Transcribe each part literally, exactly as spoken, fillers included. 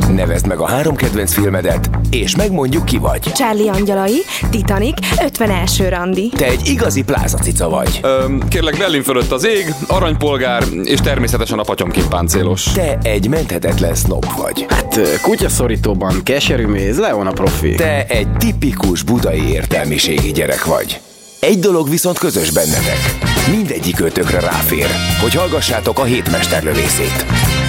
Nevezd meg a három kedvenc filmedet, és megmondjuk, ki vagy. Charlie angyalai, Titanic, ötven első randi. Te egy igazi plázacica vagy. Öm, kérlek, Berlin fölött az ég, aranypolgár, és természetesen a patyomkimpáncélos. Te egy menthetetlen snob vagy. Hát kutyaszorítóban keserű méz, Leon a profi. Te egy tipikus budai értelmiségi gyerek vagy. Egy dolog viszont közös bennetek. Mindegyik ötökre ráfér, hogy hallgassátok a hét mesterlövészét.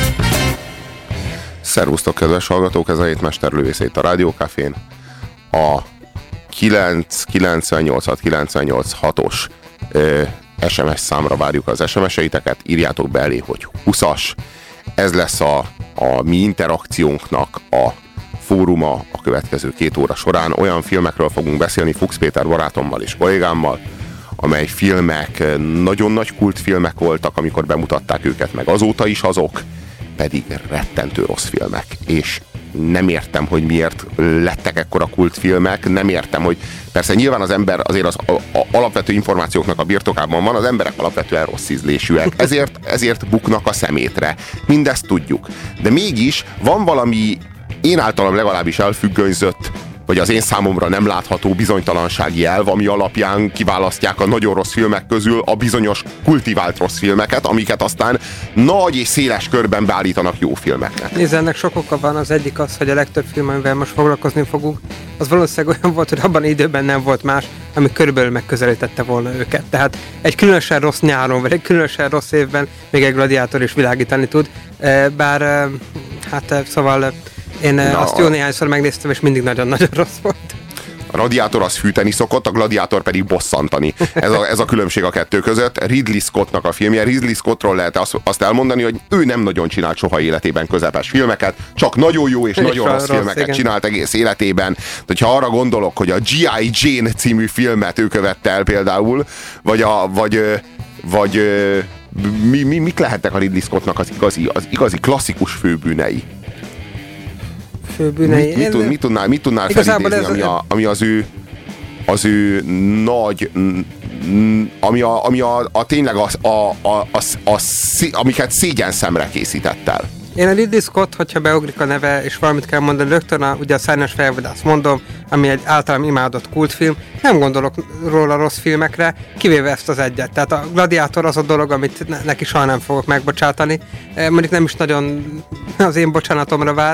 Szervusztok, kedves hallgatók, ez a hét mesterlövészét a Rádió Cafén. A kilenc kilencvennyolc kilencvennyolc hatos ö, es em es számra várjuk az es em es-eiteket, írjátok be elé, hogy huszas. Ez lesz a, a mi interakciónknak a fóruma a következő két óra során. Olyan filmekről fogunk beszélni Fuchs Péter barátommal és kollégámmal, amely filmek nagyon nagy kultfilmek voltak, amikor bemutatták őket, meg azóta is azok, pedig rettentő rossz filmek. És nem értem, hogy miért lettek ekkora kultfilmek, nem értem, hogy persze nyilván az ember azért az a, a, alapvető információknak a birtokában van, az emberek alapvetően rossz ízlésűek, ezért, ezért buknak a szemétre. Mindezt tudjuk. De mégis van valami én általam legalábbis elfüggönyzött, vagy az én számomra nem látható bizonytalansági elv, ami alapján kiválasztják a nagyon rossz filmek közül a bizonyos kultivált rossz filmeket, amiket aztán nagy és széles körben beállítanak jó filmeknek. Nézd, ennek sok oka van. Az egyik az, hogy a legtöbb film, amivel most foglalkozni fogunk, az valószínűleg olyan volt, hogy abban időben nem volt más, ami körülbelül megközelítette volna őket. Tehát egy különösen rossz nyáron, vagy egy különösen rossz évben még egy gladiátor is világítani tud. Bár, hát szóval én Na, azt jó néhányszor megnéztem, és mindig nagyon-nagyon rossz volt. A radiátor az fűteni szokott, a gladiátor pedig bosszantani. Ez a, ez a különbség a kettő között. Ridley Scottnak a filmje. Ridley Scottról lehet azt elmondani, hogy ő nem nagyon csinált soha életében közepes filmeket, csak nagyon jó és, és nagyon rossz, rossz filmeket igen. csinált egész életében. De ha arra gondolok, hogy a G I. Jane című filmet ő követte el például, vagy, a, vagy, vagy mi, mi, mik lehetnek a Ridley Scottnak az igazi, az igazi klasszikus főbűnei? Főbűnei. Mit, mit, tud, mit tudnál, mit tudnál felidézni, ami, a, ami az ő az ő nagy ami a, ami a, a tényleg a, a, a, a, a, a, amiket szégyen szemre készített el. Én a Ridley Scott, hogyha beugrik a neve, és valamit kell mondani rögtön, a, ugye a Szárnyas fejvadász mondom, ami egy általam imádott kultfilm, nem gondolok róla rossz filmekre, kivéve ezt az egyet. Tehát a Gladiátor az a dolog, amit ne, neki soha nem fogok megbocsátani. Mondjuk nem is nagyon az én bocsánatomra vár.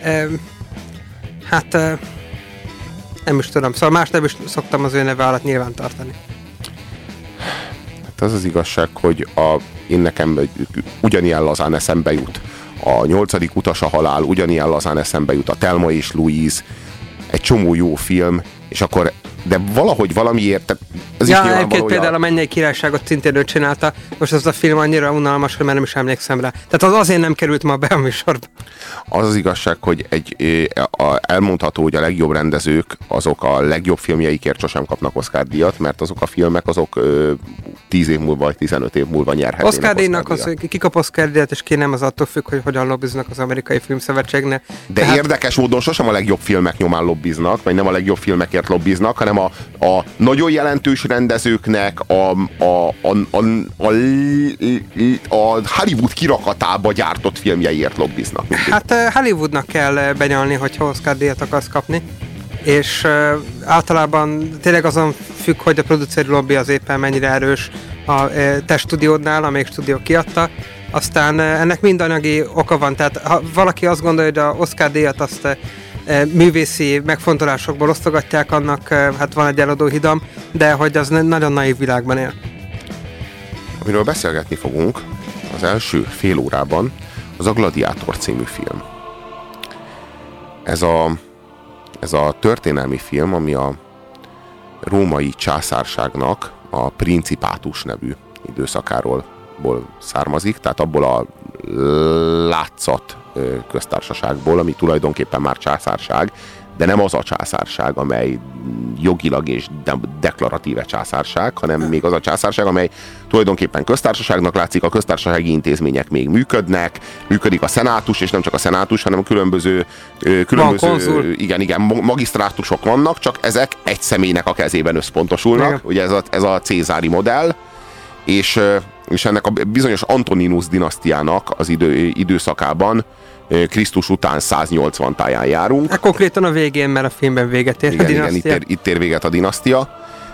Hát nem is tudom, szóval más nem is szoktam az ő neve alatt nyilván tartani. Hát az az igazság, hogy a, én nekem ugyanilyen lazán eszembe jut a nyolcadik utas a halál, ugyanilyen lazán eszembe jut a Thelma és Louise, egy csomó jó film, és akkor de valahogy valamiért... Ez ja, egyébként például a Mennyei Királyságot szintén ő csinálta, most az a film annyira unalmas, hogy már nem is emlékszem rá. Tehát az azért nem került ma be a műsorba. Az az igazság, hogy egy, a, elmondható, hogy a legjobb rendezők azok a legjobb filmjeikért sosem kapnak Oscar-díjat, mert azok a filmek azok tíz év múlva, vagy tizenöt év múlva nyerhetnének Oscar-díjnak az, ki kap Oscar-díjat, és ki nem, az attól függ, hogy hogyan lobbiznak az Amerikai Filmszövetségnek. De Tehát... érdekes módon sosem a legjobb filmek nyomán lobbiznak, vagy nem a legjobb filmekért lobbiznak, hanem a, a nagyon jelentős rendezőknek a, a, a, a, a, a Hollywood kirakatába gyártott filmjeiért lobbiznak. Mindig. Hát Hollywoodnak kell benyalni, hogyha Oscar-díjat akarsz kapni, és uh, általában tényleg azon függ, hogy a produceri lobby az éppen mennyire erős a uh, te stúdiódnál, amelyik stúdió kiadta. Aztán uh, ennek mind anyagi oka van, tehát ha valaki azt gondolja, hogy a Oscar-díjat azt uh, művészi megfontolásokból osztogatják, annak uh, hát van egy eladóhidam, de hogy az nagyon naív világban él. Amiről beszélgetni fogunk az első fél órában, az a Gladiátor című film. Ez a, ez a történelmi film, ami a római császárságnak a Principátus nevű időszakáról származik, tehát abból a látszat köztársaságból, ami tulajdonképpen már császárság, de nem az a császárság, amely jogilag és de- deklaratíve császárság, hanem még az a császárság, amely tulajdonképpen köztársaságnak látszik, a köztársasági intézmények még működnek, működik a szenátus, és nem csak a szenátus, hanem különböző, különböző igen, igen, magisztrátusok vannak, csak ezek egy személynek a kezében összpontosulnak, igen. Ugye ez a, ez a cézári modell, és, és ennek a bizonyos Antoninus dinasztiának az idő, időszakában Krisztus után száznyolcvan táján járunk. Hát konkrétan a végén, mert a filmben véget ér igen, a dinasztia. Igen, itt ér, itt ér véget a dinasztia.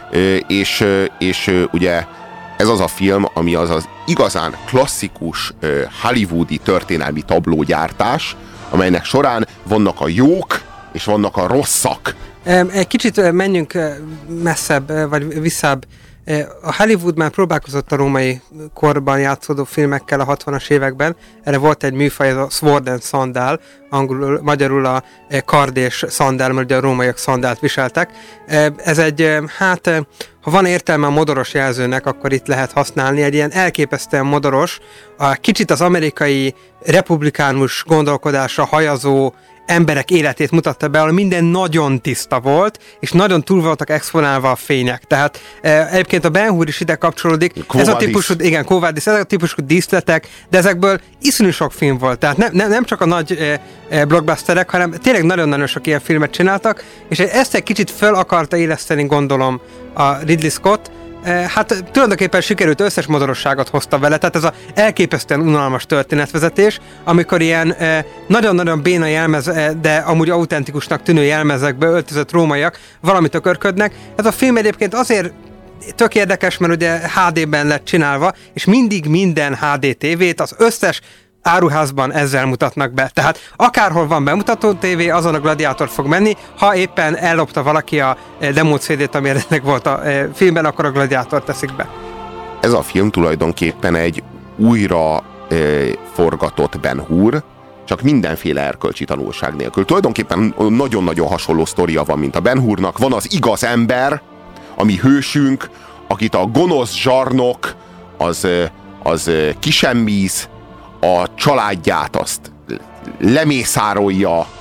És, és ugye ez az a film, ami az az igazán klasszikus hollywoodi történelmi tablógyártás, amelynek során vannak a jók, és vannak a rosszak. Egy kicsit menjünk messzebb, vagy visszább. A Hollywood már próbálkozott a római korban játszódó filmekkel a hatvanas években. Erre volt egy műfaj, ez a Sword and Sandal, angolul, magyarul a kard és szandál, mert ugye a rómaiak szandált viseltek. Ez egy, hát, ha van értelme a modoros jelzőnek, akkor itt lehet használni. Egy ilyen elképesztően modoros, a kicsit az amerikai republikánus gondolkodásra hajazó emberek életét mutatta be, ahol minden nagyon tiszta volt, és nagyon túl voltak exponálva a fények. Tehát e, egyébként a Ben Hur is ide kapcsolódik. Quo ez a Vadis. típusú, igen, Quo Vadis, ez a típusú díszletek, de ezekből iszonyú sok film volt. Tehát ne, ne, nem csak a nagy e, e, blockbusterek, hanem tényleg nagyon-nagyon sok ilyen filmet csináltak, és ezt egy kicsit föl akarta éleszteni, gondolom, a Ridley Scott. Hát tulajdonképpen sikerült, összes modorosságot hozta vele, tehát ez az elképesztően unalmas történetvezetés, amikor ilyen nagyon-nagyon béna jelmez, de amúgy autentikusnak tűnő jelmezekbe öltözött rómaiak valamit tökörködnek. Ez a film egyébként azért tök érdekes, mert ugye há dében lett csinálva, és mindig minden há dé tévét, az összes áruházban ezzel mutatnak be. Tehát akárhol van bemutató tévé, azon a Gladiátor fog menni, ha éppen ellopta valaki a demo cé dét, ami ennek volt a filmben, akkor a Gladiátor teszik be. Ez a film tulajdonképpen egy újra e, forgatott Ben Hur, csak mindenféle erkölcsi tanulság nélkül. Tulajdonképpen nagyon-nagyon hasonló sztoria van, mint a Ben Hurnak. Van az igaz ember, ami hősünk, akit a gonosz zsarnok, az, az kisemmíz, a családját azt lemészárolja,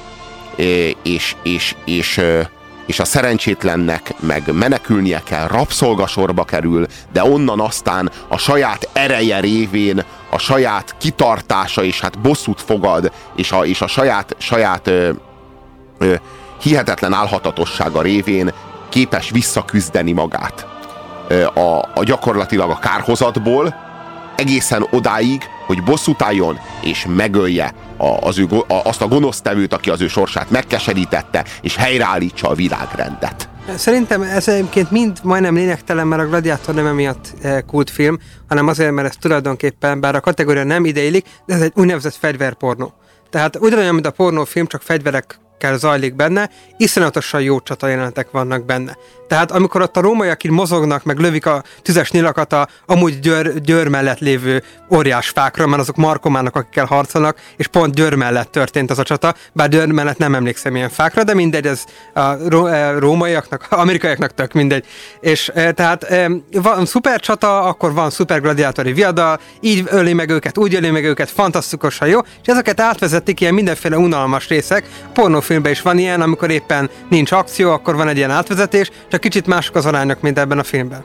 és, és, és, és a szerencsétlennek meg menekülnie kell, rabszolgasorba kerül, de onnan aztán a saját ereje révén, a saját kitartása, és hát bosszút fogad, és a, és a saját, saját ö, ö, hihetetlen álhatatossága révén képes visszaküzdeni magát a, a gyakorlatilag a kárhozatból, egészen odáig, hogy bosszút álljon, és megölje a, az ő, a, azt a gonosztevőt, aki az ő sorsát megkeserítette, és helyreállítsa a világrendet. Szerintem ez egyébként mind majdnem lényegtelen, mert a Gladiátor nem emiatt kultfilm, hanem azért, mert ez tulajdonképpen, bár a kategória nem ideillik, de ez egy úgynevezett fegyverpornó. Tehát ugyanolyan, mint a pornófilm, csak fegyverekkel zajlik benne, iszonyatosan jó csatajelenetek vannak benne. Tehát amikor ott a rómaiak így mozognak, meg lövik a tüzes nyilakat a amúgy Győr, Győr mellett lévő óriás fákra, mert azok markomának, akikkel harcolnak, és pont Győr mellett történt az a csata, bár Győr mellett nem emlékszem ilyen fákra, de mindegy, ez a rómaiaknak, amerikaiaknak tök mindegy. És e, tehát e, van szuper csata, akkor van szuper gladiátori viadal, így öli meg őket, úgy öli meg őket, fantasztikusan jó, és ezeket átvezetik ilyen mindenféle unalmas részek. A pornófilmben is van ilyen, amikor éppen nincs akció, akkor van egy ilyen átvezetés, csak kicsit mások az arányok, mint ebben a filmben.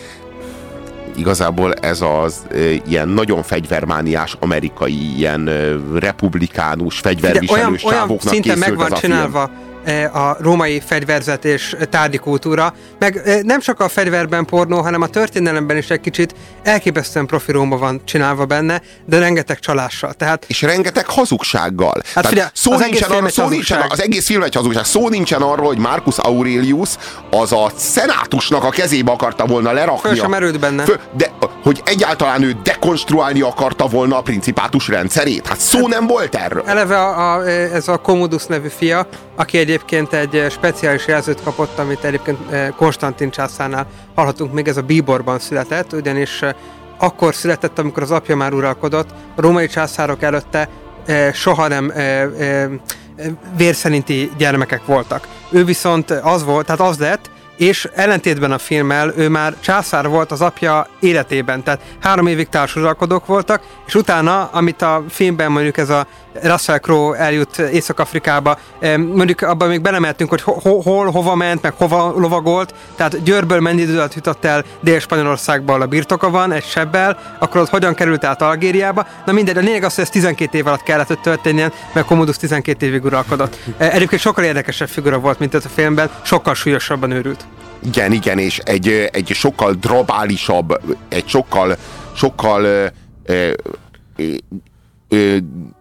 Igazából ez az e, ilyen nagyon fegyvermániás, amerikai, ilyen e, republikánus, fegyverviselős csávóknak készült meg van ez a csinálva film. A római fegyverzet és tárgyi kultúra, meg nem csak a fegyverben pornó, hanem a történelemben is egy kicsit elképesztően profi Róma van csinálva benne, de rengeteg csalással. Tehát, és rengeteg hazugsággal. Hát figyelj, szó az, nincsen egész arra, szó nincsen, az egész film egy hazugság. Szó nincsen arról, hogy Marcus Aurelius az a szenátusnak a kezébe akarta volna lerakni. Föl sem erőd benne. Föl, de hogy egyáltalán ő dekonstruálni akarta volna a principátus rendszerét. Hát szó hát, nem volt erről. Eleve a, a, ez a Commodus nevű fia, aki egyébként egy speciális jelzőt kapott, amit egyébként Konstantin császárnál hallhatunk még, ez a bíborban született, ugyanis akkor született, amikor az apja már uralkodott, a római császárok előtte soha nem vérszerinti gyermekek voltak. Ő viszont az volt, tehát az lett, és ellentétben a filmmel ő már császár volt az apja életében, tehát három évig társuralkodók voltak, és utána, amit a filmben mondjuk ez a Russell Crowe eljut Észak-Afrikába, mondjuk abban még belemeltünk, hogy ho- hol, hova ment, meg hova lovagolt, tehát Győrből mennyi idő alatt jutott el Dél-Spanyolországban a birtoka van, egy sebbel, akkor ott hogyan került át Algériába. Na mindegy, a lényeg az, hogy ez tizenkét év alatt kellett, hogy történjen, mert Commodus tizenkét évig uralkodott. Egyébként sokkal érdekesebb figura volt, mint ez a filmben, sokkal súlyosabban őrült. Igen, igen, és egy, egy sokkal drabálisabb, egy sokkal, sokkal ö, ö, ö,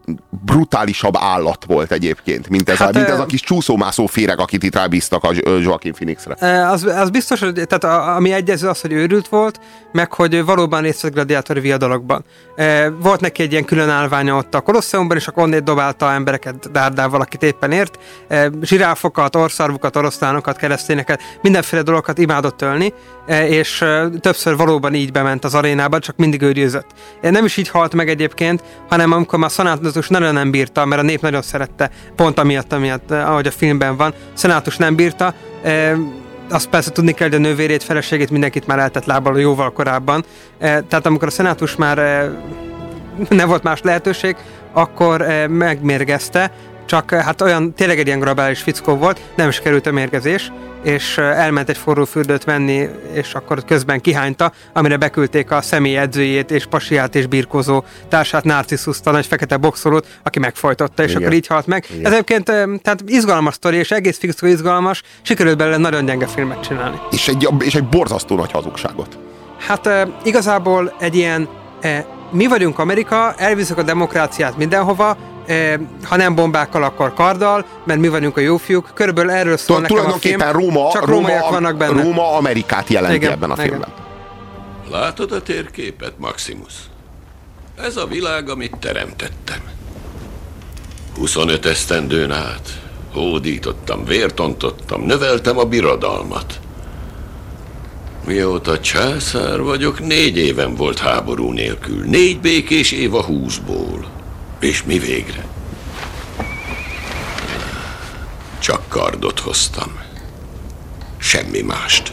brutálisabb állat volt egyébként, mint ez, hát, a, mint ez a kis csúszómászó féreg, akit itt rábíztak a Joaquin Phoenixre. Az, az biztos, hogy tehát a, ami egyező az, hogy őrült volt, meg hogy valóban részt vett gladiátori viadalokban. Volt neki egy ilyen külön állványa ott a Kolosseumban, és akkor onnét dobálta embereket dárdával, akit éppen ért. Zsiráfokat, orszarvukat, oroszlánokat, keresztényeket, mindenféle dolgokat imádott ölni, és többször valóban így bement az arénába, csak mindig ő győzött. Nem is így halt meg egyébként, hanem amikor már Szenátus nagyon nem bírta, mert a nép nagyon szerette, pont amiatt, amiatt, ahogy a filmben van, Szenátus nem bírta, azt persze tudni kell, hogy a nővérét, feleségét mindenkit már eltett lábbal jóval korábban. Tehát amikor a Szenátus már nem volt más lehetőség, akkor megmérgezte, csak hát olyan, tényleg egy ilyen globális fickó volt, nem is került a mérgezés, és elment egy forró fürdőt venni, és akkor közben kihányta, amire beküldték a személy edzőjét, és pasiát, és birkózó társát, Narcisszuszt, a nagy fekete boxolót, aki megfojtotta, és igen. Akkor így halt meg. Igen. Ez egyébként tehát izgalmas sztori, és egész fixkó izgalmas, sikerült belőle nagyon gyenge filmet csinálni. És egy, és egy borzasztó nagy hazugságot. Hát igazából egy ilyen, mi vagyunk Amerika, elviszük a demokráciát mindenhova, ha nem bombákkal, akkor karddal, mert mi vagyunk a jó fiúk. Körülbelül erről szól nekem a film. Róma, csak Róma, vannak benne. Róma Amerikát jelenti igen, ebben a igen. filmben. Látod a térképet, Maximus? Ez a világ, amit teremtettem. huszonöt esztendőn át hódítottam, vértontottam, növeltem a birodalmat. Mióta császár vagyok, négy éven volt háború nélkül. Négy békés év a húszból. És mi végre? Csak kardot hoztam. Semmi mást.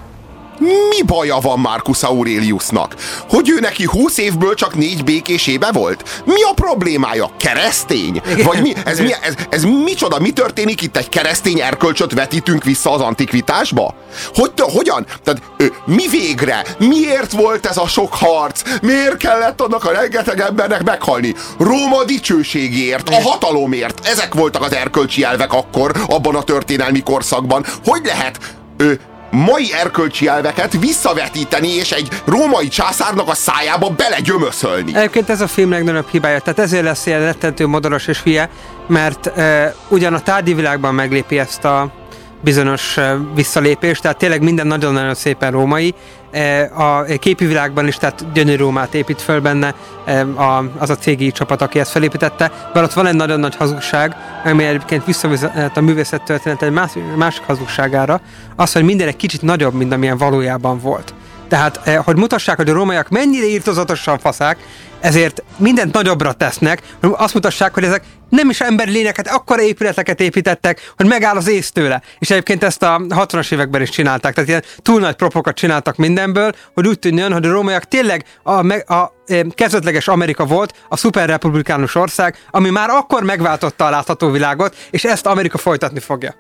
Mi baja van Marcus Aureliusnak? Hogy ő neki húsz évből csak négy békés éve volt? Mi a problémája? Keresztény? Vagy mi? Ez, mi, ez, ez micsoda? Mi történik itt? Egy keresztény erkölcsöt vetítünk vissza az antikvitásba? Hogy, hogyan? Tehát mi végre? Miért volt ez a sok harc? Miért kellett annak a rengeteg embernek meghalni? Róma dicsőségért, a hatalomért. Ezek voltak az erkölcsi elvek akkor, abban a történelmi korszakban. Hogy lehet ö, mai erkölcsi elveket visszavetíteni, és egy római császárnak a szájába belegyömöszölni? Egyébként ez a film legnagyobb hibája, tehát ezért lesz ilyen rettentő modoros és hülye, mert e, ugyan a tárgyi világban meglépi ezt a bizonyos e, visszalépést, tehát tényleg minden nagyon-nagyon szépen római, e, a képi világban is, tehát gyönyörű Rómát épít föl benne e, a, az a cégi csapat, aki ezt felépítette, mert ott van egy nagyon nagy hazugság, ami egyébként visszavezet a művészettörténet egy más, másik hazugságára, az, hogy minden egy kicsit nagyobb, mint amilyen valójában volt. Tehát, eh, hogy mutassák, hogy a rómaiak mennyire írtozatosan faszák, ezért mindent nagyobbra tesznek, hogy azt mutassák, hogy ezek nem is emberi lényeket, akkora épületeket építettek, hogy megáll az ész tőle. És egyébként ezt a hatvanas években is csinálták, tehát ilyen túl nagy propokat csináltak mindenből, hogy úgy tűnjön, hogy a rómaiak tényleg a, a, a kezdetleges Amerika volt, a szuperrepublikánus ország, ami már akkor megváltotta a látható világot, és ezt Amerika folytatni fogja.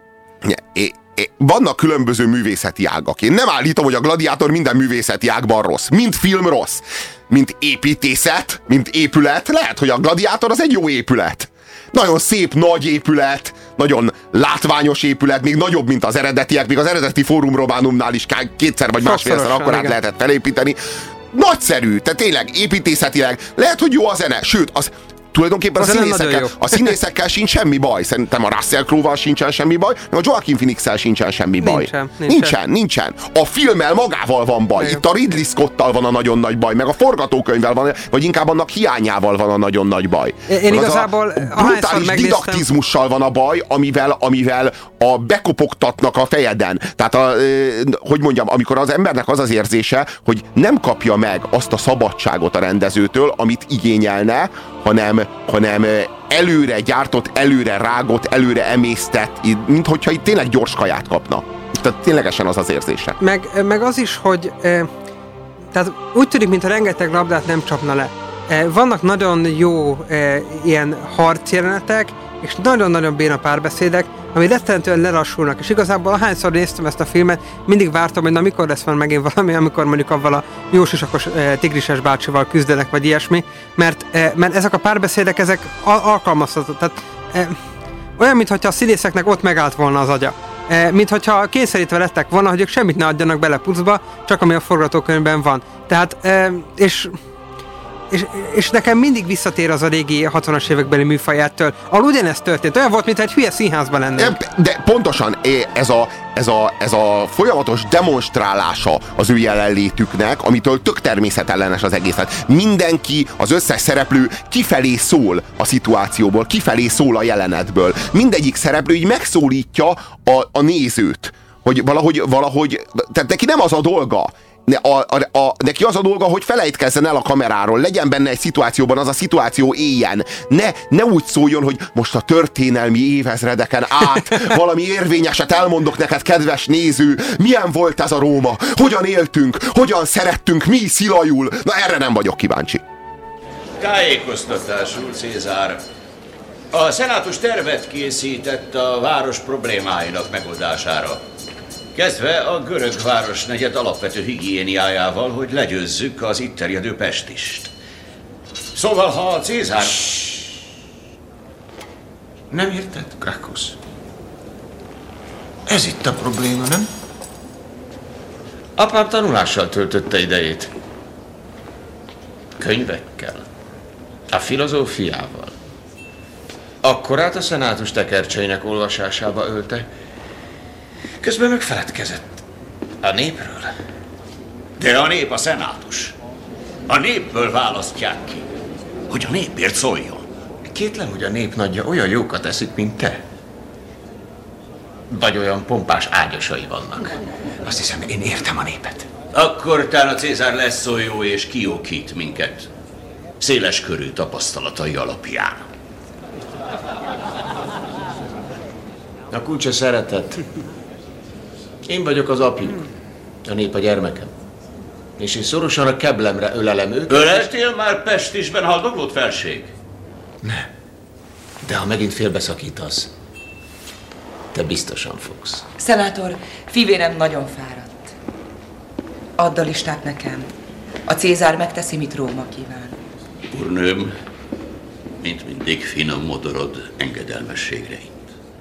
É, é, vannak különböző művészeti ágak. Én nem állítom, hogy a Gladiátor minden művészeti ágban rossz. Mint film rossz. Mint építészet, mint épület. Lehet, hogy a Gladiátor az egy jó épület. Nagyon szép, nagy épület, nagyon látványos épület, még nagyobb, mint az eredetiek, még az eredeti Forum Romanumnál is kétszer vagy másfélszer akkorát lehetett felépíteni. Nagyszerű, tehát tényleg építészetileg. Lehet, hogy jó a zene, sőt, az tulajdonképpen a színészekkel, a színészekkel sincs semmi baj. Szerintem a Russell Crowe-val sincsen semmi baj, nem a Joaquin Phoenix-szel sincsen semmi baj. Nincsen, nincsen. nincsen, nincsen. A filmmel magával van baj. Igen. Itt a Ridley Scott-tal van a nagyon nagy baj, meg a forgatókönyvvel van, vagy inkább annak hiányával van a nagyon nagy baj. Én igazából a brutális didaktizmussal van a baj, amivel, amivel a bekopogtatnak a fejeden. Tehát, a, hogy mondjam, amikor az embernek az az érzése, hogy nem kapja meg azt a szabadságot a rendezőtől, amit igényelne, hanem, hanem előre gyártott, előre rágott, előre emésztett, mint hogyha itt tényleg gyors kaját kapna. Tehát ténylegesen az az érzése. Meg, meg az is, hogy e, tehát úgy tűnik, mintha rengeteg labdát nem csapna le. E, vannak nagyon jó e, ilyen harcjelenetek, és nagyon-nagyon béna párbeszédek, ami rettentően lelassulnak, és igazából ahányszor néztem ezt a filmet, mindig vártam, hogy na mikor lesz már megint valami, amikor mondjuk avval a jósisakos e, tigrises bácsival küzdenek, vagy ilyesmi, mert, e, mert ezek a párbeszédek, ezek al- alkalmazhatók. Tehát e, olyan, mintha a színészeknek ott megállt volna az agya. E, mint hogyha kényszerítve lettek volna, hogy ők semmit ne adjanak bele pucba, csak ami a forgatókönyvben van. Tehát, e, és és, és nekem mindig visszatér az a régi hatvanas évekbeli műfajától. Ahol ugyanezt történt. Olyan volt, mintha egy hülye színházban lenne. De pontosan ez a, ez, a, ez a folyamatos demonstrálása az ő jelenlétüknek, amitől tök természetellenes az egészet. Mindenki, az összes szereplő kifelé szól a szituációból, kifelé szól a jelenetből. Mindegyik szereplő így megszólítja a, a nézőt, hogy valahogy, valahogy, tehát neki nem az a dolga, A, a, a, neki az a dolga, hogy felejtkezzen el a kameráról, legyen benne egy szituációban, az a szituáció éljen. Ne, ne úgy szóljon, hogy most a történelmi évezredeken át valami érvényeset elmondok neked, kedves néző, milyen volt ez a Róma, hogyan éltünk, hogyan szerettünk, mi szilajul. Na erre nem vagyok kíváncsi. Tájékoztatásul, Cézár. A szenátus tervet készített a város problémáinak megoldására. Kezdve a görög városnegyed alapvető higiéniájával, hogy legyőzzük az itt terjedő pestist. Szóval, ha a Cézár... Nem érted, Gracchus? Ez itt a probléma, nem? Apám tanulással töltötte idejét. Könyvekkel. A filozófiával. Akkorát a szenátus tekercseinek olvasásába ölte, közben megfeledkezett a népről. De a nép a szenátus. A népből választják ki, hogy a népért szóljon. Kétlem, hogy a nép nagyja olyan jókat eszik, mint te. Vagy olyan pompás ágyasai vannak. Azt hiszem, én értem a népet. Akkor talán a Cézár lesz olyan jó és kiokít minket. Széles körű tapasztalatai alapján. A kulcs a szeretet. Én vagyok az apjuk, a nép a gyermekem. És én szorosan a keblemre ölelem őket. Öleltél már Pestisben haldoklott felség? Nem. De ha megint félbeszakítasz, te biztosan fogsz. Szenátor, fivérem nagyon fáradt. Add a listát nekem. A Cézár megteszi, mit Róma kíván. Úrnőm, mint mindig finom modorod engedelmességre int.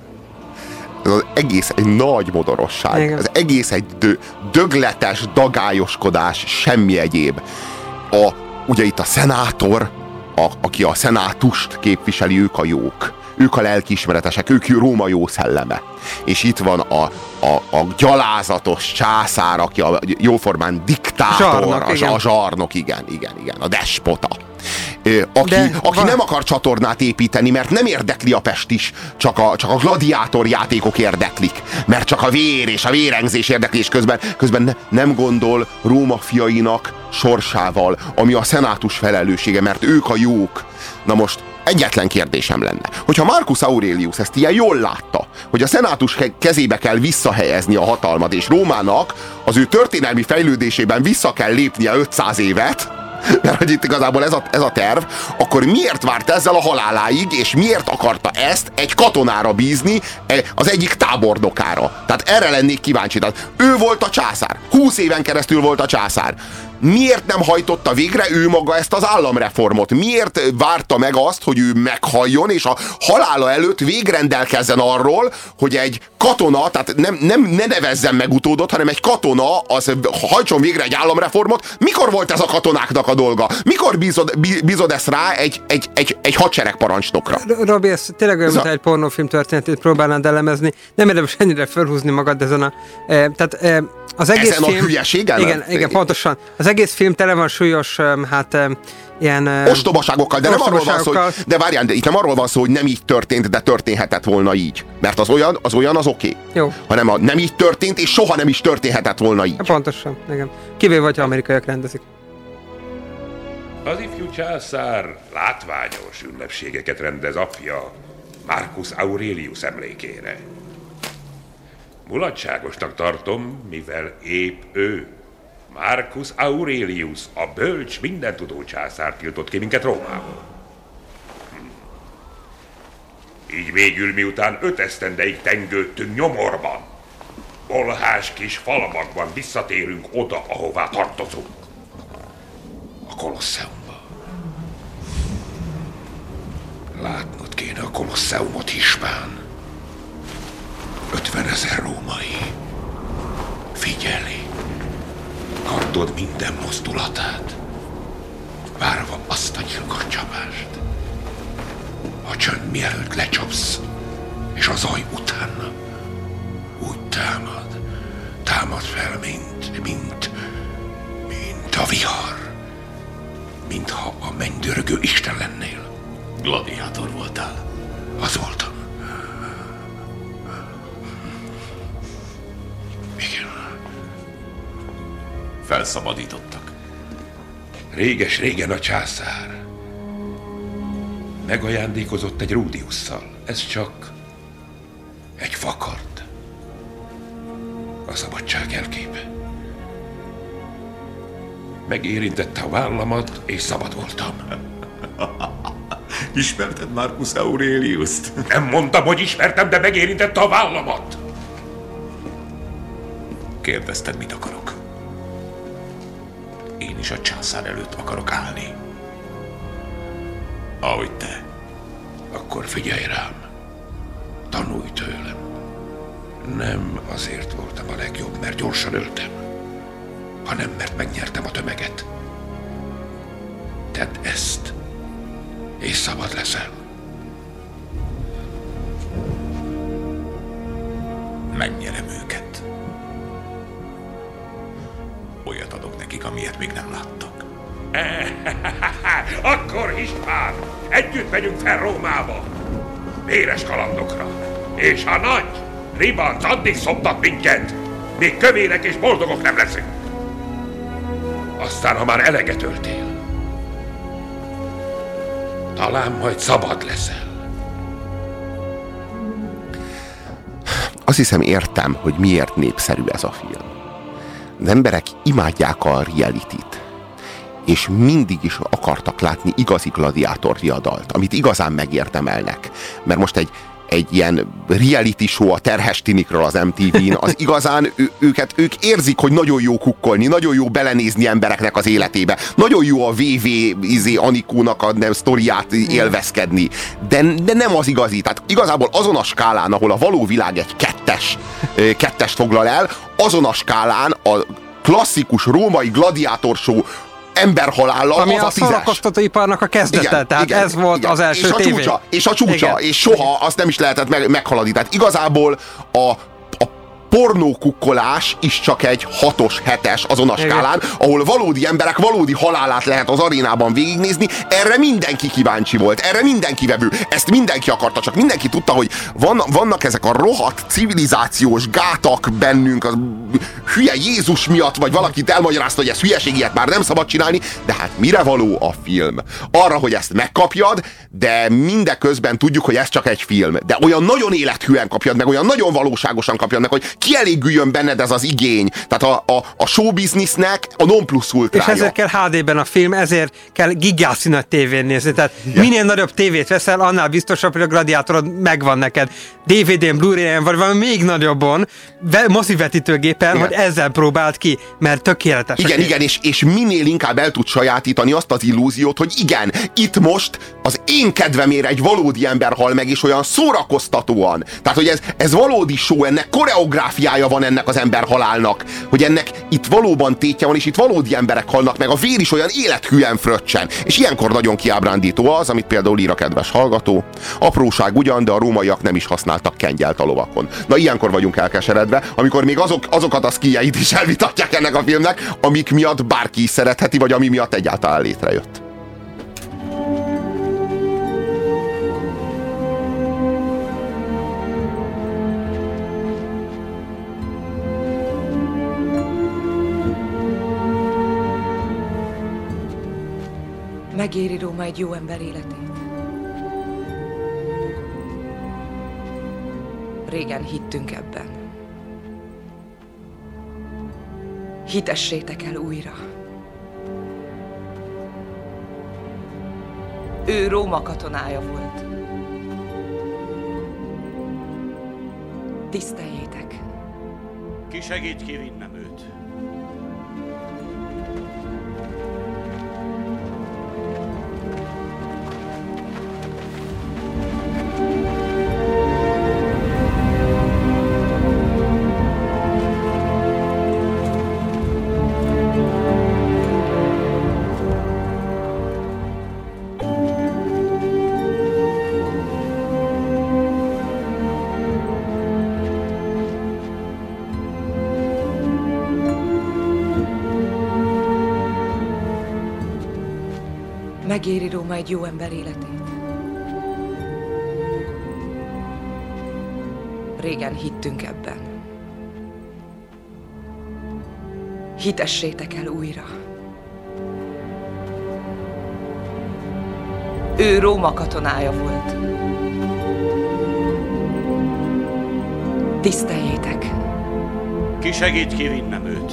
Ez az egész egy nagy modorosság. Igen. Ez egész egy dö, dögletes dagályoskodás, semmi egyéb. A, ugye itt a szenátor, a, aki a szenátust képviseli, ők a jók. Ők a lelkiismeretesek, ők Róma jó szelleme. És itt van a, a, a gyalázatos császár, aki a jóformán diktátor, zsarnok, a, igen. a zsarnok, igen, igen, igen, a despota. Aki, aki van... nem akar csatornát építeni, mert nem érdekli a Pest is, csak a, csak a gladiátor játékok érdeklik, mert csak a vér és a vérengzés érdekli, és közben, közben ne, nem gondol Róma fiainak sorsával, ami a szenátus felelőssége, mert ők a jók. Na most egyetlen kérdésem lenne, hogyha Marcus Aurelius ezt ilyen jól látta, hogy a szenátus kezébe kell visszahelyezni a hatalmat, és Rómának az ő történelmi fejlődésében vissza kell lépnie ötszáz évet, mert hogy itt igazából ez a, ez a terv, akkor miért várt ezzel a haláláig, és miért akarta ezt egy katonára bízni, az egyik tábornokára? Tehát erre lennék kíváncsi. Tehát ő volt a császár. húsz éven keresztül volt a császár. Miért nem hajtotta végre ő maga ezt az államreformot? Miért várta meg azt, hogy ő meghalljon, és a halála előtt végrendelkezzen arról, hogy egy katona, tehát nem, nem ne nevezzen meg utódot, hanem egy katona az hajtson végre egy államreformot? Mikor volt ez a katonáknak a dolga? Mikor bízod, bízod ezt rá egy, egy, egy, egy hadseregparancsnokra? Robi, ez tényleg olyan, mint egy pornófilm történetét próbálnád elemezni. Nem érdemes ennyire felhúzni magad ezen a... E, tehát e, az egész ezen film, a hülyeségen? Igen, igen, pontosan. Az egész film tele van súlyos, hát ilyen... ostobaságokkal, de nem arról van szó, hogy, de várjál, de itt nem arról van szó, hogy nem így történt, de történhetett volna így. Mert az olyan, az olyan az oké. Jó. Hanem a nem így történt, és soha nem is történhetett volna így. Pontosan, igen. Kivéve, hogyha amerikaiak rendezik. Az ifjú császár látványos ünnepségeket rendez apja Marcus Aurelius emlékére. Mulatságosnak tartom, mivel épp ő, Marcus Aurelius, a bölcs, mindentudó császár tiltott ki minket Rómából. Hm. Így végül, miután öt esztendeig tengődtünk nyomorban, bolhás kis falvakban visszatérünk oda, ahová tartozunk. A Kolosseumba. Látnod kéne a Kolosseumot, hispán. ötvenezer római. Figyeli. Hallod minden mozdulatát. várva azt a gyilkoscsapást. A csönd mielőtt lecsapsz, és a zaj utána úgy támad, támad fel, mint, mint, mint a vihar. Mintha a mennydörgő Isten lennél. Gladiátor voltál. Az voltam. Igen. Felszabadítottak. Réges-régen a császár megajándékozott egy Rudiusszal. Ez csak egy fakard. A szabadság elképe. Megérintette a vállamat, és szabad voltam. Ismerted Marcus Aureliust? Nem mondtam, hogy ismertem, de megérintette a vállamat. Kérdezted, mit akarok? Én is a császár előtt akarok állni. Ahogy te. Akkor figyelj rám. Tanulj tőlem. Nem azért voltam a legjobb, mert gyorsan öltem, hanem mert megnyertem a tömeget. Tedd ezt, és szabad leszel. Megnyerem őket. Olyat adok nekik, amilyet még nem láttak. Akkor István, együtt megyünk fel Rómába. Véres kalandokra. És a nagy ribanc addig szoptat minket, még kövérek és boldogok nem leszünk. Aztán, ha már eleget öltél, talán majd szabad leszel. Azt hiszem, értem, hogy miért népszerű ez a film. Az emberek imádják a realityt, és mindig is akartak látni igazi gladiátor riadalt, amit igazán megérdemelnek. Mert most egy, egy ilyen reality show a terhes tinikről az em té vén, az igazán ő, őket, ők érzik, hogy nagyon jó kukkolni, nagyon jó belenézni embereknek az életébe, nagyon jó a vé vé izé, Anikónak a nem, sztoriát élvezkedni, de, de nem az igazi. Tehát igazából azon a skálán, ahol a való világ egy kettes, kettest foglal el, azon a skálán a klasszikus római gladiátor show emberhalállal ami az a, a tízes. szórakoztatóiparnak a kezdete, Igen, tehát igen, ez volt igen. az első és a tévé. csúcsa, és a csúcsa, Igen. és soha azt nem is lehetett meg, meghaladni. Tehát igazából a, a pornókukkolás is csak egy hatos, hetes azon a skálán, ahol valódi emberek valódi halálát lehet az arénában végignézni. Erre mindenki kíváncsi volt, erre mindenki vevő. Ezt mindenki akarta, csak mindenki tudta, hogy van, vannak ezek a rohadt civilizációs gátak bennünk, a hülye Jézus miatt, vagy valakit elmagyarázta, hogy ez hülyeség, ilyet már nem szabad csinálni, de hát mire való a film? Arra, hogy ezt megkapjad, de mindeközben tudjuk, hogy ez csak egy film. De olyan nagyon élethűen kapjad meg, olyan nagyon valóságosan kapjad meg, hogy kielégüljön benned ez az igény. Tehát a, a, a showbiznisznek a non plus ultrája. És ezért kell há dében a film, ezért kell gigászi nagy tévén nézni. Tehát ja. minél nagyobb tévét veszel, annál biztosabb, hogy a gladiátorod megvan neked. dé vé dén, Blu-ray-en, vagy valami még nagyobban, mozivetítőgépen, hogy ezzel próbáld ki, mert tökéletes. Igen, igen, és, és minél inkább el tud sajátítani azt az illúziót, hogy igen, itt most az én kedvemére egy valódi ember hal meg, és olyan szórakoztatóan. Tehát, hogy ez, ez valódi show, ennek koreográfiája van ennek az ember halálnak, hogy ennek itt valóban tétje van, és itt valódi emberek halnak meg, a vér is olyan élethűen fröccsen. És ilyenkor nagyon kiábrándító az, amit például ír a kedves hallgató. Apróság ugyan, de a rómaiak nem is használtak kengyelt a lovakon. Na, ilyenkor vagyunk elkeseredve, amikor még azok, azokat a szkijeit is elvitatják ennek a filmnek, amik miatt bárki is szeretheti, vagy ami miatt egyáltalán létrejött. Megéri Róma egy jó ember életét. Régen hittünk ebben. Hitessétek el újra. Ő Róma katonája volt. Tiszteljétek. Ki segít kivinnem őt? Megéri Róma egy jó ember életét. Régen hittünk ebben. Hitessétek el újra. Ő Róma katonája volt. Tiszteljétek. Ki segít kivinnem őt?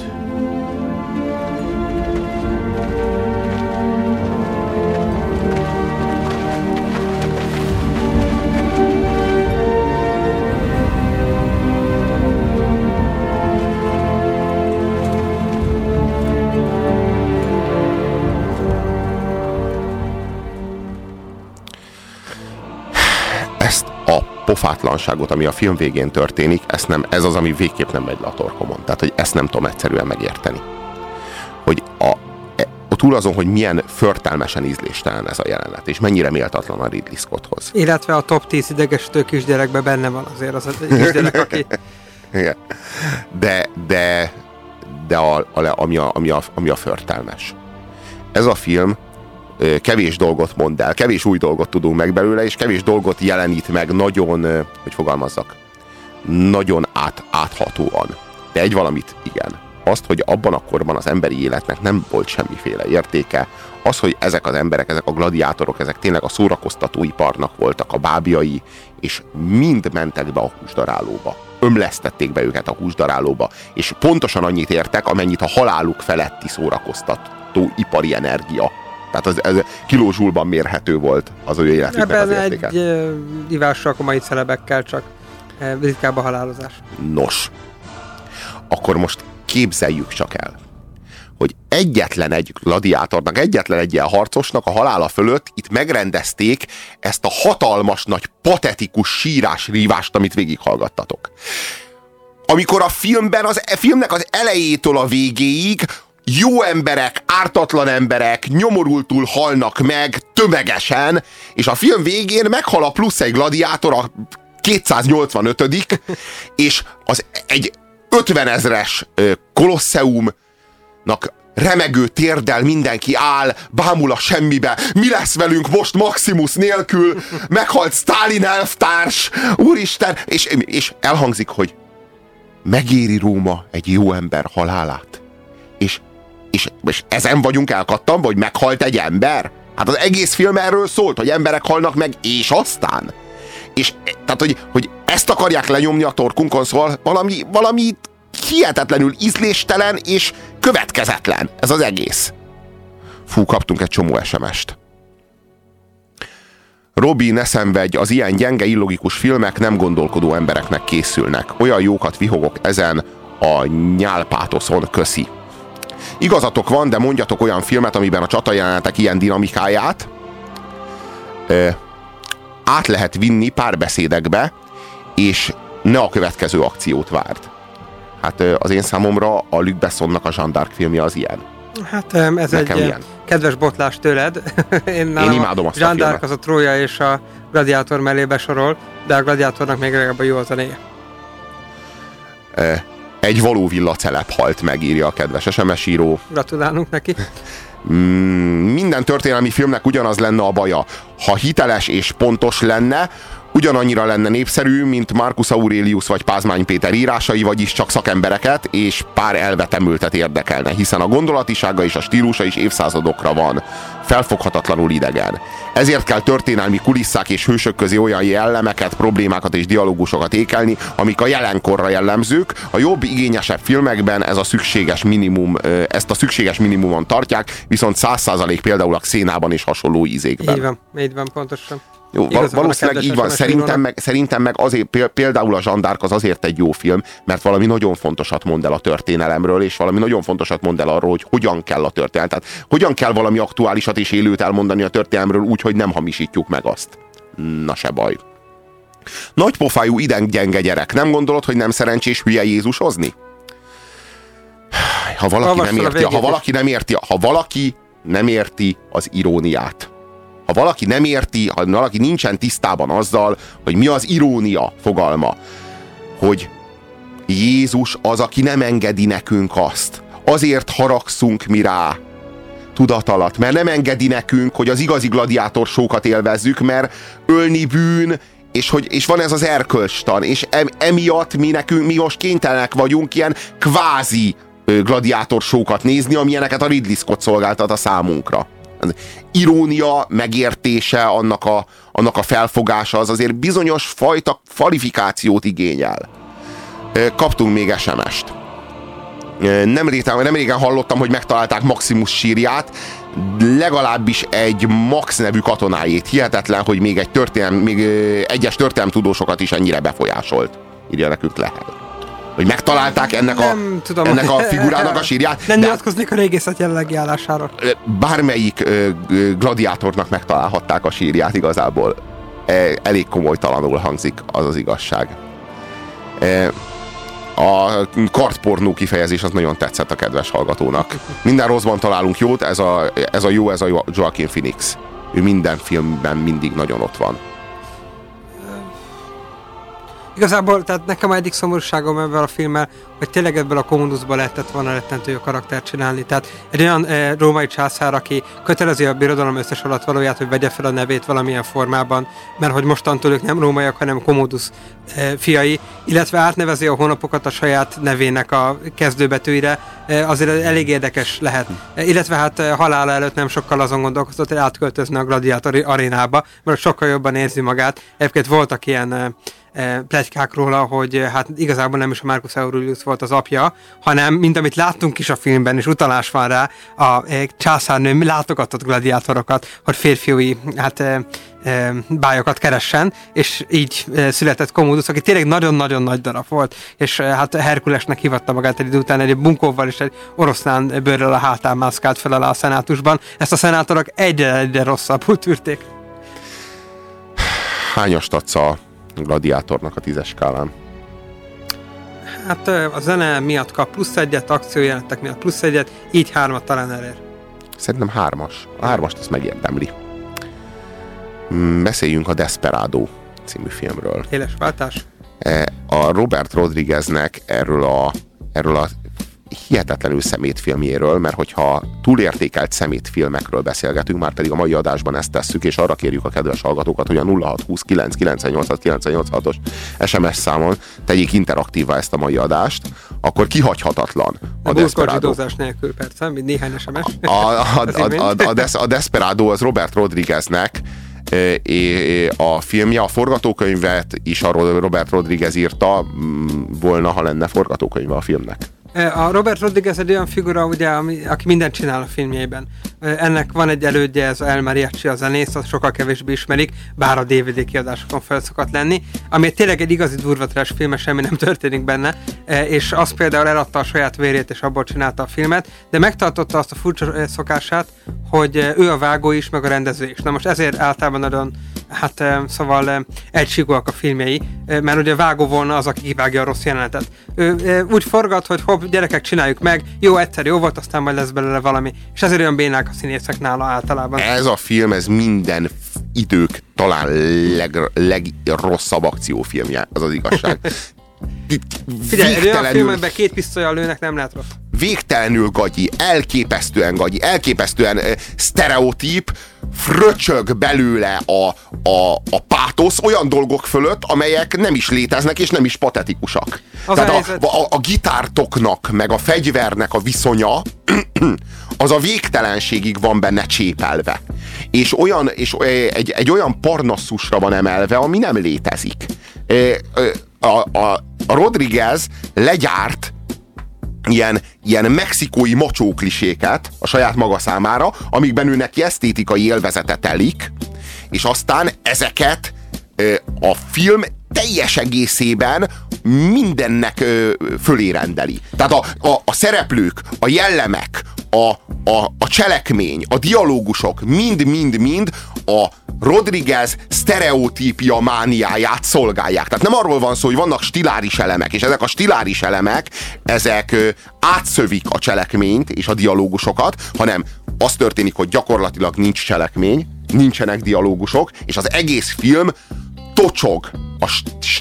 Ezt a pofátlanságot, ami a film végén történik, ezt nem, ez az, ami végképp nem megy le a torkomon. Tehát, hogy ezt nem tudom egyszerűen megérteni. Hogy a, a túl azon, hogy milyen förtelmesen ízléstelen ez a jelenet, és mennyire méltatlan a Ridley Scotthoz. Illetve a top tíz idegesítő kisgyerekben benne van azért az a kisgyerek, aki... Igen. De, de, de a, a, ami, a, ami, a, ami a förtelmes. Ez a film kevés dolgot mond el, kevés új dolgot tudunk meg belőle, és kevés dolgot jelenít meg nagyon, hogy fogalmazzak, nagyon át, áthatóan. De egy valamit igen. Azt, hogy abban a korban az emberi életnek nem volt semmiféle értéke, az, hogy ezek az emberek, ezek a gladiátorok, ezek tényleg a szórakoztatóiparnak voltak a bábjai, és mind mentek be a húsdarálóba. Ömlesztették be őket a húsdarálóba, és pontosan annyit értek, amennyit a haláluk feletti szórakoztató ipari energia. Tehát az, ez kilózsulban mérhető volt az ő életüknek az értéke. Ebben egy uh, ivással komoly celebekkel, csak uh, ritkább a halálozás. Nos, akkor most képzeljük csak el, hogy egyetlen egy gladiátornak, egyetlen egy ilyen harcosnak a halála fölött itt megrendezték ezt a hatalmas nagy patetikus sírás-rívást, amit végighallgattatok. Amikor a filmben, az a filmnek az elejétől a végéig jó emberek, ártatlan emberek nyomorultul halnak meg tömegesen, és a film végén meghal a plusz egy gladiátor, a kétszáznyolcvanötödik és az egy ötvenezres kolosseumnak remegő térdel mindenki áll, bámul a semmibe. Mi lesz velünk most Maximus nélkül? Meghalt Sztálin elvtárs! Úristen! És, és elhangzik, hogy megéri Róma egy jó ember halálát. És, és, és ezen vagyunk elkattanva, hogy meghalt egy ember? Hát az egész film erről szólt, hogy emberek halnak meg, és aztán. És tehát, hogy, hogy ezt akarják lenyomni a torkunkon, szóval valami, valami hihetetlenül ízléstelen és következetlen ez az egész. Fú, kaptunk egy csomó es em est. Robi, ne szenvedj, az ilyen gyenge, illogikus filmek nem gondolkodó embereknek készülnek. Olyan jókat vihogok ezen a nyálpátoszon, köszi. Igazatok van, de mondjatok olyan filmet, amiben a csatajelenetek ilyen dinamikáját ö, át lehet vinni párbeszédekbe, és ne a következő akciót várd. Hát az én számomra a Luc Bessonnak a Jeanne d'Arc filmje az ilyen. Hát ez Nekem egy ilyen. Kedves botlás tőled. Én, én imádom azt Jeanne a filmet. D'Arc az a Trója és a Gladiátor mellé besorol, de a Gladiátornak még legalább jó az a néje. Egy való villacelep halt meg, írja a kedves es em es író. Gratulálunk neki. Mm, minden történelmi filmnek ugyanaz lenne a baja. Ha hiteles és pontos lenne, ugyanannyira lenne népszerű, mint Marcus Aurelius vagy Pázmány Péter írásai, vagyis csak szakembereket és pár elvetemültet érdekelne, hiszen a gondolatisága és a stílusa is évszázadokra van. Felfoghatatlanul idegen. Ezért kell történelmi kulisszák és hősök közé olyan jellemeket, problémákat és dialógusokat ékelni, amik a jelenkorra jellemzők. A jobb, igényesebb filmekben ez a szükséges minimum, ezt a szükséges minimumon tartják, viszont száz százalék például a Xénában és hasonló ízékben. Így van, így van, pontosan. Jó, val- valószínűleg így van. Szerintem meg, szerintem meg azért, például a Jeanne d'Arc az azért egy jó film, mert valami nagyon fontosat mond el a történelemről, és valami nagyon fontosat mond el arról, hogy hogyan kell a történelem. Tehát hogyan kell valami aktuálisat és élőt elmondani a történelemről úgy, hogy nem hamisítjuk meg azt. Na se baj. Nagypofájú ideggyenge gyerek. Nem gondolod, hogy nem szerencsés hülye Jézusozni? Ha valaki nem érti, ha valaki nem érti, ha valaki nem érti az iróniát. Ha valaki nem érti, ha valaki nincsen tisztában azzal, hogy mi az irónia fogalma, hogy Jézus az, aki nem engedi nekünk azt. Azért haragszunk mi rá. tudat alatt, mert nem engedi nekünk, hogy az igazi gladiátor show-kat élvezzük, mert ölni bűn, és, hogy, és van ez az erkölcstan, és em, emiatt mi, nekünk, mi most kénytelenek vagyunk ilyen kvázi gladiátor show-kat nézni, amilyeneket a Ridley Scott szolgáltat a számunkra. Az irónia, megértése, annak a, annak a felfogása az azért bizonyos fajta kvalifikációt igényel. Kaptunk még es em est. Nem régen, nem régen hallottam, hogy megtalálták Maximus sírját, legalábbis egy Max nevű katonájét. Hihetetlen, hogy még, egy történelm, még egyes történelemtudósokat is ennyire befolyásolt. Írja nekünk Lehel. Hogy megtalálták ennek a, tudom, ennek a figurának a sírját. Nem nyilatkoznék a régészet jelenlegi állására. Bármelyik ö, gladiátornak megtalálhatták a sírját igazából. E, elég komolytalanul hangzik, az az igazság. E, a kartpornó kifejezés az nagyon tetszett a kedves hallgatónak. Minden rosszban találunk jót, ez a, ez a jó, ez a Joaquin Phoenix. Ő minden filmben mindig nagyon ott van. Igazából, tehát nekem egyik szomorúságom ebben a filmmel, hogy tényleg ebből a Commodusból lehetett volna rettentő jó karaktert csinálni. Tehát egy olyan e, római császár, aki kötelezi a birodalom összes alatt valóját, hogy vegye fel a nevét valamilyen formában, mert hogy mostantól ők nem rómaiak, hanem Commodus e, fiai, illetve átnevezi a hónapokat a saját nevének a kezdőbetűire, e, azért elég érdekes lehet. E, illetve hát e, halála előtt nem sokkal azon gondolkozott, hogy átköltözne a gladiátor arénába, mert sokkal jobban érzi magát. Egyébként voltak ilyen e, pletykák róla, hogy hát igazából nem is a Marcus Aurelius volt az apja, hanem, mint amit láttunk is a filmben, és utalás van rá, a császárnő látogatott gladiátorokat, hogy férfiúi hát, e, e, bályokat keressen, és így e, született Commodus, aki tényleg nagyon-nagyon nagy darab volt, és e, hát Herkulesnek hivatta magát egy idő után, egy bunkóval és egy oroszlán bőrrel a hátán mászkált fel alá a szenátusban. Ezt a szenátorok egyre-egyre rosszabbul tűrték. Hányast adsz a gladiátornak a tízes skálán? Hát a zene miatt kap plusz egyet, akciójelentek miatt plusz egyet, így hármat talán elér. Szerintem hármas. A hármast ezt megérdemli. Beszéljünk a Desperado című filmről. Éles váltás. A Robert Rodrigueznek erről a, erről a hihetetlenül szemétfilmjéről, mert hogyha túlértékelt szemétfilmekről beszélgetünk, már pedig a mai adásban ezt tesszük, és arra kérjük a kedves hallgatókat, hogy a nulla hat húsz kilenc kilencszáznyolcvan kilencszáznyolcvanhatos es em es számon tegyék interaktívvá ezt a mai adást, akkor kihagyhatatlan a, a Desperado. Zsidózás nélkül persze, mint néhány es em es. A, a, a, a, a, Des, a Desperado az Robert Rodrigueznek a filmje, a forgatókönyvet is a Robert Rodriguez írta volna, ha lenne forgatókönyve a filmnek. A Robert Rodriguez egy olyan figura, ugye, ami, aki mindent csinál a filmjeiben. Ennek van egy elődje, ez El Mariachi, a zenész, azt sokkal kevésbé ismerik, bár a dé vé dé kiadásokon fel szokott lenni, ami tényleg egy igazi durva trash film, semmi nem történik benne, és az például eladta a saját vérét, és abból csinálta a filmet, de megtartotta azt a furcsa szokását, hogy ő a vágó is, meg a rendező is. Na most ezért általában nagyon, hát szóval egysíkúak a filmjei, mert ugye vágó volna az, aki kivágja a rossz jelenetet. Ő úgy forgat, hogy hopp, gyerekek, csináljuk meg, jó, egyszer jó volt, aztán majd lesz belőle valami. És ezért olyan bénák a színészek nála általában. Ez a film, ez minden idők talán leg, legrosszabb akciófilmje, az az igazság. Figyelj, egy olyan filmben két pisztollyal lőnek, nem lehet rossz. Végtelenül gagyi, elképesztően gagyi, elképesztően uh, sztereotíp, fröcsög belőle a, a, a pátosz olyan dolgok fölött, amelyek nem is léteznek, és nem is patetikusak. Az Tehát a, a, a gitártoknak, meg a fegyvernek a viszonya, az a végtelenségig van benne csépelve. És, olyan, és egy, egy olyan parnasszusra van emelve, ami nem létezik. A, a, a Rodriguez legyárt ilyen, ilyen mexikói macsó kliséket a saját maga számára, amikben ő neki esztétikai élvezete telik, és aztán ezeket a film teljes egészében mindennek fölé rendeli. Tehát a, a, a szereplők, a jellemek, a, a, a cselekmény, a dialógusok mind-mind-mind a Rodriguez sztereotípia mániáját szolgálják. Tehát nem arról van szó, hogy vannak stiláris elemek, és ezek a stiláris elemek, ezek átszövik a cselekményt és a dialógusokat, hanem az történik, hogy gyakorlatilag nincs cselekmény, nincsenek dialógusok, és az egész film tocsog a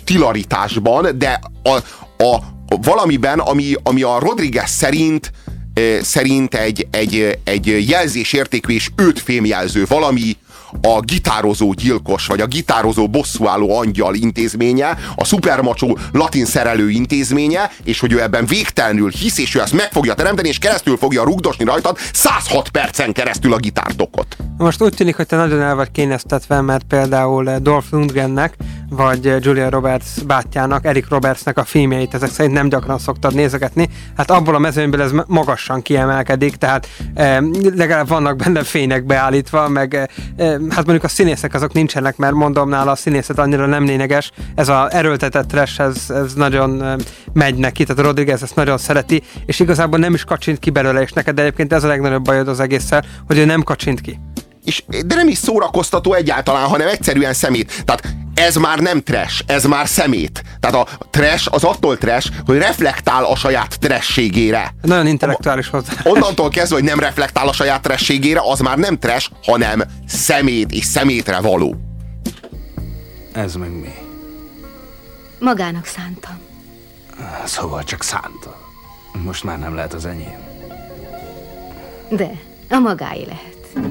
stilaritásban, de a, a, a valamiben, ami, ami a Rodriguez szerint szerint egy, egy, egy jelzésértékű és őt fémjelző valami, a gitározó gyilkos, vagy a gitározó bosszúálló angyal intézménye, a szupermacsó latin szerelő intézménye, és hogy ő ebben végtelenül hisz, és ő ezt meg fogja teremteni, és keresztül fogja rugdosni rajtad száz hat percen keresztül a gitártokot. Most úgy tűnik, hogy te nagyon el vagy kényeztetve, mert például Dolph Lundgrennek, vagy Julia Roberts bátyjának, Eric Robertsnek a filmjeit ezek szerint nem gyakran szoktad nézegetni. Hát abból a mezőnyből ez magasan kiemelkedik, tehát e, legalább vannak benne fények beállítva, meg e, hát mondjuk a színészek azok nincsenek, mert mondom, nála a színészet annyira nem lényeges. Ez az erőltetett trash, ez, ez nagyon e, megy neki, tehát Rodriguez ezt nagyon szereti, és igazából nem is kacsint ki belőle, és neked egyébként ez a legnagyobb bajod az egésszel, hogy ő nem kacsint ki. És, de nem is szórakoztató egyáltalán, hanem egyszerűen szemét. Tehát ez már nem trash, ez már szemét. Tehát a trash az attól trash, hogy reflektál a saját trashségére. Nagyon intellektuális hozzá. Onnantól kezdve, hogy nem reflektál a saját trashségére, az már nem trash, hanem szemét és szemétre való. Ez meg mi? Magának szántam. Szóval csak szánta. Most már nem lehet az enyém. De a magáé lehet.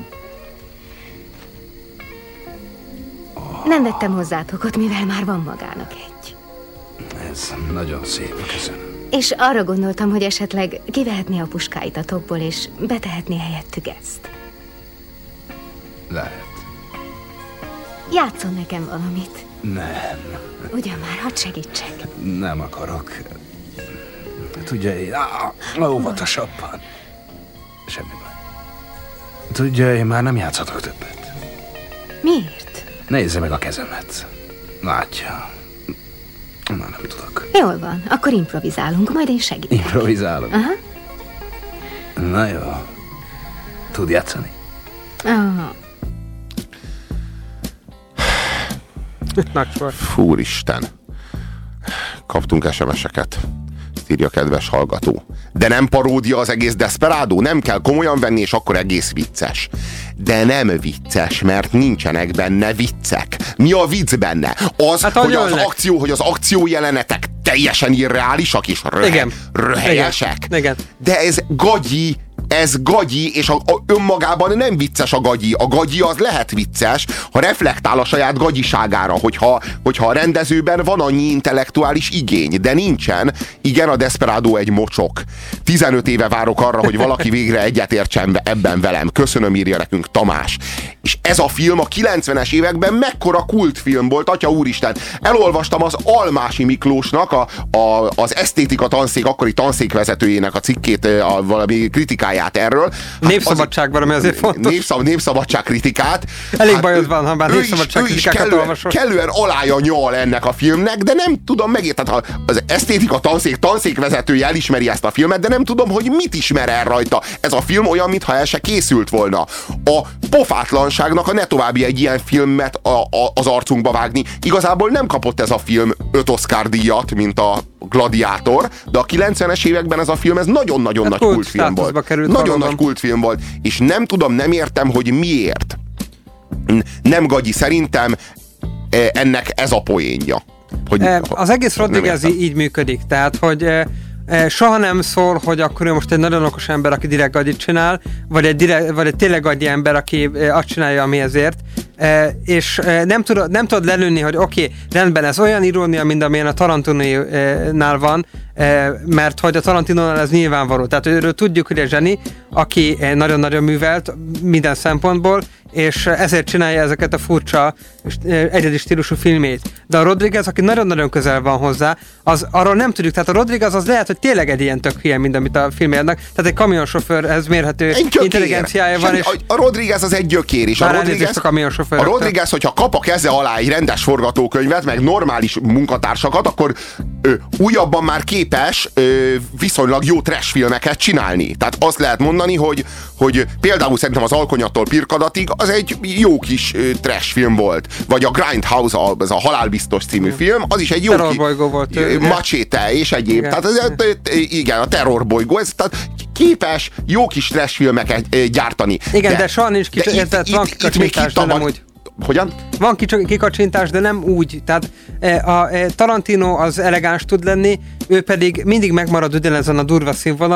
Nem vettem hozzátok, mivel már van magának egy. Ez nagyon szép, köszönöm. És arra gondoltam, hogy esetleg kivehetné a puskáit a tokból, és betehetné helyettük ezt. Lehet. Játszon nekem valamit. Nem. Ugyan már, hadd segítsek. Nem akarok. Tudja, én... Á, óvatosabban. Semmi baj. Tudja, én már nem játszhatok többet. Miért? Nézze meg a kezemet. Látja. Már nem tudok. Jól van, akkor improvizálunk, majd én segítek. Improvizálok? Aha. Na jó. Tud játszani? Oh. Fúristen. Kaptunk es em es-eket. Írja kedves hallgató. De nem paródia az egész Desperado? Nem kell komolyan venni, és akkor egész vicces. De nem vicces, mert nincsenek benne viccek. Mi a vicc benne? Az, hát, hogy, az akció, hogy az akció jelenetek teljesen irreálisak és röhe, röhelyesek. Igen. Igen. De ez gagyi, ez gagyi, és a, a, önmagában nem vicces a gagyi. A gagyi az lehet vicces, ha reflektál a saját gagyiságára, hogyha, hogyha a rendezőben van annyi intellektuális igény, de nincsen. Igen, a Desperado egy mocsok. tizenöt éve várok arra, hogy valaki végre egyetértsen ebben velem. Köszönöm, írja nekünk Tamás. És ez a film a kilencvenes években mekkora kultfilm volt, atya úristen. Elolvastam az Almási Miklósnak, a, a, az esztétika tanszék, akkori tanszékvezetőjének a cikkét, a valami kritikáját erről. Hát népszabadságban, ami azért fontos. Népszab, népszabadság kritikát. Elég hát bajod van, ha már népszabadság kritikákat kellően, olvasol. kellően alája nyal ennek a filmnek, de nem tudom megérteni. Az esztétika tanszék, tanszékvezetője elismeri ezt a filmet, de nem tudom, hogy mit ismer el rajta. Ez a film olyan, mintha el se készült volna. A pofátlanságnak a ne további egy ilyen filmet a, a, az arcunkba vágni. Igazából nem kapott ez a film öt Oscar díjat, mint a Gladiátor, de a kilencvenes években ez a film, ez nagyon-nagyon hát nagy kult kultfilm volt. Nagyon valóban. Nagy kultfilm volt, és nem tudom, nem értem, hogy miért. Nem gagyi, szerintem ennek ez a poénja. Hogy, az egész Rodriguez így működik, tehát, hogy soha nem szól, hogy akkor ő most egy nagyon okos ember, aki direkt gagyit csinál, vagy egy, direkt, vagy egy tényleg gagyi ember, aki azt csinálja, ami ezért, és nem tudod, nem tudod lelőni, hogy oké, okay, rendben, ez olyan irónia, mint amilyen a Tarantinónál van, mert hogy a Tarantinónál ez nyilvánvaló. Tehát őről tudjuk, hogy egy zseni, aki nagyon-nagyon művelt minden szempontból, és ezért csinálja ezeket a furcsa egyedi stílusú filmét. De a Rodriguez, aki nagyon-nagyon közel van hozzá, az arról nem tudjuk. Tehát a Rodriguez az lehet, hogy tényleg egy ilyen tök hülye, mint amit a filmérnek. Tehát egy kamionsofőrhez mérhető intelligenciája van. És a, a Rodriguez az egy gyökér is. A Rodriguez, a, a Rodriguez, hogyha kap a keze alá egy rendes forgatókönyvet, meg normális munkatársakat, akkor ö, újabban már képes ö, viszonylag jó trash filmeket csinálni. Tehát azt lehet mondani, hogy, hogy például szerintem az Alkonyattól Pirkadatig az egy jó kis ö, trash film volt. Vagy a Grindhouse, a, ez a Halálbiztos című film, az is egy jó Terrorbolygó volt. Ö, Machete és egyéb. Igen. Tehát ez, igen, a Terrorbolygó, ez tehát képes jó kis trash filmeket gyártani. Igen, de, de soha nincs kis, itt, itt, van kikacsintás, de nem úgy. Hogyan? Van kikacsintás, de nem úgy. Tehát a Tarantino az elegáns tud lenni, ő pedig mindig megmarad ugyanezen a durva színvonalon,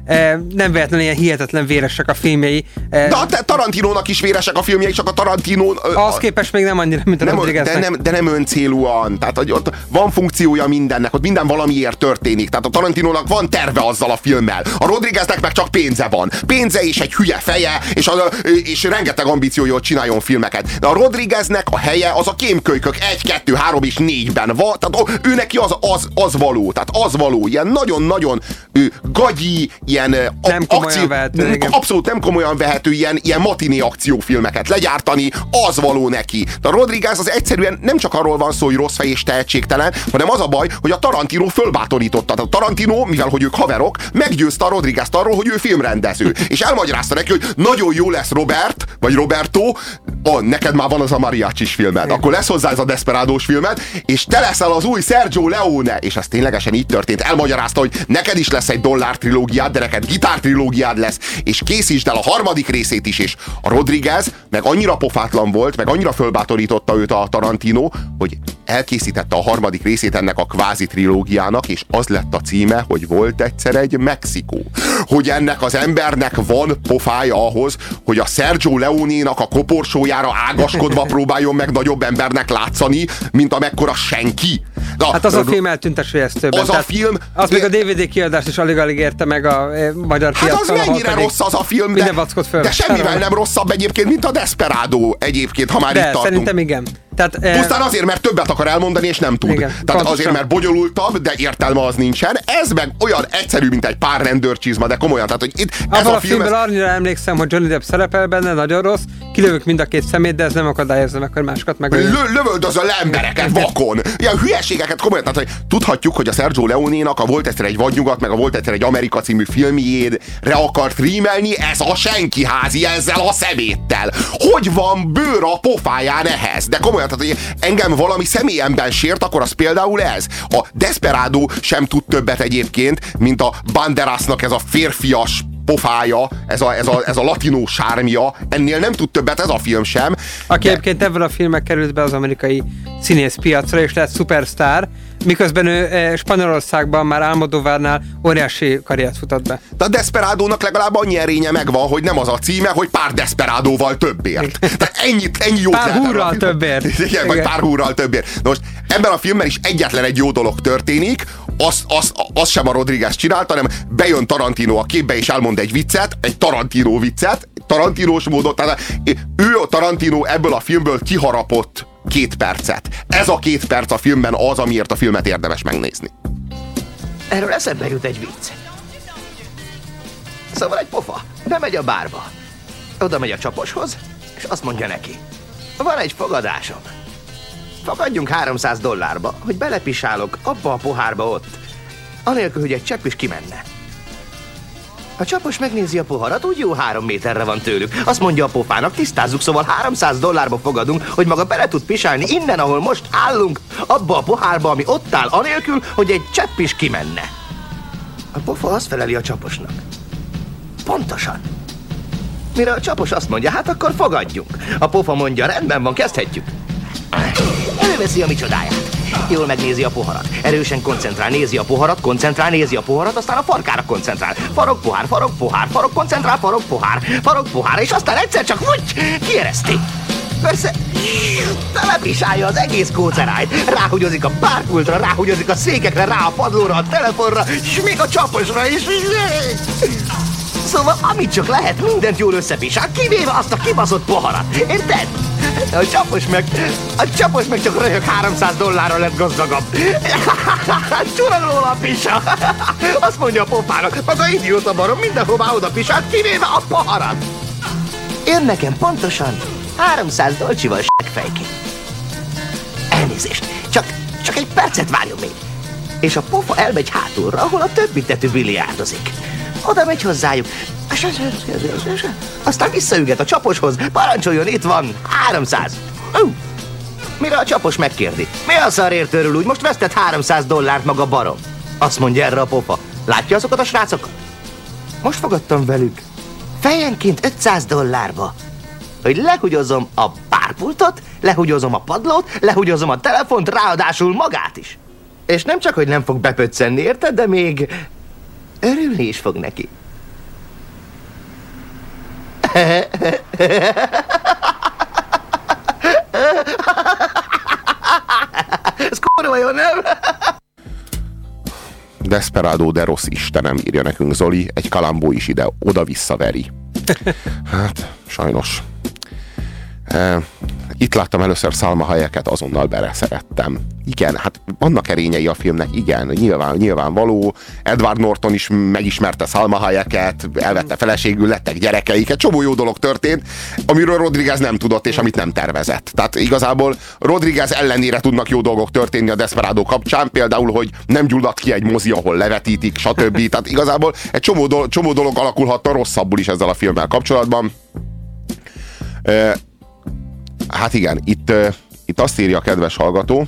nem véletlenül ilyen hihetetlen véresek a filmjei. De a Tarantinónak is véresek a filmjei, csak a Tarantino... Ahhoz képest még nem annyira, mint a nem, Rodrigueznek. de, nem, de nem öncélúan. Tehát ott van funkciója mindennek, ott minden valamiért történik. Tehát a Tarantinónak van terve azzal a filmmel. A Rodrigueznek meg csak pénze van. Pénze és egy hülye feje, és, a, és rengeteg ambíciója, hogy csináljon filmeket. De a Rodrigueznek a helye az a kémkölykök egy, kettő, három és négyben van. Tehát ő neki az, az, az való. Tehát az való. Ilyen nagyon-nagyon gagyi, ilyen nem akció, vehető, abszolút nem komolyan vehető ilyen, ilyen matiné akciófilmeket legyártani, az való neki. De a Rodriguez az egyszerűen nem csak arról van szó, hogy rossz fej és tehetségtelen, hanem az a baj, hogy a Tarantino fölbátorította. A Tarantino, mivel hogy ők haverok, meggyőzte a Rodriguezt arról, hogy ő filmrendező. És elmagyarázta neki, hogy nagyon jó lesz Robert, vagy Roberto, oh, neked már van az a mariachis filmed, igen. Akkor lesz hozzá ez a Desperádós filmed, és te leszel az új Sergio Leone. És ez ténylegesen így történt. Elmagyarázta, hogy neked is lesz egy dollár trilógiád, de neked gitár trilógiád lesz, és készítsd el a harmadik részét is. És a Rodriguez meg annyira pofátlan volt, meg annyira fölbátorította őt a Tarantino, hogy elkészítette a harmadik részét ennek a kvázi trilógiának, és az lett a címe, hogy volt egyszer egy Mexikó. Hogy ennek az embernek van pofája ahhoz, hogy a Sergio Leone-nak a koporsójára ágaskodva próbáljon meg nagyobb embernek látszani, mint amekkora senki. De hát az a film eltűntes fejeztőben. Az a film... Az még a dé vé dé kiadást is alig-alig érte meg a e, magyar hát piacon. Hát az mennyire rossz az a film, de, de semmivel nem rosszabb egyébként, mint a Desperado egyébként, ha már de, itt tartunk. Szerintem igen. Tehát, e... Pusztán azért, mert többet akar elmondani, és nem tud. Igen, Tehát pontosan. Azért, mert bonyolultabb, de értelme az nincsen. Ez meg olyan egyszerű, mint egy pár rendőrcsizma, de komolyan. Tehát, hogy itt ez abban a, a film... filmben ez... annyira emlékszem, hogy Johnny Depp szerepel benne, nagyon rossz, kilövök mind a két szemét, de ez nem akadályozza meg, hogy másokat meg. Lö- lövöldözöl embereket vakon. Ilyen hülyeségeket komolyan. Tehát, hogy tudhatjuk, hogy a Sergio Leone-nak a Volt egyszer egy vadnyugat, meg a Volt egyszer egy Amerika című filmjére akart rímelni, ez a senki házi ezzel a szeméttel. Hogy van bőr a pofáján ehhez? De komolyan, tehát, hogy engem valami személyemben sért, akkor az például ez. A Desperado sem tud többet egyébként, mint a Banderasnak ez a férfias pofája, ez a, ez, a, ez a latinó sármja, ennél nem tud többet ez a film sem. Aki de... egyébként ebből a filmek került be az amerikai színészpiacra, és lett szupersztár, miközben ő e, Spanyolországban már Almodóvárnál óriási karriert futott be. De a Desperádónak legalább annyi erénye megvan, hogy nem az a címe, hogy pár Desperádóval többért. Tehát ennyit, ennyi jót pár húrral többért. Igen, igen, vagy pár húrral többért. Na most ebben a filmben is egyetlen egy jó dolog történik, azt az, az sem a Rodriguez csinálta, hanem bejön Tarantino a képbe és elmond egy viccet, egy Tarantino viccet, Tarantinós módon, tehát ő a Tarantino ebből a filmből kiharapott két percet. Ez a két perc a filmben az, amiért a filmet érdemes megnézni. Erről eszembe jut egy vicc. Szóval egy pofa bemegy a bárba, oda megy a csaposhoz, és azt mondja neki: van egy fogadásom. Fogadjunk háromszáz dollárba, hogy belepisálok abba a pohárba ott, anélkül, hogy egy csepp is kimenne. A csapos megnézi a poharat, úgy jó három méterre van tőlük. Azt mondja a pofának: tisztázzuk, szóval háromszáz dollárba fogadunk, hogy maga bele tud pisálni innen, ahol most állunk, abba a pohárba, ami ott áll, anélkül, hogy egy csepp is kimenne. A pofa azt feleli a csaposnak: pontosan. Mire a csapos azt mondja: hát akkor fogadjunk. A pofa mondja: rendben van, kezdhetjük. Előveszi a micsodáját. Jól megnézi a poharat. Erősen koncentrál, nézi a poharat, koncentrál, nézi a poharat, aztán a farkára koncentrál. Farok, pohár, farok, pohár, farok, koncentrál, farok, pohár, farok, pohár, és aztán egyszer csak úgy kiereszti. Persze, telepisálja az egész kócerájt. Ráhugyozik a bárpultra, ráhugyozik a székekre, rá a padlóra, a telefonra, és még a csaposra is. Szóval amit csak lehet, mindent jól összepisál, kivéve azt a kibaszott poharat. Érted? A csapos meg, a csapos meg csak röhög, háromszáz dollárra lett gazdagabb. Csuran róla a pisa. Azt mondja a pofának: maga idióta barom, mindenhová oda pisált, kivéve a poharat. Én nekem pontosan háromszáz dolcsival s**fejként. Elnézést, csak, csak egy percet várjon még. És a pofa elmegy hátulra, ahol a többi tetű biliárdozik. Oda megy hozzájuk. Aztán visszaüget a csaposhoz. Parancsoljon, itt van háromszáz. Mire a csapos megkérdi: mi a szarért örül úgy, most vesztett háromszáz dollárt maga barom? Azt mondja erre a pofa: látja azokat a srácokat? Most fogadtam velük fejenként ötszáz dollárba, hogy lehugyozom a párpultot, lehugyozom a padlót, lehugyozom a telefont, ráadásul magát is. És nem csak, hogy nem fog bepöccenni, érted, de még örülni is fog neki. Ez kurva jó, nem? Desperado de rossz Istenem, írja nekünk Zoli, egy kalambó is ide, oda-vissza veri. Hát, sajnos. E, itt láttam először Salma Hayeket, azonnal beleszerettem. Igen, hát vannak erényei a filmnek, igen, nyilván, nyilvánvaló. Edward Norton is megismerte Salma Hayeket, elvette feleségül, lettek gyerekeik, egy csomó jó dolog történt, amiről Rodriguez nem tudott, és amit nem tervezett. Tehát igazából Rodriguez ellenére tudnak jó dolgok történni a Desperado kapcsán, például, hogy nem gyulladt ki egy mozi, ahol levetítik, stb. Tehát igazából egy csomó, do- csomó dolog alakulhatta rosszabbul is ezzel a filmmel kapcsolatban. E, hát igen, itt, itt azt írja a kedves hallgató,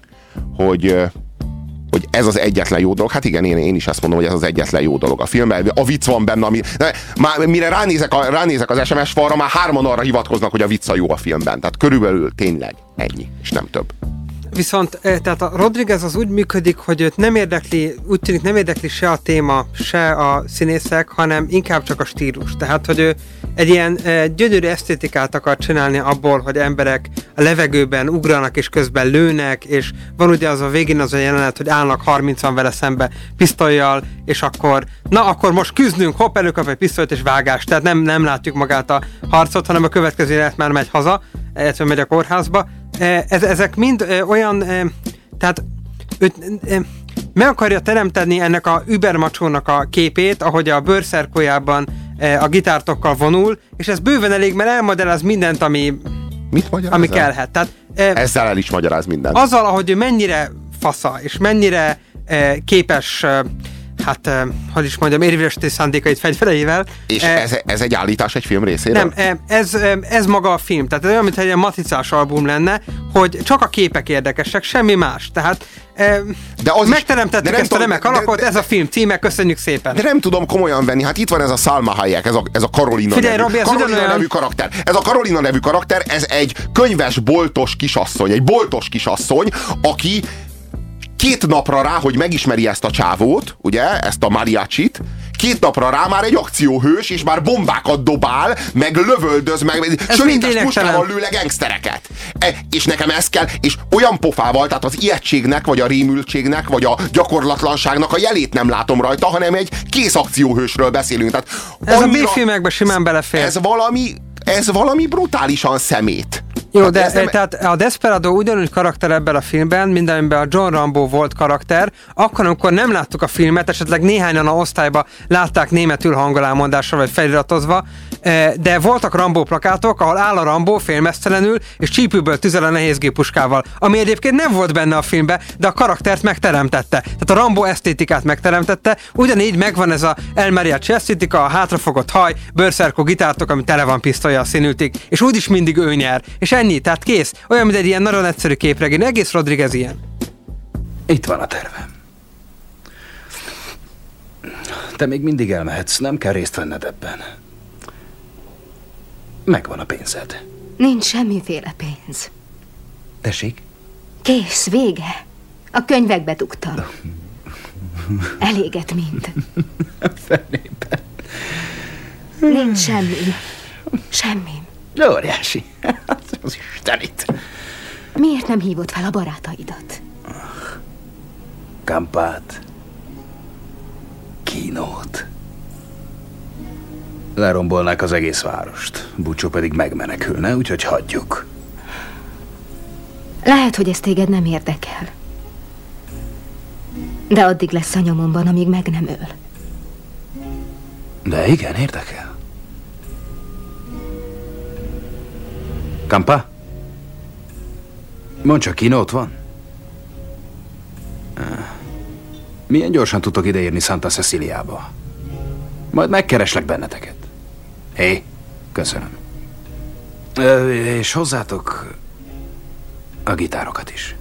hogy, hogy ez az egyetlen jó dolog. Hát igen, én, én is ezt mondom, hogy ez az egyetlen jó dolog a filmben. A vicc van benne, ami, de már mire ránézek, a, ránézek az es em es falra, már hárman arra hivatkoznak, hogy a vicc a jó a filmben. Tehát körülbelül tényleg ennyi, és nem több. Viszont tehát a Rodriguez az úgy működik, hogy őt nem érdekli, úgy tűnik nem érdekli se a téma, se a színészek, hanem inkább csak a stílus. Tehát, hogy ő egy ilyen e, gyönyörű esztétikát akar csinálni abból, hogy emberek a levegőben ugranak és közben lőnek, és van ugye az a végén az a jelenet, hogy állnak harmincan vele szembe pisztollyal, és akkor, na akkor most küzdünk, hopp, előkap egy pisztolyt és vágás. Tehát nem, nem látjuk magát a harcot, hanem a következő jelenet már megy haza, illetve megy a kórházba. Ez, ezek mind ö, olyan, ö, tehát ö, ö, meg akarja teremteni ennek a übermacsónak a képét, ahogy a bőrszerkójában ö, a gitártokkal vonul, és ez bőven elég, mert elmagyaráz mindent, ami, Mit ami kellhet. Tehát, ö, ezzel el is magyaráz mindent. Azzal, ahogy ő mennyire fasza, és mennyire ö, képes... Ö, hát, hogy is mondjam, érvényesíti szándékait fegyvereivel. És ez, ez egy állítás egy film részéről? Nem, ez, ez maga a film. Tehát ez olyan, mintha egy ilyen matricás album lenne, hogy csak a képek érdekesek, semmi más. Tehát de az megteremtettük ezt a remek alakot, ez a film címe, köszönjük szépen. De nem tudom komolyan venni, hát itt van ez a Salma Hayek, ez a, ez a Carolina, Figyelj, nevű, Robi, ez Carolina ugyanolyan... nevű karakter. Ez a Carolina nevű karakter, ez egy könyves boltos kisasszony, egy boltos kisasszony, aki két napra rá, hogy megismeri ezt a csávót, ugye, ezt a mariachit, két napra rá már egy akcióhős, és már bombákat dobál, meg lövöldöz, meg sörétes puskával lő le gengsztereket. E, és nekem ez kell, és olyan pofával, tehát az ijegységnek, vagy a rémültségnek, vagy a gyakorlatlanságnak a jelét nem látom rajta, hanem egy kész akcióhősről beszélünk. Tehát ez annyira, a B-filmekben simán belefér. Ez valami, ez valami brutálisan szemét. Jó, hát de nem... tehát a Desperado ugyanúgy karakter ebben a filmben, mint amiben a John Rambo volt karakter, akkor, amikor nem láttuk a filmet, esetleg néhányan a osztályba látták németül hangolámondásra vagy feliratozva, de voltak Rambo plakátok, ahol áll a Rambo félmeztelenül, és csípőből tüzel a nehézgéppuskával, ami egyébként nem volt benne a filmben, de a karaktert megteremtette. Tehát a Rambo esztétikát megteremtette, ugyanígy megvan ez a El Mariachi esztétika, a hátrafogott haj, bőrszerkó gitártok, ami tele van pisztollyal színültig, és úgyis mindig ő nyer. És ennyi, tehát kész. Olyan, mint egy ilyen nagyon egyszerű képregény. Egész Rodriguez ilyen. Itt van a tervem. Te még mindig elmehetsz, nem kell részt venned ebben. Megvan a pénzed. Nincs semmiféle pénz. Tessék? Kész, vége. A könyvekbe dugtam. Eléget mind. Fenében. Nincs semmi. Semmi. Óriási. Az Istenit. Miért nem hívott fel a barátaidat? Kampát. Kínót. Lerombolnák az egész várost. Bucsó pedig megmenekülne, úgyhogy hagyjuk. Lehet, hogy ez téged nem érdekel. De addig lesz a nyomomban, amíg meg nem öl. De igen, érdekel. Kampa? Mondd csak, Kino ott van? Milyen gyorsan tudtok ideérni Santa Ceciliába? Majd megkereslek benneteket. Hé, köszönöm. Ö, és hozzátok a gitárokat is.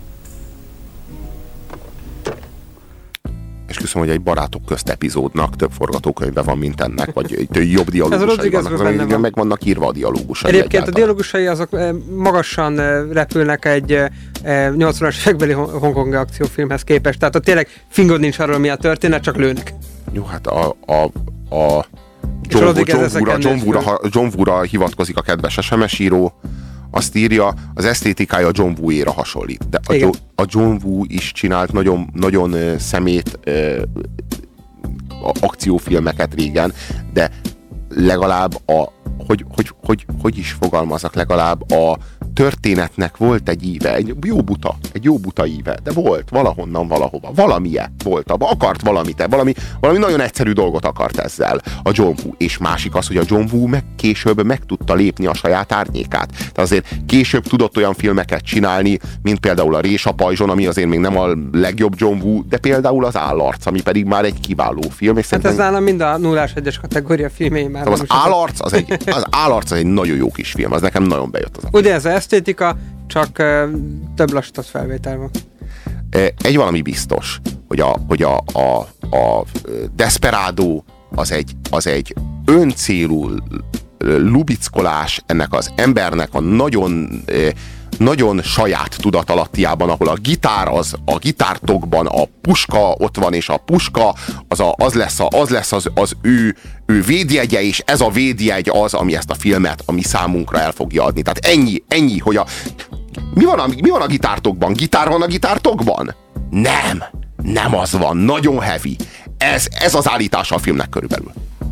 És köszönöm, hogy egy barátok közt epizódnak több forgatókönyve van, mint ennek, vagy jobb dialógusai vannak. Van. Meg vannak írva a dialógusai. Egyébként egyáltalán. A dialógusai azok magasan repülnek egy nyolcvanas évekbeli hongkongi akciófilmhez képest. Tehát ott tényleg fingod nincs arról, mi a történet, csak lőnek. Jó, hát a, a, a John, John, Woo-ra, John, Woo-ra, John Woo-ra hivatkozik a kedves es em es író, azt írja, az esztétikája John Woo-éra hasonlít. De a, jo, a John Woo is csinált nagyon, nagyon szemét ö, akciófilmeket régen, de legalább a, hogy, hogy, hogy, hogy is fogalmazzak, legalább a történetnek volt egy íve, egy jó buta, egy jó buta íve, de volt valahonnan valahova, valamilyen volt abba, akart valamit, valami, valami nagyon egyszerű dolgot akart ezzel a John Woo, és másik az, hogy a John Woo meg később meg tudta lépni a saját árnyékát. Tehát azért később tudott olyan filmeket csinálni, mint például a Rés a pajzson, ami azért még nem a legjobb John Woo, de például az Állarc, ami pedig már egy kiváló film. És hát ez nálam mind a nullás egyes kategória filmjei már. Az Állarc az egy, az Állarc az egy nagyon jó kis film, az nekem nagyon bejött az. Ugye ez az esztétika, csak uh, több lassított felvétel van. Egy valami biztos, hogy a, hogy a, a, a Desperado az egy, az egy öncélú lubickolás ennek az embernek a nagyon, nagyon saját tudatalattiában, ahol a gitár az, a gitártokban a puska ott van, és a puska az, a, az lesz, a, az, lesz az, az ő, ő védjegye, és ez a védjegy az, ami ezt a filmet a mi számunkra el fogja adni. Tehát ennyi, ennyi, hogy a mi van a, mi van a gitártokban? Gitár van a gitártokban? Nem, nem az van, nagyon heavy. Ez, ez az állítása a filmnek körülbelül.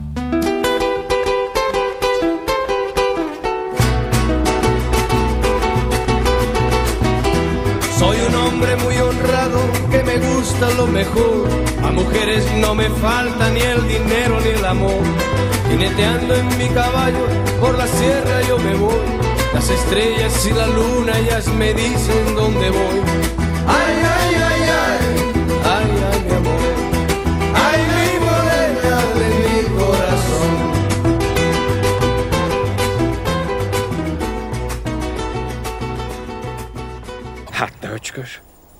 Soy un hombre muy honrado que me gusta lo mejor. A mujeres no me falta ni el dinero ni el amor. Jineteando en mi caballo por la sierra yo me voy. Las estrellas y la luna ellas me dicen dónde voy. Ay, ay, ay, ay, ay, ay, mi amor. Ay, mi morena de mi corazón. Hát te öcskös.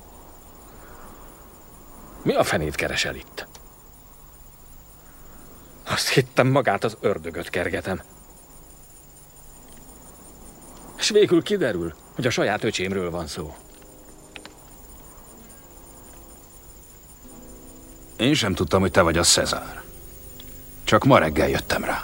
Mi a fenét keresel itt? Azt hittem, magát az ördögöt kergetem. És végül kiderül, hogy a saját öcsémről van szó. Én sem tudtam, hogy te vagy a César. Csak ma reggel jöttem rá.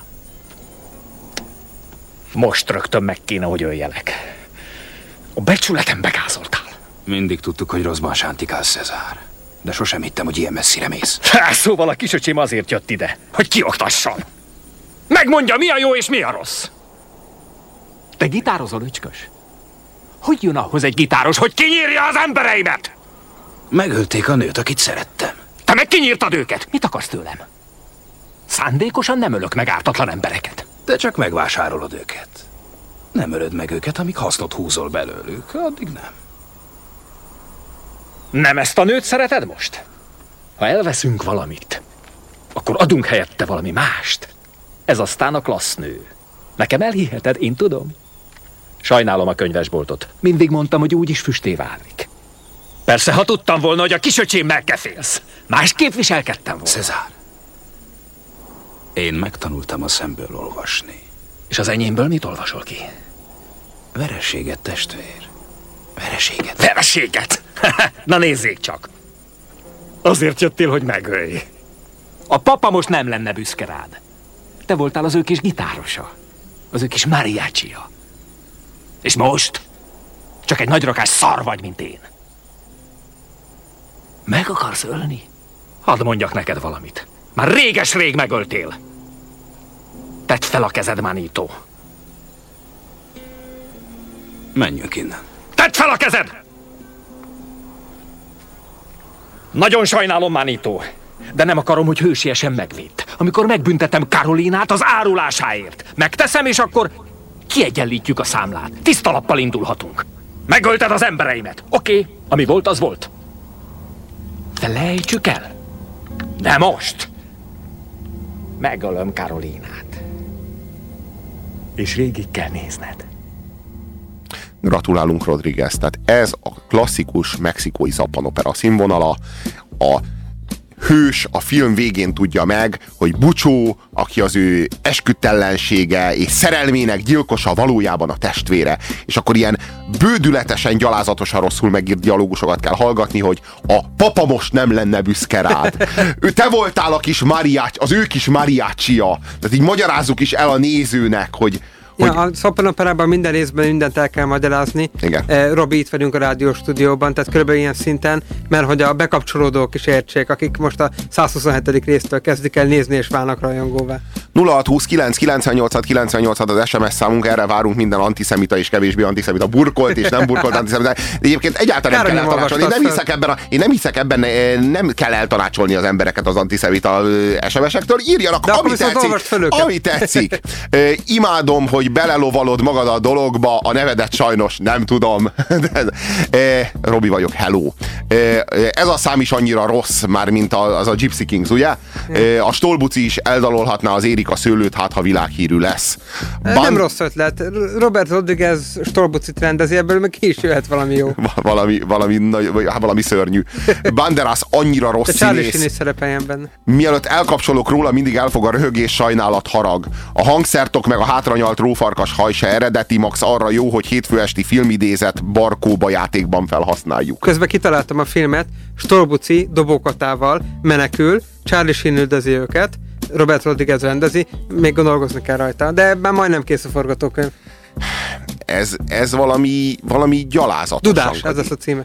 Most rögtön meg kéne, hogy öljelek. A becsületembe gázoltál. Mindig tudtuk, hogy rosszban sántikál César. De sosem hittem, hogy ilyen messzire mész. Há, szóval a kisöcsém azért jött ide, hogy kioktasson. Megmondja, mi a jó és mi a rossz. Te gitározol, öcskös? Hogy jön ahhoz egy gitáros, hogy kinyírja az embereimet? Megölték a nőt, akit szerettem. Te meg kinyírtad őket. Mit akarsz tőlem? Szándékosan nem ölök meg ártatlan embereket. Te csak megvásárolod őket. Nem ölöd meg őket, amíg hasznot húzol belőlük. Addig nem. Nem ezt a nőt szereted most? Ha elveszünk valamit, akkor adunk helyette valami mást. Ez aztán a klassz nő. Nekem elhiheted, én tudom. Sajnálom a könyvesboltot. Mindig mondtam, hogy úgyis füsté válik. Persze, ha tudtam volna, hogy a kisöcsémmel kefélsz. Másképp viselkedtem volna. César, én megtanultam a szemből olvasni. És az enyémből mit olvasol ki? Vereséget, testvér. Vereséget. Vereséget? Na nézzék csak. Azért jöttél, hogy megölj. A papa most nem lenne büszke rád. Te voltál az ő kis gitárosa. Az ő kis mariachia. És most? Csak egy nagyrakás szar vagy, mint én. Meg akarsz ölni? Hadd mondjak neked valamit. Már réges-rég megöltél. Tedd fel a kezed, Manito. Menjünk innen. Tedd fel a kezed! Nagyon sajnálom, Manito, de nem akarom, hogy hősiesen megvédd. Amikor megbüntetem Karolinát az árulásáért. Megteszem, és akkor kiegyenlítjük a számlát. Tiszta lappal indulhatunk. Megölted az embereimet. Oké, okay, ami volt, az volt. Felejtsük el. De most megölöm Karolinát. És végig kell nézned. Gratulálunk, Rodriguez. Tehát ez a klasszikus mexikói zappanopera színvonala, a hős a film végén tudja meg, hogy Bucsó, aki az ő esküdtellensége és szerelmének gyilkosa, valójában a testvére. És akkor ilyen bődületesen, gyalázatosan rosszul megírt dialógusokat kell hallgatni, hogy a papa most nem lenne büszke rád. Ő, te voltál a kis mariács, az ő kis mariácsia. Tehát így magyarázzuk is el a nézőnek, hogy Ja, a szoppanoperában minden részben mindent el kell magyarázni. Igen. Robi, itt vagyunk a rádióstúdióban, tehát körülbelül ilyen szinten, mert hogy a bekapcsolódók is értsék, akik most a százhuszonhetedik résztől kezdik el nézni és válnak rajongóvá. nulla hat huszonkilenc kilencvennyolc kilencvennyolc az es em es számunk, erre várunk minden antiszemita és kevésbé antiszemita, burkolt és nem burkolt antiszemita. Egyébként egyáltalán nem kell eltanácsolni. Én nem hiszek ebben, a, én nem hiszek ebben, nem kell eltanácsolni az embereket az antiszemita es em es-ektől. Írjanak, ami tetszik, ami tetszik. Imádom, hogy belelovalod magad a dologba, a nevedet sajnos nem tudom. Robi vagyok, hello. Ez a szám is annyira rossz már, mint az a Gypsy Kings, ugye? A Stolbuci is eldalolhatná az Érik a szőlőt, hát ha világhírű lesz. Ban... Nem rossz ötlet. Robert Rodriguez Stolbucit rendezi, ebből meg ki is jöhet valami jó. valami, valami, valami szörnyű. Banderas annyira rossz színész. Charlie Sheen is szerepeljen benne. Mielőtt elkapcsolok róla, mindig elfog a röhögés, sajnálat, harag. A hangszertok meg a hátranyalt rófarkas haj se eredeti, max arra jó, hogy hétfő esti filmidézet barkóba játékban felhasználjuk. Közben kitaláltam a filmet, Stolbuci dobókatával menekül, Charlie Sheen üldözi őket, Robert Rodriguez rendezi, még gondolkozni kell rajta, de ebben majdnem kész a forgatókönyv. Ez, ez valami, valami gyalázatos. Dudás, ez az a címe.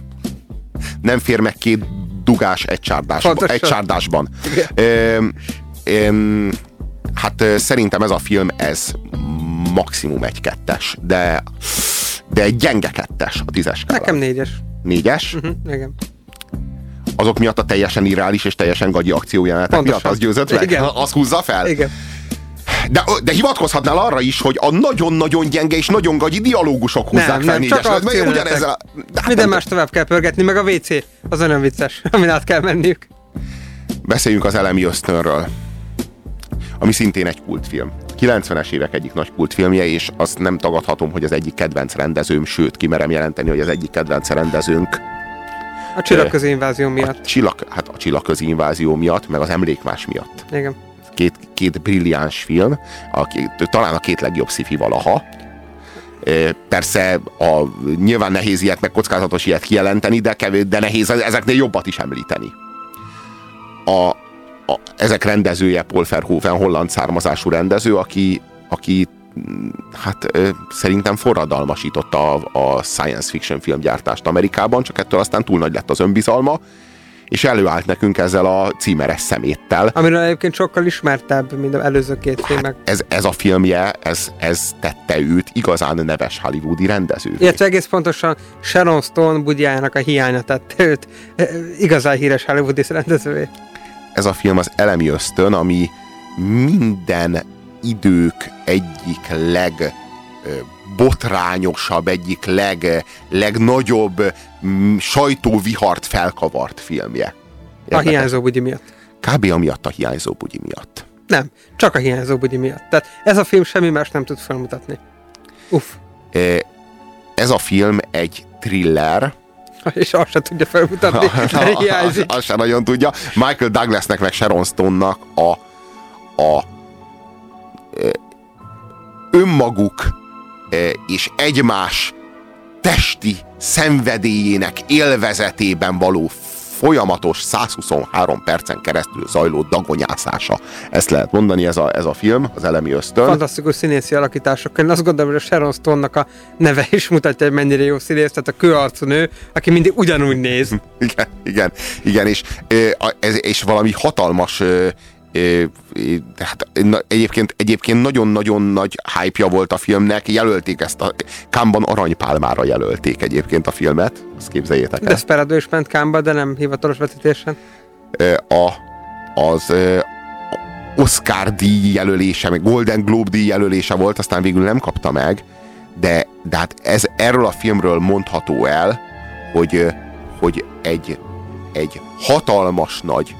Nem fér meg két dugás egy, csárdásba, egy csárdásban. Ö, ö, hát szerintem ez a film, ez maximum egy kettes, de, de egy gyenge kettes a tízes skálán. Nekem négyes. Négyes? Uh-huh, igen. Azok miatt a teljesen irreális és teljesen gagyi akciójelenetek miatt az győzött meg? Igen. Az húzza fel? Igen. De, de hivatkozhatnál arra is, hogy a nagyon-nagyon gyenge és nagyon gagyi dialógusok húzzák nem, fel nem, négyes. Csak akciójelenetek. Minden más tovább kell pörgetni, meg a vé cé, az olyan vicces, amin át kell menniük. Beszéljünk az Elemi ösztönről, ami szintén egy kultfilm. kilencvenes évek egyik nagy kultfilmje, és azt nem tagadhatom, hogy az egyik kedvenc rendezőm, sőt, kimerem jelenteni, hogy az egyik kedvenc rendezőnk. A Csillagközi invázió miatt. A csillag, hát a Csillagközi invázió miatt, meg az Emlékmás miatt. Igen. Két, két brilliáns film, a, talán a két legjobb sci-fi valaha. Persze a, nyilván nehéz ilyet, meg kockázatos ilyet kijelenteni, de, kevés, de nehéz ezeknél jobbat is említeni. A, a, ezek rendezője Paul Verhoeven, holland származású rendező, aki, aki hát szerintem forradalmasította a, a science fiction filmgyártást Amerikában, csak ettől aztán túl nagy lett az önbizalma, és előállt nekünk ezzel a címeres szeméttel. Amiről egyébként sokkal ismertebb, mint az előző két hát filmek. Ez, ez a filmje, ez, ez tette őt igazán neves hollywoodi rendezővé. Illetve egész pontosan Sharon Stone bugyjának a hiánya tette őt igazán híres hollywoodi rendezővé. Ez a film az Elemi ösztön, ami minden idők egyik leg botrányosabb, egyik leg, legnagyobb m, sajtóvihart felkavart filmje. Érdekel? A hiányzó bugyi miatt. Kb. Amiatt a hiányzó bugyi miatt. Nem, csak a hiányzó bugyi miatt. Tehát ez a film semmi más nem tud felmutatni. Uff. Ez a film egy thriller. És azt se tudja felmutatni, de hiányzik. Azt se nagyon tudja. Michael Douglasnek meg Sharon Stone-nak a, a önmaguk és egymás testi szenvedélyének élvezetében való folyamatos százhuszonhárom percen keresztül zajló dagonyászása. Ezt lehet mondani, ez a, ez a film, az Elemi ösztön. Fantasztikus színészi alakítások. Én azt gondolom, hogy a Sharon Stone-nak a neve is mutatja, hogy mennyire jó színész, tehát a kőarcú nő, aki mindig ugyanúgy néz. Igen, igen, igen, és, ez, és valami hatalmas hát egyébként, egyébként nagyon-nagyon nagy hype-ja volt a filmnek, jelölték ezt a Cannes-ban aranypálmára jelölték egyébként a filmet, azt képzeljétek el. Desperado is ment Cannes-ba, de nem hivatalos vetítésen. A, az Oscar díj jelölése, meg Golden Globe díj jelölése volt, aztán végül nem kapta meg, de, de hát ez erről a filmről mondható el, hogy, hogy egy, egy hatalmas nagy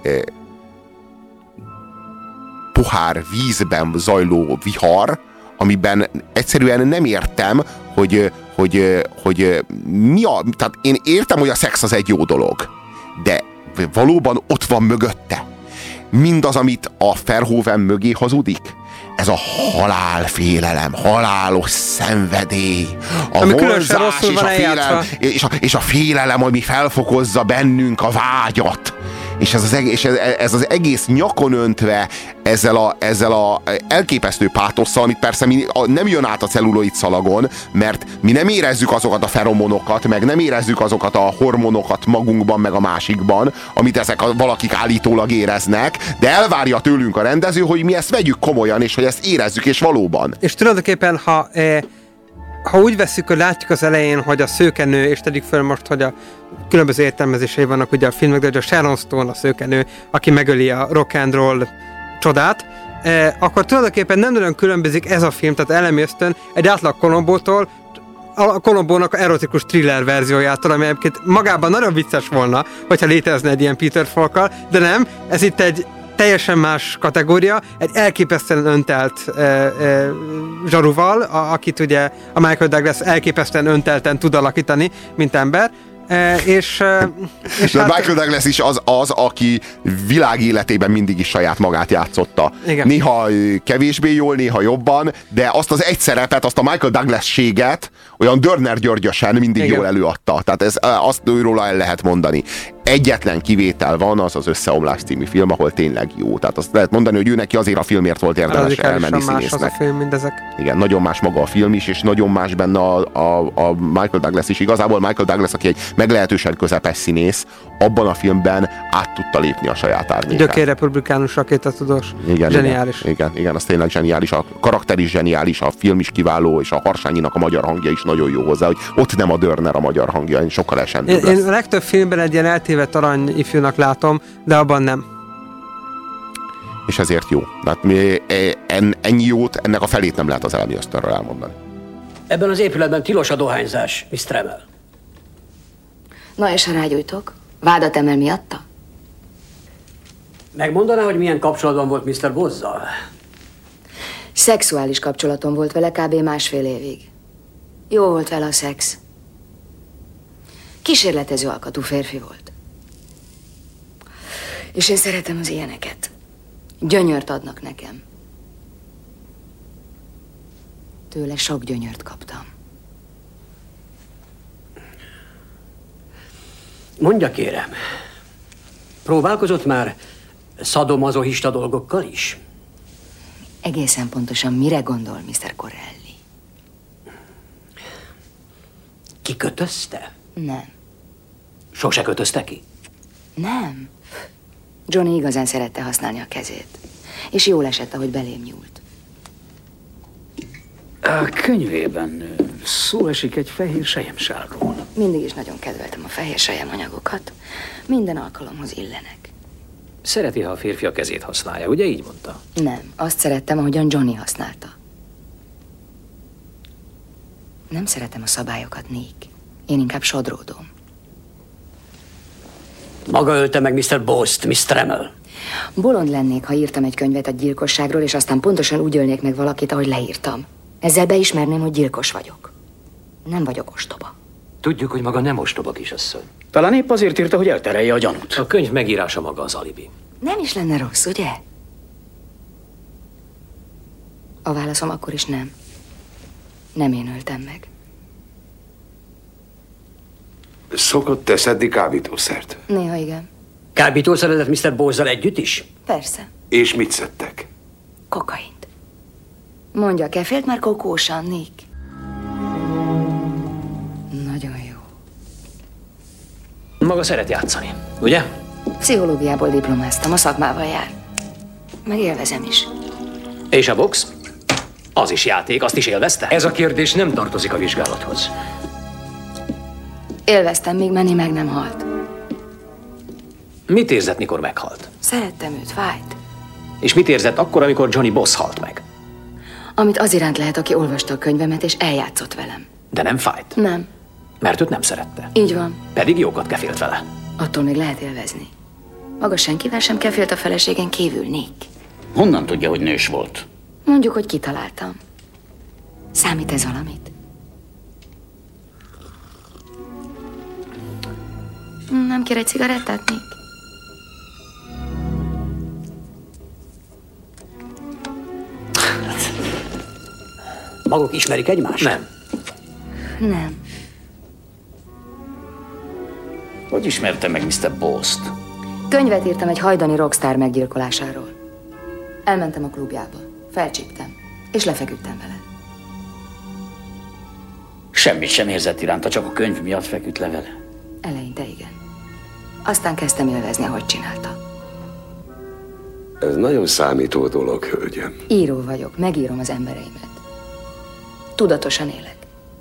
pohár vízben zajló vihar, amiben egyszerűen nem értem, hogy, hogy, hogy mi a... Tehát én értem, hogy a szex az egy jó dolog, de valóban ott van mögötte. Mindaz, amit a Verhoeven mögé hazudik, ez a halálfélelem, halálos szenvedély, a vonzás és a, félelem, és, a, és a félelem, ami felfokozza bennünk a vágyat. És ez az, egész, ez, ez az egész nyakon öntve ezzel a, ezzel a elképesztő pátosszal, amit persze mi, nem jön át a celluloid szalagon, mert mi nem érezzük azokat a feromonokat, meg nem érezzük azokat a hormonokat magunkban, meg a másikban, amit ezek a valakik állítólag éreznek, de elvárja tőlünk a rendező, hogy mi ezt vegyük komolyan, és hogy ezt érezzük, és valóban. És tulajdonképpen, ha... Eh... Ha úgy veszük, hogy látjuk az elején, hogy a szőkenő, és tegyük föl most, hogy a különböző értelmezései vannak ugye a filmnek, de hogy a Sharon Stone a szőkenő, aki megöli a rock and roll csodát, eh, akkor tulajdonképpen nem nagyon különbözik ez a film, tehát elemi ösztön egy átlag Colombótól, a Colombónak a erotikus thriller verziójától, ami egyébként magában nagyon vicces volna, hogyha létezne egy ilyen Peter Falkkal, de nem, ez itt egy teljesen más kategória, egy elképesztően öntelt e, e, zsaruval, a, akit ugye a Michael Douglas elképesztően öntelten tud alakítani, mint ember. E, és, és hát, hát, Michael Douglas is az, az, aki világ életében mindig is saját magát játszotta. Igen. Néha kevésbé jól, néha jobban, de azt az egy szerepet, azt a Michael Douglas-séget olyan Dörner Györgyösen mindig igen. jól előadta. Tehát ez, azt róla el lehet mondani. Egyetlen kivétel van, az az Összeomlás című film, ahol tényleg jó. Tehát azt lehet mondani, hogy ő neki azért a filmért volt érdemes elmenni színésznek. Más az a film, mindezek. Igen, nagyon más maga a film is, és nagyon más benne a, a, a Michael Douglas is. Igazából Michael Douglas, aki egy meglehetősen közepes színész, abban a filmben át tudta lépni a saját árnyékát. Gyökér republikánus rakétatudós. Igen, zseniális. Igen, igen, igen, az tényleg zseniális. A karakter is zseniális, a film is kiváló, és a Harsányinak a magyar hangja is nagyon jó hozzá, hogy ott nem a Dörner a magyar hangja, sokkal esendőbb lesz. Én a legtöbb filmben egy ilyen eltévedt arany ifjúnak látom, de abban nem. És ezért jó. Hát mi, en, ennyi jót, ennek a felét nem lehet az elemi ösztönről elmondani. Ebben az épületben tilos a dohányzás, miszter Emel. Na és ha rágyújtok? Vádat emel miatta? Megmondaná, hogy milyen kapcsolatban volt miszter Bozzal? Szexuális kapcsolatom volt vele kb. Másfél évig. Jó volt vele a szex. Kísérletező alkatú férfi volt. És én szeretem az ilyeneket. Gyönyört adnak nekem. Tőle sok gyönyört kaptam. Mondja kérem, próbálkozott már szadomazochista dolgokkal is? Egészen pontosan mire gondol, miszter Corelli? Kikötözte? Nem. Sose kötözte ki? Nem. Johnny igazán szerette használni a kezét. És jól esett, ahogy belém nyúlt. A könyvében szó esik egy fehér selyemsálról. Mindig is nagyon kedveltem a fehér selyem-anyagokat. Minden alkalomhoz illenek. Szereti, ha a férfi a kezét használja, ugye így mondta? Nem, azt szerettem, ahogyan Johnny használta. Nem szeretem a szabályokat, Nick. Én inkább sodródom. Maga ölte meg miszter Bost, miszter Emel. Bolond lennék, ha írtam egy könyvet a gyilkosságról, és aztán pontosan úgy ölnék meg valakit, ahogy leírtam. Ezzel beismerném, hogy gyilkos vagyok. Nem vagyok ostoba. Tudjuk, hogy maga nem ostoba, kisasszony. Talán épp azért írta, hogy elterelje a gyanút. A könyv megírása maga az alibi. Nem is lenne rossz, ugye? A válaszom akkor is nem. Nem én öltem meg. Szokott te szedni kábítószert? Néha igen. Kábítószerezett miszter Bozzal együtt is? Persze. És mit szedtek? Kokaint. Mondja, kefélt már kokósan, Nick? Nagyon jó. Maga szeret játszani, ugye? Pszichológiából diplomáztam, a szakmával jár. Meg élvezem is. És a box? Az is játék, azt is élvezte? Ez a kérdés nem tartozik a vizsgálathoz. Élveztem, míg Manny meg nem halt. Mit érzett, mikor meghalt? Szerettem őt, fájt. És mit érzett akkor, amikor Johnny Boss halt meg? Amit az iránt lehet, aki olvasta a könyvemet és eljátszott velem. De nem fájt? Nem. Mert őt nem szerette. Így van. Pedig jókat kefélt vele. Attól még lehet élvezni. Maga senkivel sem kefélt a feleségen kívül, Nick. Honnan tudja, hogy nős volt? Mondjuk, hogy kitaláltam. Számít ez valamit? Nem kér egy cigarettát, Nick? Maguk ismerik egymást? Nem. Nem. Hogy ismerte meg miszter Bost? Könyvet írtam egy hajdani rockstar meggyilkolásáról. Elmentem a klubjába, felcsíptem, és lefeküdtem vele. Semmit sem érzett iránta, csak a könyv miatt feküdt le vele. Eleinte igen. Aztán kezdtem élvezni, ahogy csinálta. Ez nagyon számító dolog, hölgyem. Író vagyok, megírom az embereimet. Tudatosan élek.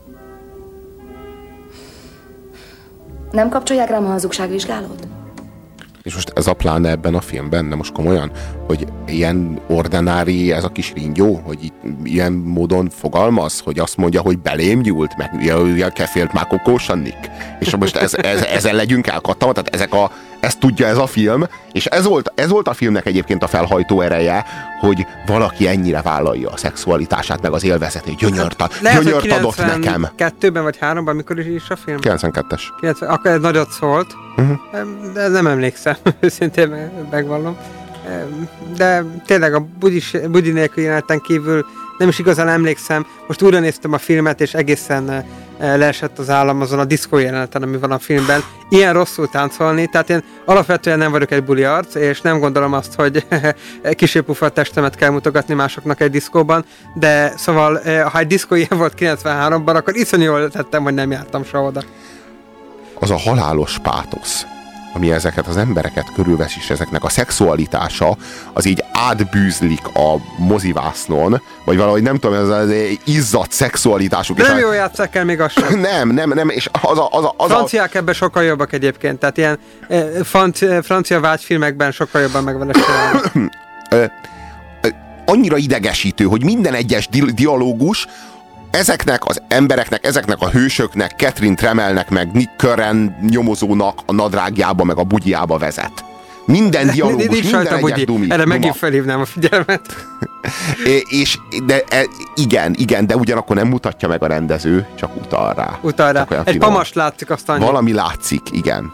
Nem kapcsolják rám a hazugságvizsgálót? És most ez a pláne ebben a filmben, de most komolyan, hogy ilyen ordinári ez a kis ringyó, hogy itt ilyen módon fogalmaz, hogy azt mondja, hogy belém gyúlt, meg ilyen kefélt már kokósan Nick. És most ez, ez, ezzel legyünk elkattam, tehát ezek a, ezt tudja ez a film, és ez volt, ez volt a filmnek egyébként a felhajtó ereje, hogy valaki ennyire vállalja a szexualitását, meg az élvezetét, gyönyört, gyönyört adott nekem. kilencvenkettőben vagy háromban, amikor is, is a film? kilencvenkettes. kilencven, akkor ez nagyot szólt, uh-huh. de nem emlékszem, őszintén megvallom. De tényleg a budis, budi nélkül jeleneten kívül nem is igazán emlékszem. Most újra néztem a filmet, és egészen leesett az állam azon a diszkó jeleneten, ami van a filmben. Ilyen rosszul táncolni, tehát én alapvetően nem vagyok egy buli arc, és nem gondolom azt, hogy kisé pufa testemet kell mutogatni másoknak egy diszkóban, de szóval, ha egy diszkó ilyen volt kilencvenháromban, akkor iszonyú jól tettem, hogy nem jártam soha oda. Az a halálos pátosz, ami ezeket az embereket körülvesz, és ezeknek a szexualitása, az így átbűzlik a mozivásznon, vagy valahogy nem tudom, ez az izzadt szexualitásuk. De nem és jól játsszák el még azt sem. Nem, nem, nem, és az a... Az a, az Franciák ebben sokkal jobbak egyébként, tehát ilyen eh, francia, francia vágyfilmekben sokkal jobban meg van csinálni. Annyira idegesítő, hogy minden egyes di- dialógus ezeknek az embereknek, ezeknek a hősöknek, Catherine Tremelnek, meg Nick Curran nyomozónak a nadrágjába, meg a bugyjába vezet. Minden dialógus, nincs minden egyes bugyi. dumi. Erre megint felhívnám a figyelmet. és, de e, igen, igen, de ugyanakkor nem mutatja meg a rendező, csak utal rá. Utal rá. Egy finom. Pamast látszik aztán. Valami látszik, igen.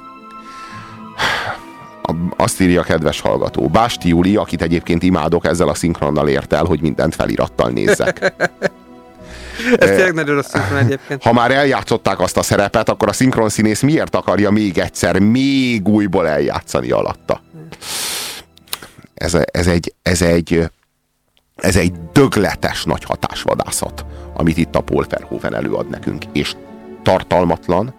Azt írja a kedves hallgató. Básti Júli, akit egyébként imádok, ezzel a szinkronnal ért el, hogy mindent felirattal nézzek. Ez tényleg nagyon rossz szinkron egyébként. Ha már eljátszották azt a szerepet, akkor a szinkronszínész miért akarja még egyszer, még újból eljátszani alatta? Ez, ez, egy, ez, egy, ez egy dögletes nagy hatásvadászat, amit itt a Paul Verhoeven előad nekünk. És tartalmatlan,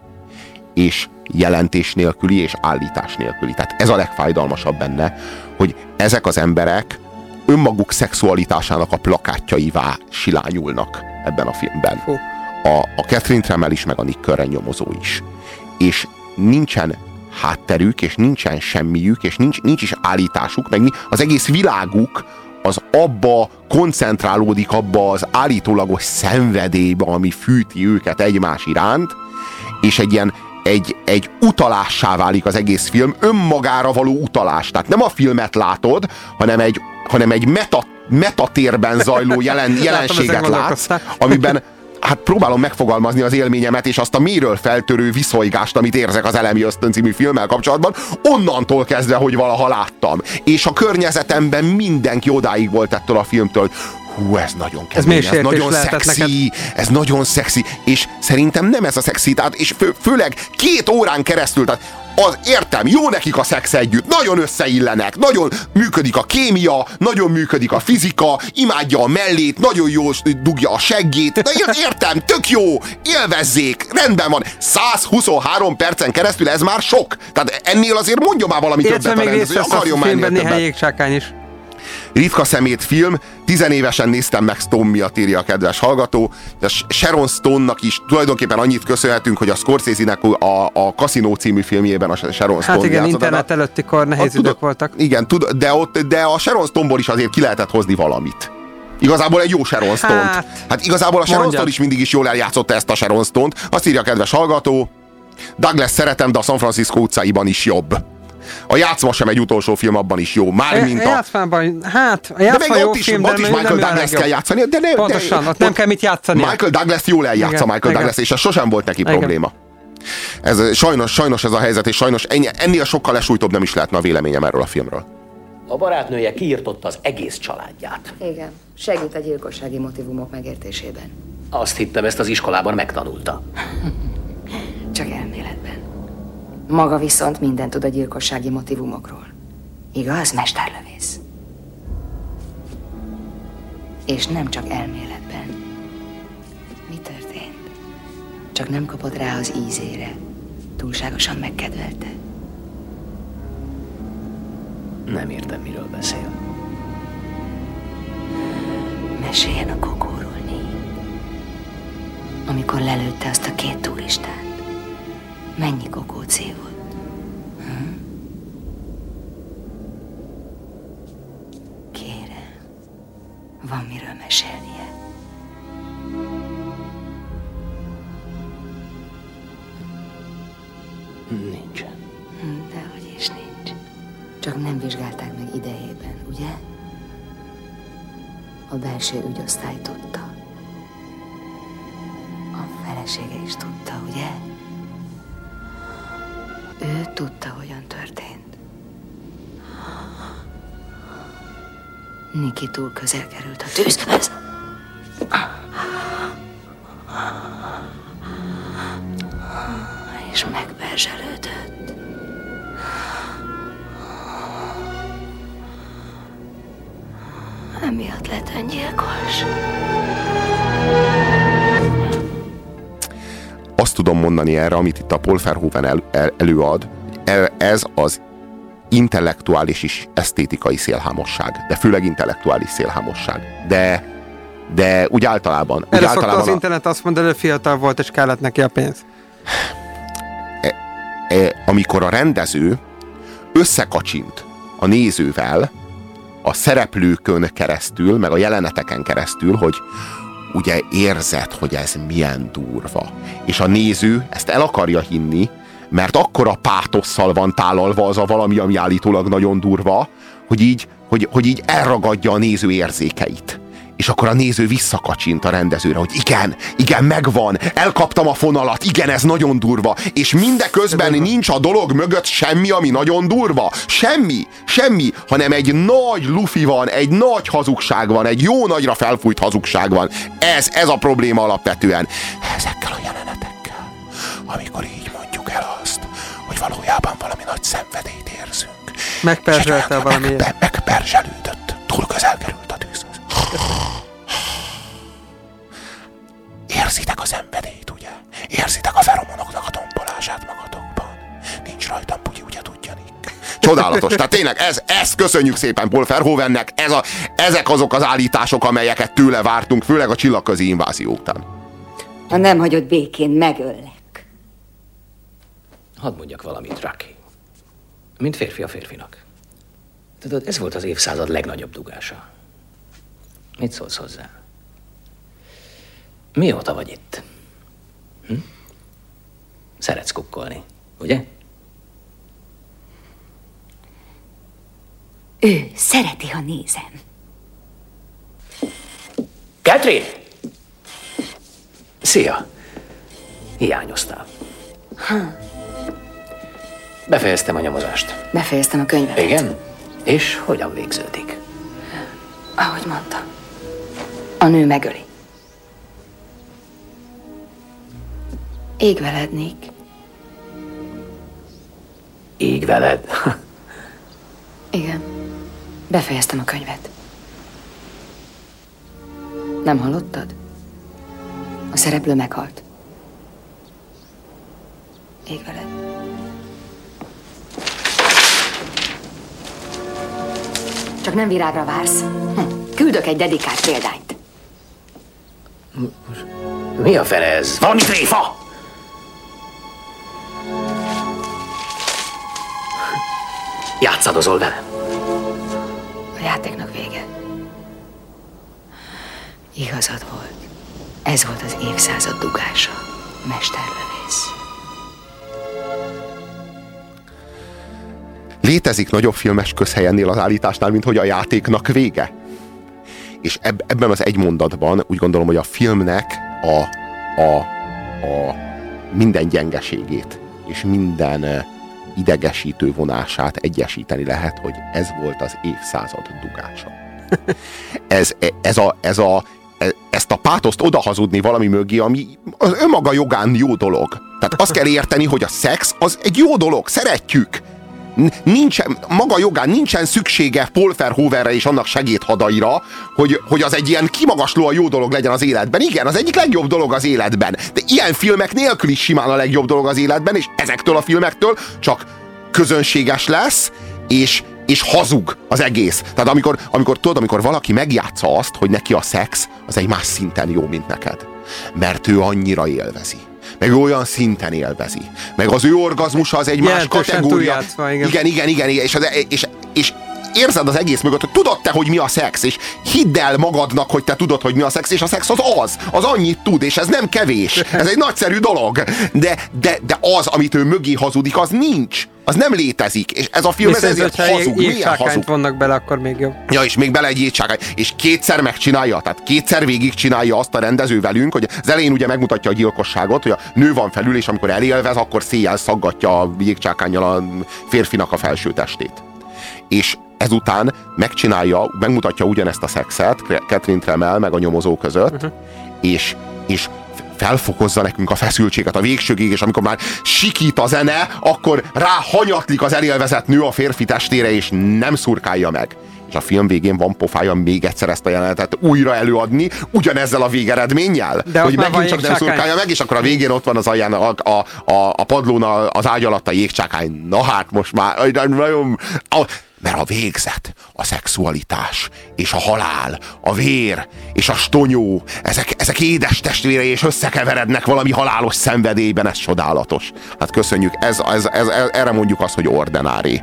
és jelentés nélküli, és állítás nélküli. Tehát ez a legfájdalmasabb benne, hogy ezek az emberek önmaguk szexualitásának a plakátjaivá silányulnak ebben a filmben. A, a Catherine Tremel is, meg a Nick Curran nyomozó is. És nincsen hátterük, és nincsen semmiük, és nincs, nincs is állításuk, meg az egész világuk az abba koncentrálódik, abba az állítólagos szenvedélybe, ami fűti őket egymás iránt, és egy ilyen Egy, egy utalássá válik az egész film, önmagára való utalás. Tehát nem a filmet látod, hanem egy, hanem egy meta, metatérben zajló jelen, jelenséget látsz, amiben hát próbálom megfogalmazni az élményemet, és azt a mélyről feltörő viszonygást, amit érzek az Elemi Ösztön című filmmel kapcsolatban, onnantól kezdve, hogy valaha láttam. És a környezetemben mindenki odáig volt ettől a filmtől, hú, ez nagyon kemény, ez, ez nagyon szexi, ez nagyon szexi, és szerintem nem ez a szexi, tehát, és fő, főleg két órán keresztül, tehát az, értem, jó nekik a szex együtt, nagyon összeillenek, nagyon működik a kémia, nagyon működik a fizika, imádja a mellét, nagyon jól dugja a seggét, de értem, tök jó, élvezzék, rendben van, száz huszonhárom percen keresztül ez már sok, tehát ennél azért mondja már valami többet a rendező, akarjon már ennél néhány jégcsákány is. Ritka szemét film, tizenévesen néztem meg Stone miatt, írja a kedves hallgató. De Sharon Stone-nak is tulajdonképpen annyit köszönhetünk, hogy a Scorsese-nek a, a Casino című filmjében a Sharon Stone Hát igen, játszott, internet előtti kor nehéz idők tudod, voltak. Igen, tud, de, ott, de a Sharon Stone-ból is azért ki lehetett hozni valamit. Igazából egy jó Sharon Stone-t. Hát, hát igazából a Sharon mondjad. Stone is mindig is jól eljátszotta ezt a Sharon Stone-t. Azt írja a kedves hallgató, Douglas szeretem, de a San Francisco utcáiban is jobb. A Játszma sem egy utolsó film, abban is jó. Mármint a... a játszmában, hát, a Játszma jó is, film, de ott is Michael Douglas kell játszani. De ne, Pontosan, de, ott nem kell mit játszani. Michael Douglas jól eljátsza, igen, Michael igen. Douglas, és ez sosem volt neki igen. probléma. Ez, sajnos, sajnos ez a helyzet, és sajnos ennyi, ennél sokkal lesújtóbb nem is lehetne a véleményem erről a filmről. A barátnője kiirtotta az egész családját. Igen, segít a gyilkossági motivumok megértésében. Azt hittem, ezt az iskolában megtanulta. Csak elméletben. Maga viszont mindent tud a gyilkossági motivumokról. Igaz, mesterlövész? És nem csak elméletben. Mi történt? Csak nem kapott rá az ízére. Túlságosan megkedvelte. Nem értem, miről beszél. Meséljen a kokóról, Négy. Amikor lelőtte azt a két turistát. Mennyi kokót szívott? Hm? Kérem, van miről mesélnie. Nincsen. Dehogy is nincs. Csak nem vizsgálták meg idejében, ugye? A belső ügyosztály tudta. A felesége is tudta, ugye? Ő tudta, hogyan történt. Niki túl közel került a tűzhöz. És megperzselődött. Emiatt lett öngyilkos. Azt tudom mondani erre, amit itt a Paul Verhoeven el, el, előad, ez az intellektuális és esztétikai szélhámosság, de főleg intellektuális szélhámosság. De, de úgy általában... Úgy Erre általában szokta az internet azt mondani, hogy fiatal volt, és kellett neki a pénz. E, e, amikor a rendező összekacsint a nézővel, a szereplőkön keresztül, meg a jeleneteken keresztül, hogy ugye érzed, hogy ez milyen durva. És a néző ezt el akarja hinni, mert akkora pátosszal van tálalva az a valami, ami állítólag nagyon durva, hogy így, hogy, hogy így elragadja a néző érzékeit. És akkor a néző visszakacsint a rendezőre, hogy igen, igen, megvan, elkaptam a fonalat, igen, ez nagyon durva, és mindeközben nincs a dolog mögött semmi, ami nagyon durva. Semmi, semmi, hanem egy nagy lufi van, egy nagy hazugság van, egy jó nagyra felfújt hazugság van. Ez, ez a probléma alapvetően. Ezekkel a jelenetekkel, amikor így mondjuk el azt, hogy valójában valami nagy szenvedélyt érzünk. Megperzselte valami. Meg, megperzselődött, túl közel került a tűzhöz. Érzitek a szenvedélyt, ugye? Érzitek a feromonoknak a tombolását magatokban. Nincs rajtam bugyi, ugye tudjanik. Csodálatos. Tehát tényleg ez, ezt köszönjük szépen Paul Verhoevennek. Ez a, ezek azok az állítások, amelyeket tőle vártunk, főleg a csillagközi invázió után. Ha nem hagyod békén, megöllek. Hadd mondjak valamit, Rocky. Mint férfi a férfinak. Tudod, ez volt az évszázad legnagyobb dugása. Mit szólsz hozzá? Mióta vagy itt? Hm? Szeretsz kukkolni, ugye? Ő szereti, ha nézem. Catherine! Szia! Hiányoztál. Ha, Befejeztem a nyomozást. befejeztem a könyvet. Igen? És hogyan végződik? Ahogy mondta. A nő megöli. Ég veled, Nick. Ég veled? Igen. Befejeztem a könyvet. Nem hallottad? A szereplő meghalt. Ég veled. Csak nem virágra vársz. Hm. Küldök egy dedikált példányt. Mi a fene ez? Valami tréfa! Játszadozol velem? A játéknak vége. Igazad volt. Ez volt az évszázad dugása. Mesterlövész. Létezik nagyobb filmes közhely ennél az állításnál, mint hogy a játéknak vége. És eb- ebben az egy mondatban úgy gondolom, hogy a filmnek a, a, a minden gyengeségét és minden idegesítő vonását egyesíteni lehet, hogy ez volt az évszázad dugása. Ez, ez a, ez a, ezt a pátoszt odahazudni valami mögé, ami az önmaga jogán jó dolog. Tehát azt kell érteni, hogy a szex az egy jó dolog, szeretjük. Nincsen, maga jogán nincsen szüksége Paul Verhoevenre és annak segédhadaira, hogy, hogy az egy ilyen kimagaslóan jó dolog legyen az életben. Igen, az egyik legjobb dolog az életben. De ilyen filmek nélkül is simán a legjobb dolog az életben, és ezektől a filmektől csak közönséges lesz, és, és hazug az egész. Tehát amikor, amikor tudod, amikor valaki megjátsza azt, hogy neki a szex az egy más szinten jó, mint neked. Mert ő annyira élvezi. Meg olyan szinten élvezi. Meg az ő orgazmusa az egy más kategória. Igen. igen, igen, igen, igen. És, az, és, és érzed az egész mögött, hogy tudod te, hogy mi a szex, és hidd el magadnak, hogy te tudod, hogy mi a szex, és a szex az az, az annyit tud, és ez nem kevés. Ez egy nagyszerű dolog. De, de, de az, amit ő mögé hazudik, az nincs. Az nem létezik. És ez a film ez ezért hazug. Milyen hazug? Vannak bele, akkor még jobb. Ja, és még bele egy jégsákány. És kétszer megcsinálja, tehát kétszer végig csinálja azt a rendező velünk, hogy az elején ugye megmutatja a gyilkosságot, hogy a nő van felül, és amikor elélvez, akkor széjjel szaggatja a jégcsákánnyal a férfinak a felső testét. És ezután megcsinálja, megmutatja ugyanezt a szexet Catherine Tremel meg a nyomozó között, uh-huh. és, és felfokozza nekünk a feszültséget a végsőkig, és amikor már sikít a zene, akkor ráhanyatlik az elélvezett nő a férfi testére, és nem szurkálja meg. És a film végén van pofája még egyszer ezt a jelenetet újra előadni, ugyanezzel a végeredménnyel, de hogy megint csak nem szurkálja meg, és akkor a végén ott van az alján a, a, a, a padlón az ágy alatt a jégcsákány. Na hát most már nagyon... Mert a végzet, a szexualitás, és a halál, a vér, és a stonyó, ezek, ezek édes testvérei, és összekeverednek valami halálos szenvedélyben, ez csodálatos. Hát köszönjük, ez, ez, ez, ez, erre mondjuk azt, hogy ordinári.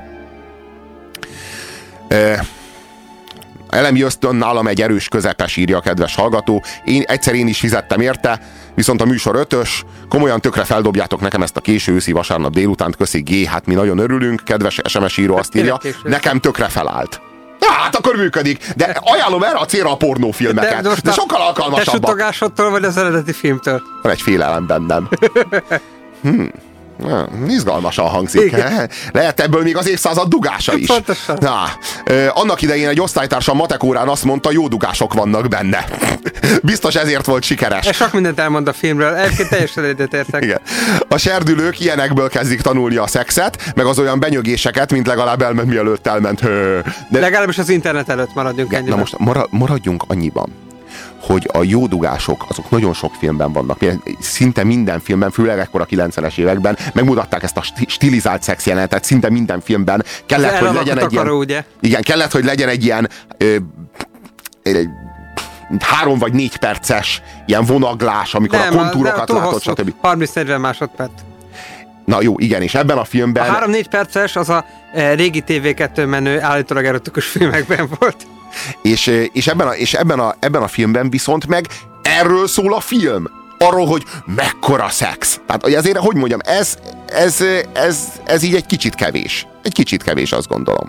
E, elemi ösztön nálam egy erős közepes, írja a kedves hallgató. Én egyszer én is fizettem érte, viszont a műsor ötös, komolyan tökre feldobjátok nekem ezt a késő őszi vasárnap délutánt, köszi G, hát mi nagyon örülünk, kedves es em es író azt írja, nekem tökre felállt. Ja, hát akkor működik, de ajánlom erre a célra a pornófilmeket, de, de sokkal alkalmasabbak. Te sutogásodtól vagy az eredeti filmtől? Van egy félelem bennem. hmm. Na, izgalmasan hangzik. Lehet ebből még az évszázad dugása is. Pontosan. Na, annak idején egy osztálytársam matekórán azt mondta, jó dugások vannak benne. Biztos ezért volt sikeres. Ez sok mindent elmond a filmről, egyébként teljesen egyetértek. Igen. A serdülők ilyenekből kezdik tanulni a szexet, meg az olyan benyögéseket, mint legalább elment, mielőtt elment. De... Legalábbis az internet előtt maradjunk ennyiben. Na most maradjunk annyiban, hogy a jó dugások, azok nagyon sok filmben vannak. Szinte minden filmben, főleg ekkor a kilencvenes években megmutatták ezt a stilizált szex jelenetet, szinte minden filmben kellett, hogy legyen egy akaró, ilyen... Ugye? Igen, kellett, hogy legyen egy ilyen ö, ö, három vagy négy perces ilyen vonaglás, amikor nem, a kontúrokat látod, stb. harminc-negyven másodperc. Na jó, igen, és ebben a filmben... A három-négy perces az a e, régi té vé kettő menő állítólag erotikus filmekben volt. És, és, ebben, a, és ebben, a, ebben a filmben viszont meg erről szól a film. Arról, hogy mekkora szex. Tehát ezért, hogy mondjam, ez, ez, ez, ez így egy kicsit kevés. Egy kicsit kevés, azt gondolom.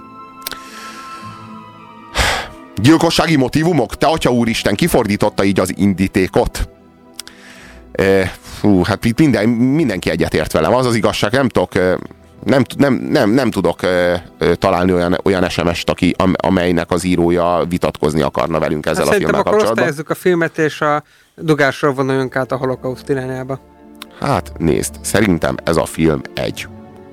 Gyilkossági motívumok? Te, atya úristen, kifordította így az indítékot? E, fú, hát itt minden, mindenki egyetért velem. Az az igazság, nem tudok... Nem, nem, nem, nem tudok ö, ö, találni olyan, olyan es em est, aki, amelynek az írója vitatkozni akarna velünk ezzel hát a filmmel kapcsolatban. Akkor osztályozzuk a filmet, és a dugásról vonuljunk át a holokauszt irányába. Hát nézd, szerintem ez a film egy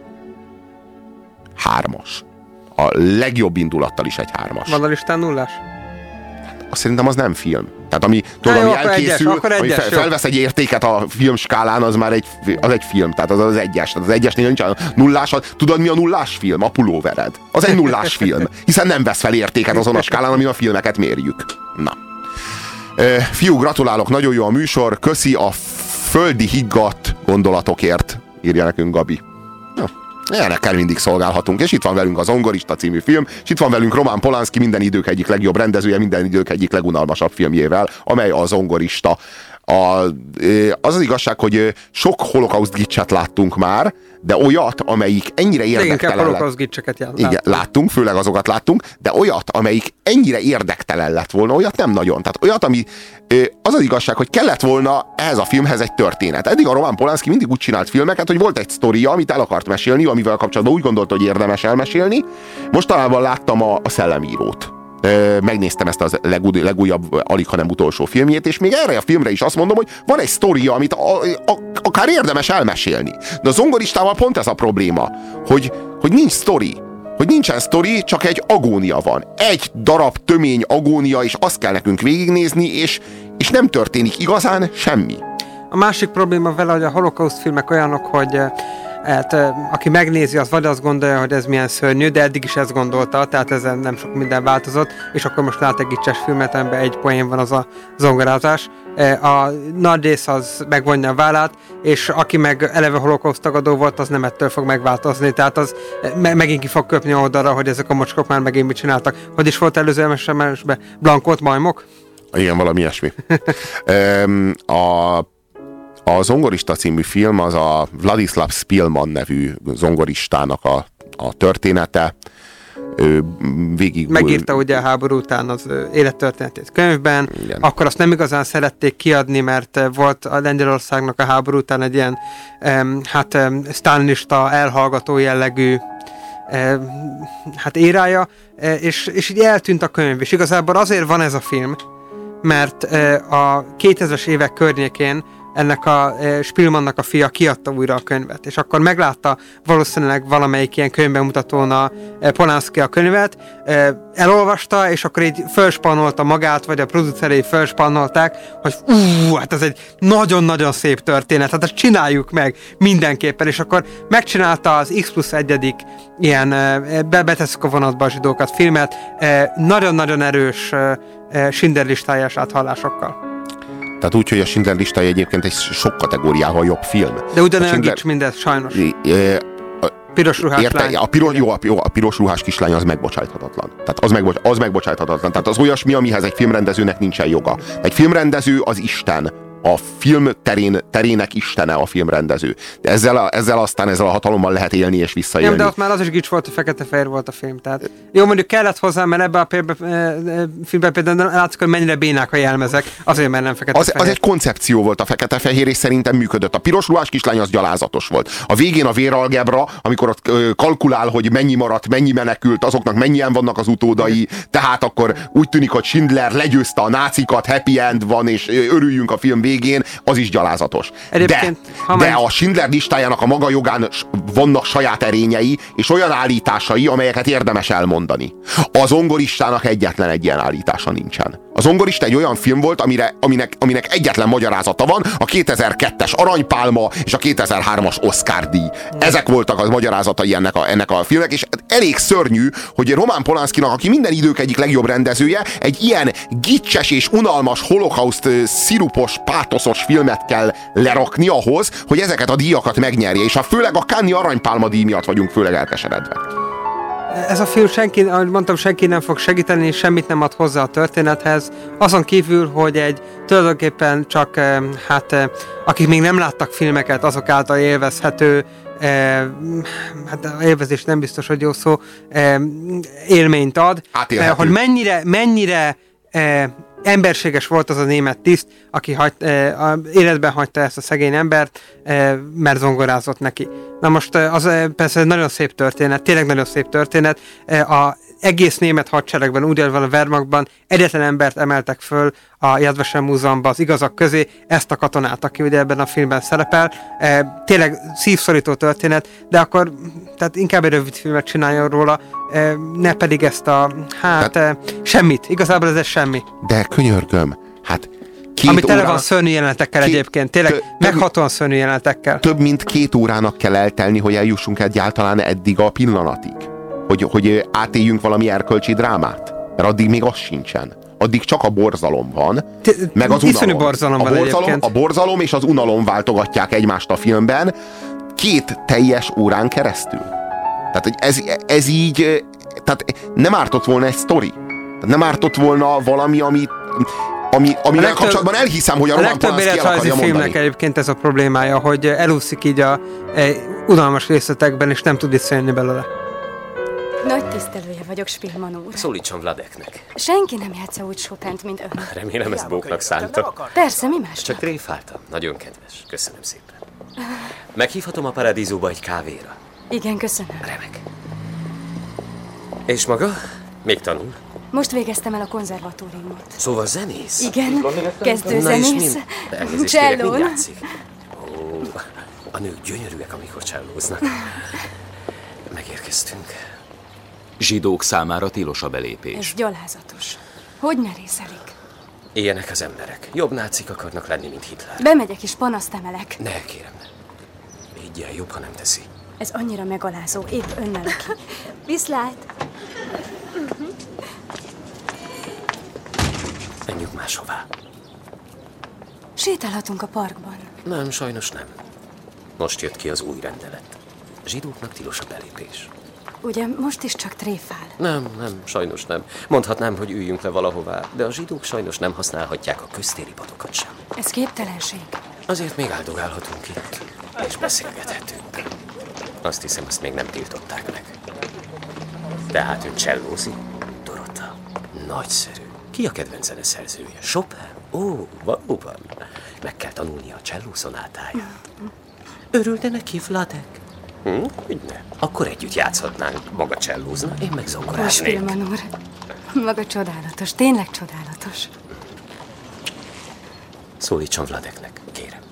hármas. A legjobb indulattal is egy hármas. Van a listán nullás? Azt szerintem az nem film. Tehát ami, tudod, ami elkészül, egyes, ami fel, felvesz egy értéket a filmskálán, az már egy, az egy film, tehát az az egyes. Tehát az egyesnél nincs a nullás. Tudod, mi a nullás film? A pulóvered. Az egy nullás film, hiszen nem vesz fel értéket azon a skálán, amin a filmeket mérjük. Na. E, fiú, gratulálok, nagyon jó a műsor, köszi a földi higgadt gondolatokért, írja nekünk Gabi. Ilyenekkel mindig szolgálhatunk, és itt van velünk az Zongorista című film, és itt van velünk Roman Polanski, minden idők egyik legjobb rendezője, minden idők egyik legunalmasabb filmjével, amely a Zongorista. A, az az igazság, hogy sok holokauszt gicset láttunk már, de olyat, amelyik ennyire érdektelen lett. Igen, láttunk, főleg azokat láttunk, de olyat, amelyik ennyire érdektelen lett volna, olyat nem nagyon. Tehát olyat, ami az az igazság, hogy kellett volna ehhez a filmhez egy történet. Eddig a Roman Polanski mindig úgy csinált filmeket, hogy volt egy sztoria, amit el akart mesélni, amivel kapcsolatban úgy gondolta, hogy érdemes elmesélni. Mostanában láttam a, a Szellemírót. Megnéztem ezt a legúj, legújabb, alig ha nem utolsó filmjét, és még erre a filmre is azt mondom, hogy van egy sztoria, amit a, a, akár érdemes elmesélni. De a Zongoristával pont ez a probléma, hogy, hogy nincs sztori. Hogy nincsen sztori, csak egy agónia van. Egy darab tömény agónia, és azt kell nekünk végignézni, és, és nem történik igazán semmi. A másik probléma vele, hogy a holokauszt filmek olyanok, hogy hát, aki megnézi, az vagy azt gondolja, hogy ez milyen szörnyű, de eddig is ezt gondolta, tehát ezen nem sok minden változott, és akkor most lát egy gicses filmet, amiben egy poén van, az a zongorázás. A nagy rész az megvonja a vállát, és aki meg eleve holokauszt tagadó volt, az nem ettől fog megváltozni, tehát az me- megint ki fog köpni oldalra, hogy ezek a mocskok már megint mit csináltak. Hogy is volt előző emesben? Blankót majmok? Igen, valami ilyesmi. a A Zongorista című film az a Vladislav Spilman nevű zongoristának a, a története. Ő végig... Megírta ugye a háború után az élettörténetét könyvben, igen. Akkor azt nem igazán szerették kiadni, mert volt a Lengyelországnak a háború után egy ilyen hát sztálinista, elhallgató jellegű hát érája, és, és így eltűnt a könyv, és igazából azért van ez a film, mert a kétezres évek környékén ennek a e, Spilmannak a fia kiadta újra a könyvet, és akkor meglátta valószínűleg valamelyik ilyen könyvbemutatón a e, Polanski a könyvet, e, elolvasta, és akkor így felspannolta magát, vagy a producerei felspannolták, hogy ú, hát ez egy nagyon-nagyon szép történet, hát ezt csináljuk meg mindenképpen, és akkor megcsinálta az X plusz egyedik ilyen e, betesszük a vonatba a zsidókat filmet, e, nagyon-nagyon erős e, Schindler listájás áthallásokkal. Tehát úgy, hogy a Schindler listája egyébként egy sok kategóriával jobb film. De ugyanolyan Schindler... gics mindez, sajnos. Piros ruhás érte, lány. A piros, jó, a, jó, a piros ruhás kislány az megbocsáthatatlan. Tehát az, megbocs, az megbocsáthatatlan. Tehát az olyasmi, amihez egy filmrendezőnek nincsen joga. Egy filmrendező az Isten. A film terén, terének istene a filmrendező. De ezzel, a, ezzel aztán ezzel a hatalommal lehet élni és visszaélni. Nem, de ott már az is gics volt, hogy fekete-fehér volt a film. Tehát jó, mondjuk kellett hozzá, mert ebbe a pélbe, filmben például látszik, hogy mennyire bénák a jelmezek, azért, mert nem fekete-fehér. Az, az egy koncepció volt a fekete-fehér, és szerintem működött. A piros ruhás kislány az gyalázatos volt. A végén a véralgebra, amikor ott kalkulál, hogy mennyi maradt, mennyi menekült, azoknak mennyien vannak az utódai, tehát akkor úgy tűnik, hogy Schindler legyőzte a nácikat, happy end van, és örüljünk a film végén, az is gyalázatos. De, de a Schindler listájának a maga jogán vannak saját erényei, és olyan állításai, amelyeket érdemes elmondani. A Zongoristának egyetlen egy ilyen állítása nincsen. A Zongorista egy olyan film volt, amire, aminek, aminek egyetlen magyarázata van, a kétezer-kettes Aranypálma és a kétezer-hármas Oscar-díj. Ezek voltak az magyarázatai ennek a, ennek a filmnek, és elég szörnyű, hogy Roman Polanskinak, aki minden idők egyik legjobb rendezője, egy ilyen gicses és unalmas holokauszt szirupos, pátoszos filmet kell lerakni ahhoz, hogy ezeket a díjakat megnyerje, és a főleg a Cannes-i Aranypálma díj miatt vagyunk főleg elkeseredve. Ez a film senki, ahogy mondtam, senki nem fog segíteni, és semmit nem ad hozzá a történethez. Azon kívül, hogy egy tulajdonképpen csak, hát akik még nem láttak filmeket, azok által élvezhető, Eh, hát élvezés nem biztos, hogy jó szó, eh, élményt ad, eh, hogy mennyire, mennyire eh, emberséges volt az a német tiszt, aki hagy, eh, a, életben hagyta ezt a szegény embert, eh, mert zongorázott neki. Na most eh, az eh, persze nagyon szép történet, tényleg nagyon szép történet. Eh, a egész német hadseregben, úgy van a Wehrmachtban egyetlen embert emeltek föl a Yad Vashem Múzeumba az igazak közé, ezt a katonát, aki ugye ebben a filmben szerepel. E, tényleg szívszorító történet, de akkor tehát inkább egy rövid filmet csináljon róla, e, ne pedig ezt a, hát e, semmit, igazából ez semmi. De könyörgöm, hát két ami tele órá... van szörnyű jelenetekkel két... egyébként, tényleg Tö... meghatóan szörnyű jelenetekkel. Több mint két órának kell eltelni, hogy eljussunk egyáltalán eddig a pillanatig. Hogy, hogy átéljünk valami erkölcsi drámát. Mert addig még az sincsen. Addig csak a borzalom van, meg az unalom. Borzalom a, borzalom a borzalom és az unalom váltogatják egymást a filmben két teljes órán keresztül. Tehát hogy ez, ez így, tehát nem ártott volna egy sztori. Nem ártott volna valami, ami, ami, amivel legtöbb, kapcsolatban elhiszem, hogy a Roman Polanski el akarja mondani. A legtöbb életrajzi filmnek egyébként ez a problémája, hogy elúszik így a, unalmas részletekben, és nem tud visszajönni belőle. Nagy tisztelője vagyok Spielmann úr. Szólítson Vladeknek. Senki nem játsza úgy Chopint, mint ön. Remélem ezt bóknak szánta. Persze, mi más? Csak tréfáltam. Nagyon kedves. Köszönöm szépen. Meghívhatom a Paradízóba egy kávéra. Igen, köszönöm. Remek. És maga? Még tanul? Most végeztem el a konzervatóriumot. Szóval zenész? Igen, kezdő Na és zenész. mind? Elnézést kérek, mind Csellón. játszik? Ó, a nők gyönyörűek, amikor csellóznak. Megérkeztünk. Zsidók számára tilos a belépés. Ez gyalázatos. Hogy merészelik? Ilyenek az emberek. Jobb nácik akarnak lenni, mint Hitler. Bemegyek és panaszt emelek. Ne, kérem, ne. Higgyel, jobb, ha nem teszi. Ez annyira megalázó, épp önnel aki. Viszlát! Menjünk máshová. Sétálhatunk a parkban. Nem, sajnos nem. Most jött ki az új rendelet. Zsidóknak tilos a belépés. Ugye most is csak tréfál. Nem, nem, sajnos nem. Mondhatnám, hogy üljünk le valahová, de a zsidók sajnos nem használhatják a köztéri padokat sem. Ez képtelenség. Azért még áldogálhatunk itt, és beszélgethetünk. Azt hiszem, azt még nem tiltották meg. Tehát ön csellózik? Dorota. Nagyszerű. Ki a kedvenc zeneszerzője? Chopin? Ó, valóban. Meg kell tanulnia a cselló szonátáját. Örülne neki, Vladek? Hm? Ügyne. Akkor együtt játszhatnánk. Maga csellózna, én meg zongoráznék. Spielmann úr. Maga csodálatos, tényleg csodálatos. Szólítson Vladeknek, kérem.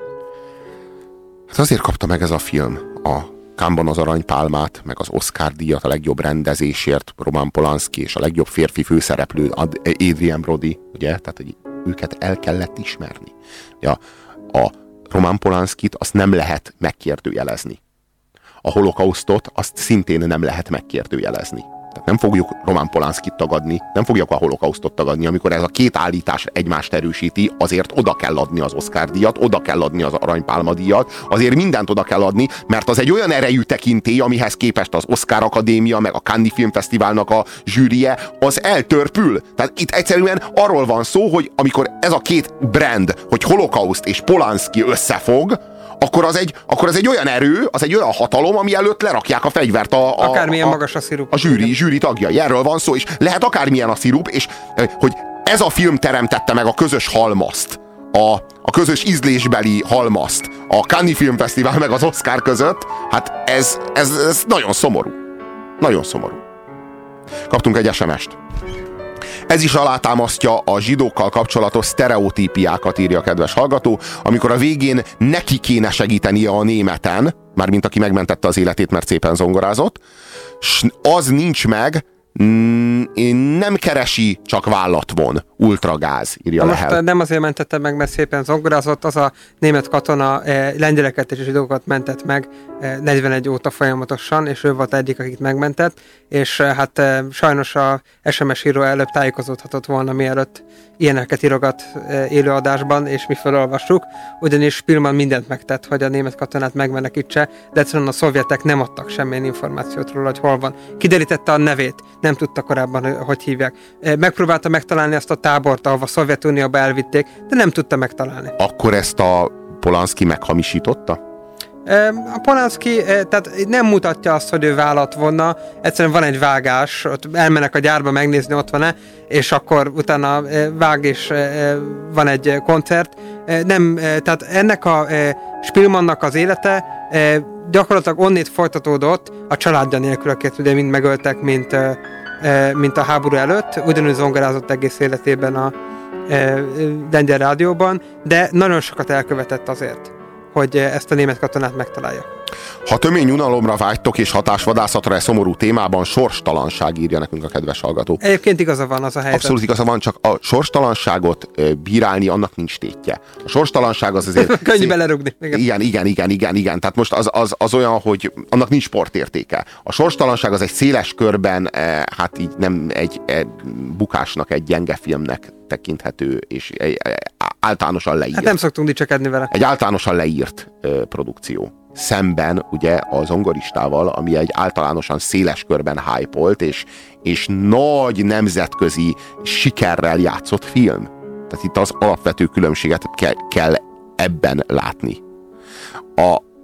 Hát azért kapta meg ez a film a Cannes-ban az Aranypálmát, meg az Oscar-díjat a legjobb rendezésért, Roman Polanski, és a legjobb férfi főszereplő Adrien Brody, ugye? Tehát, hogy őket el kellett ismerni. Ja, a Roman Polanskit azt nem lehet megkérdőjelezni. A holokausztot azt szintén nem lehet megkérdőjelezni. Tehát nem fogjuk Roman Polanskit tagadni, nem fogjuk a holokausztot tagadni, amikor ez a két állítás egymást erősíti, azért oda kell adni az Oscar-díjat, oda kell adni az Aranypálma-díjat, azért mindent oda kell adni, mert az egy olyan erejű tekintély, amihez képest az Oscar Akadémia, meg a Cannes-i Filmfesztiválnak a zsűrie, az eltörpül. Tehát itt egyszerűen arról van szó, hogy amikor ez a két brand, hogy holokauszt és Polanski összefog, akkor az, egy, akkor az egy olyan erő, az egy olyan hatalom, ami előtt lerakják a fegyvert a, a, akármilyen a, magas a szirup. A zsűri, zsűri tagjai. Erről van szó, és lehet akármilyen a szirup, és hogy ez a film teremtette meg a közös halmazt, a, a közös ízlésbeli halmazt a Cannes-i Filmfesztivál meg az Oscar között, hát ez, ez, ez nagyon szomorú. Nagyon szomorú. Kaptunk egy es em est. Ez is alátámasztja a zsidókkal kapcsolatos sztereotípiákat, írja a kedves hallgató, amikor a végén neki kéne segítenie a németen, mármint aki megmentette az életét, mert szépen zongorázott, s az nincs meg, nem keresi, csak vállat von. Ultragáz, írja Most Lehel. nem azért mentette meg, mert szépen zongorázott, az a német katona eh, lengyeleket és zsidókat mentett meg eh, negyvenegy óta folyamatosan, és ő volt egyik, akit megmentett, és eh, hát eh, sajnos a es em es író előbb tájékozódhatott volna, mielőtt ilyeneket írogat eh, élőadásban, és mi felolvassuk, ugyanis Spielmann mindent megtett, hogy a német katonát megmenekítse, de egyszerűen a szovjetek nem adtak semmilyen információt róla, hogy hol van. Kiderítette a nevét, nem tudta korábban, hogy hívják. Eh, megpróbálta megtalálni azt a tábort, ahova a Szovjetunióba elvitték, de nem tudta megtalálni. Akkor ezt a Polanski meghamisította? A Polanski tehát nem mutatja azt, hogy ő vállat vonna, egyszerűen van egy vágás, ott elmennek a gyárba megnézni, ott van-e, és akkor utána vág, és van egy koncert. Nem, tehát ennek a Spielmannnak az élete gyakorlatilag onnét folytatódott, a családja nélkül, akit ugye mind megöltek, mint, mint a háború előtt, ugyanúgy zongorázott egész életében a lengyel rádióban, de nagyon sokat elkövetett azért, hogy ezt a német katonát megtalálja. Ha tömény unalomra vágytok és hatásvadászatra e szomorú témában, sorstalanság, írja nekünk a kedves hallgató. Egyébként igaza van az a helyzet. Abszolút igaza van, csak a sorstalanságot bírálni, annak nincs tétje. A sorstalanság az azért... Könnyű belerugni. Igen. igen, igen, igen, igen, igen. Tehát most az, az, az olyan, hogy annak nincs sportértéke. A sorstalanság az egy széles körben, hát így nem egy bukásnak, egy gyenge filmnek tekinthető, és egy általánosan leírt. Hát nem szoktunk dicsekedni vele. Egy általánosan leírt ö, produkció. Szemben ugye a Zongoristával, ami egy általánosan széles körben hype-olt, és, és nagy nemzetközi sikerrel játszott film. Tehát itt az alapvető különbséget ke- kell ebben látni. A,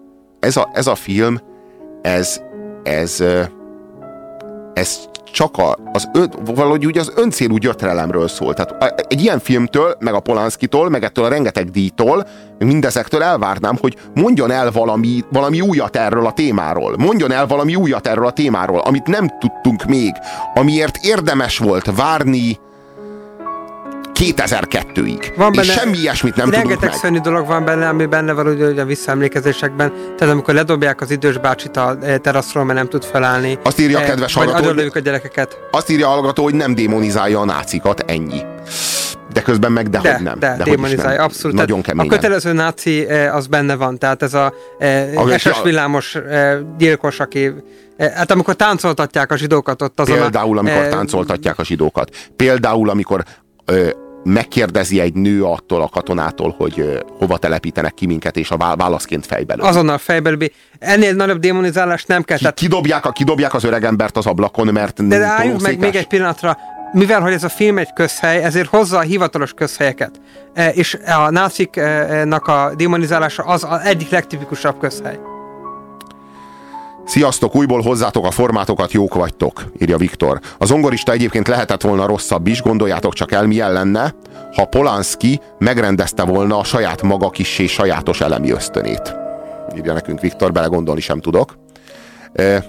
ez a, ez a film, ez, ez, ez csak a, az ön, valahogy úgy az öncélú gyötrelemről szól. Tehát egy ilyen filmtől, meg a Polanszkitól, meg ettől a rengeteg díjtól, meg mindezektől elvárnám, hogy mondjon el valami, valami újat erről a témáról. Mondjon el valami újat erről a témáról, amit nem tudtunk még, amiért érdemes volt várni kétezer-kettőig. Van benne, és semmi ilyesmit nem tudunk meg. Rengeteg szörnyű dolog van benne, ami benne van ugye a visszaemlékezésekben. Tehát amikor ledobják az idős bácsit a teraszról, mert nem tud felállni. Azt írja a kedves hallgató, hogy a gyerekeket. Azt írja a hallgató, hogy nem démonizálja a nácikat, ennyi. De közben meg dehogy de, nem. De, de démonizálja, abszolút. Nagyon keményen. A kötelező náci az benne van, tehát ez a es es villámos gyilkos, aki... Hát amikor táncoltatják a zsidókat ott azon Például, a, amikor e... táncoltatják a zsidókat. Például, amikor ö, megkérdezi egy nő attól a katonától, hogy ö, hova telepítenek ki minket, és a válaszként fejbelül. Azonnal fejbelül. Ennél nagyobb démonizálást nem kell. Ki, kidobják, a, kidobják az öregembert az ablakon, mert... De álljunk meg még egy pillanatra. Mivel, hogy ez a film egy közhely, ezért hozza a hivatalos közhelyeket. E, és a náciknak a démonizálása az az egyik legtipikusabb közhely. Sziasztok, újból hozzátok a formátokat, jók vagytok, írja Viktor. A zongorista egyébként lehetett volna rosszabb is, gondoljátok csak el, milyen lenne, ha Polanszky megrendezte volna a saját maga kissé sajátos elemi ösztönét. Írja nekünk Viktor, belegondolni sem tudok. E,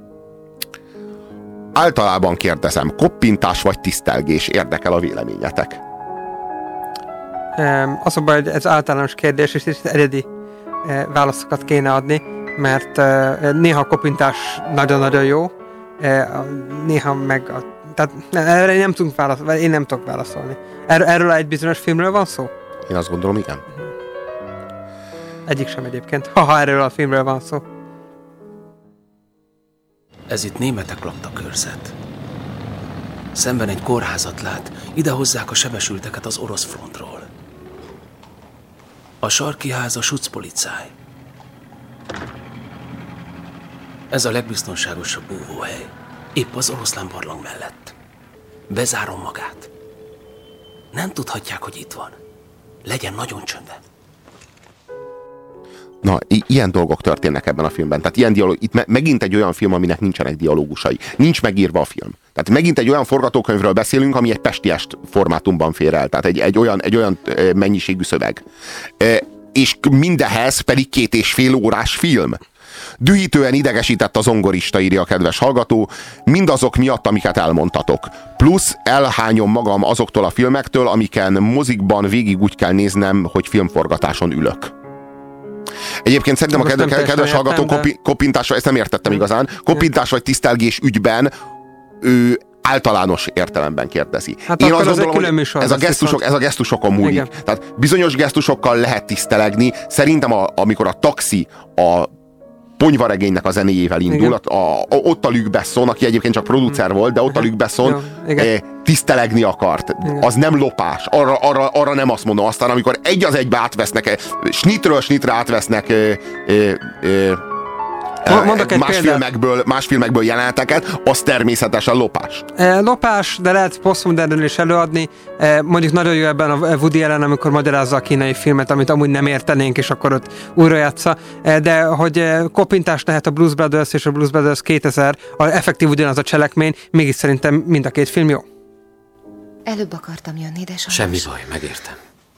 általában kérdezem, koppintás vagy tisztelgés, érdekel a véleményetek? E, az a baj, hogy ez általános kérdés, és itt eredeti e, válaszokat kéne adni, mert uh, néha a kopintás nagyon-nagyon jó, uh, néha meg a, tehát erre nem tudunk válaszolni, én nem tudok válaszolni. Er, erről egy bizonyos filmről van szó? Én azt gondolom, igen. Egyik sem egyébként, ha erről a filmről van szó. Ez itt németek lakta körzet. Szemben egy kórházat lát, ide hozzák a sebesülteket az orosz frontról. A sarki ház a Schutzpolizei. Ez a legbiztonságosabb búvóhely. Épp az oroszlán barlang mellett. Bezárom magát. Nem tudhatják, hogy itt van. Legyen nagyon csöndben. Na, i- ilyen dolgok történnek ebben a filmben. Tehát ilyen dialóg, itt me- megint egy olyan film, aminek nincsenek dialógusai. Nincs megírva a film. Tehát megint egy olyan forgatókönyvről beszélünk, ami egy pestiest formátumban fér el. Tehát egy, egy olyan, egy olyan mennyiségű szöveg. E, és mindehhez pedig két és fél órás film. Dühítően idegesített a zongorista, írja a kedves hallgató, mindazok miatt, amiket elmondtatok. Plusz elhányom magam azoktól a filmektől, amiken mozikban végig úgy kell néznem, hogy filmforgatáson ülök. Egyébként szerintem a kedves, kedves hallgató de... kopi, kopintásra, ezt nem értettem igazán, kopintás vagy tisztelgés ügyben ő általános értelemben kérdezi. Hát Én azt gondolom, hogy hogy ez a, gesztusok, ez a gesztusokon múlik. Igen. Tehát bizonyos gesztusokkal lehet tisztelegni. Szerintem a, amikor a taxi a Ponyvaregénynek a zenéjével indul, a, a, ott a Luc Besson, aki egyébként csak producer volt, de ott a Luc Besson eh, tisztelegni akart. Igen. Az nem lopás. Arra, arra, arra nem azt mondom. Aztán amikor egy az egybe átvesznek, snitről snitre átvesznek eh, eh, eh, más filmekből, más filmekből jeleneteket, az természetesen lopás. E, lopás, de lehet posztmodernül is előadni. E, mondjuk nagyon jó ebben a Woody Allen, amikor magyarázza a kínai filmet, amit amúgy nem értenénk, és akkor ott újra játsza. E, de hogy kopintás lehet a Blues Brothers és a Blues Brothers kétezer, a effektív ugyanaz a cselekmény, mégis szerintem mind a két film jó. Előbb akartam jönni, de sajnos. Semmi baj, megértem.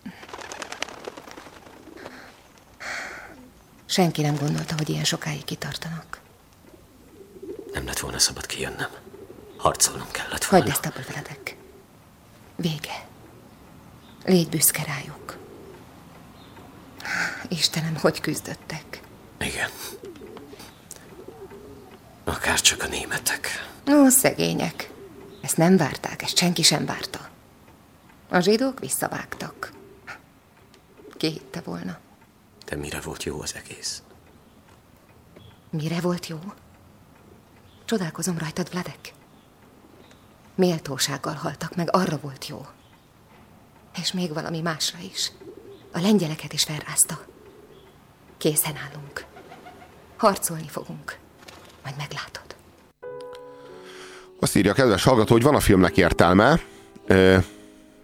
Senki nem gondolta, hogy ilyen sokáig kitartanak. Nem lett volna szabad kijönnöm. Harcolnom kellett volna. Hagyd ezt abból veledek. Vége. Légy büszke rájuk. Istenem, hogy küzdöttek. Igen. Akár csak a németek. Ó, szegények. Ezt nem várták, ezt senki sem várta. A zsidók visszavágtak. Ki hitte volna? De mire volt jó az egész? Mire volt jó? Csodálkozom rajtad, Vladek. Méltósággal haltak meg, arra volt jó. És még valami másra is. A lengyeleket is felrázta. Készen állunk. Harcolni fogunk. Majd meglátod. Azt írja a kedves hallgató, hogy van a filmnek értelme.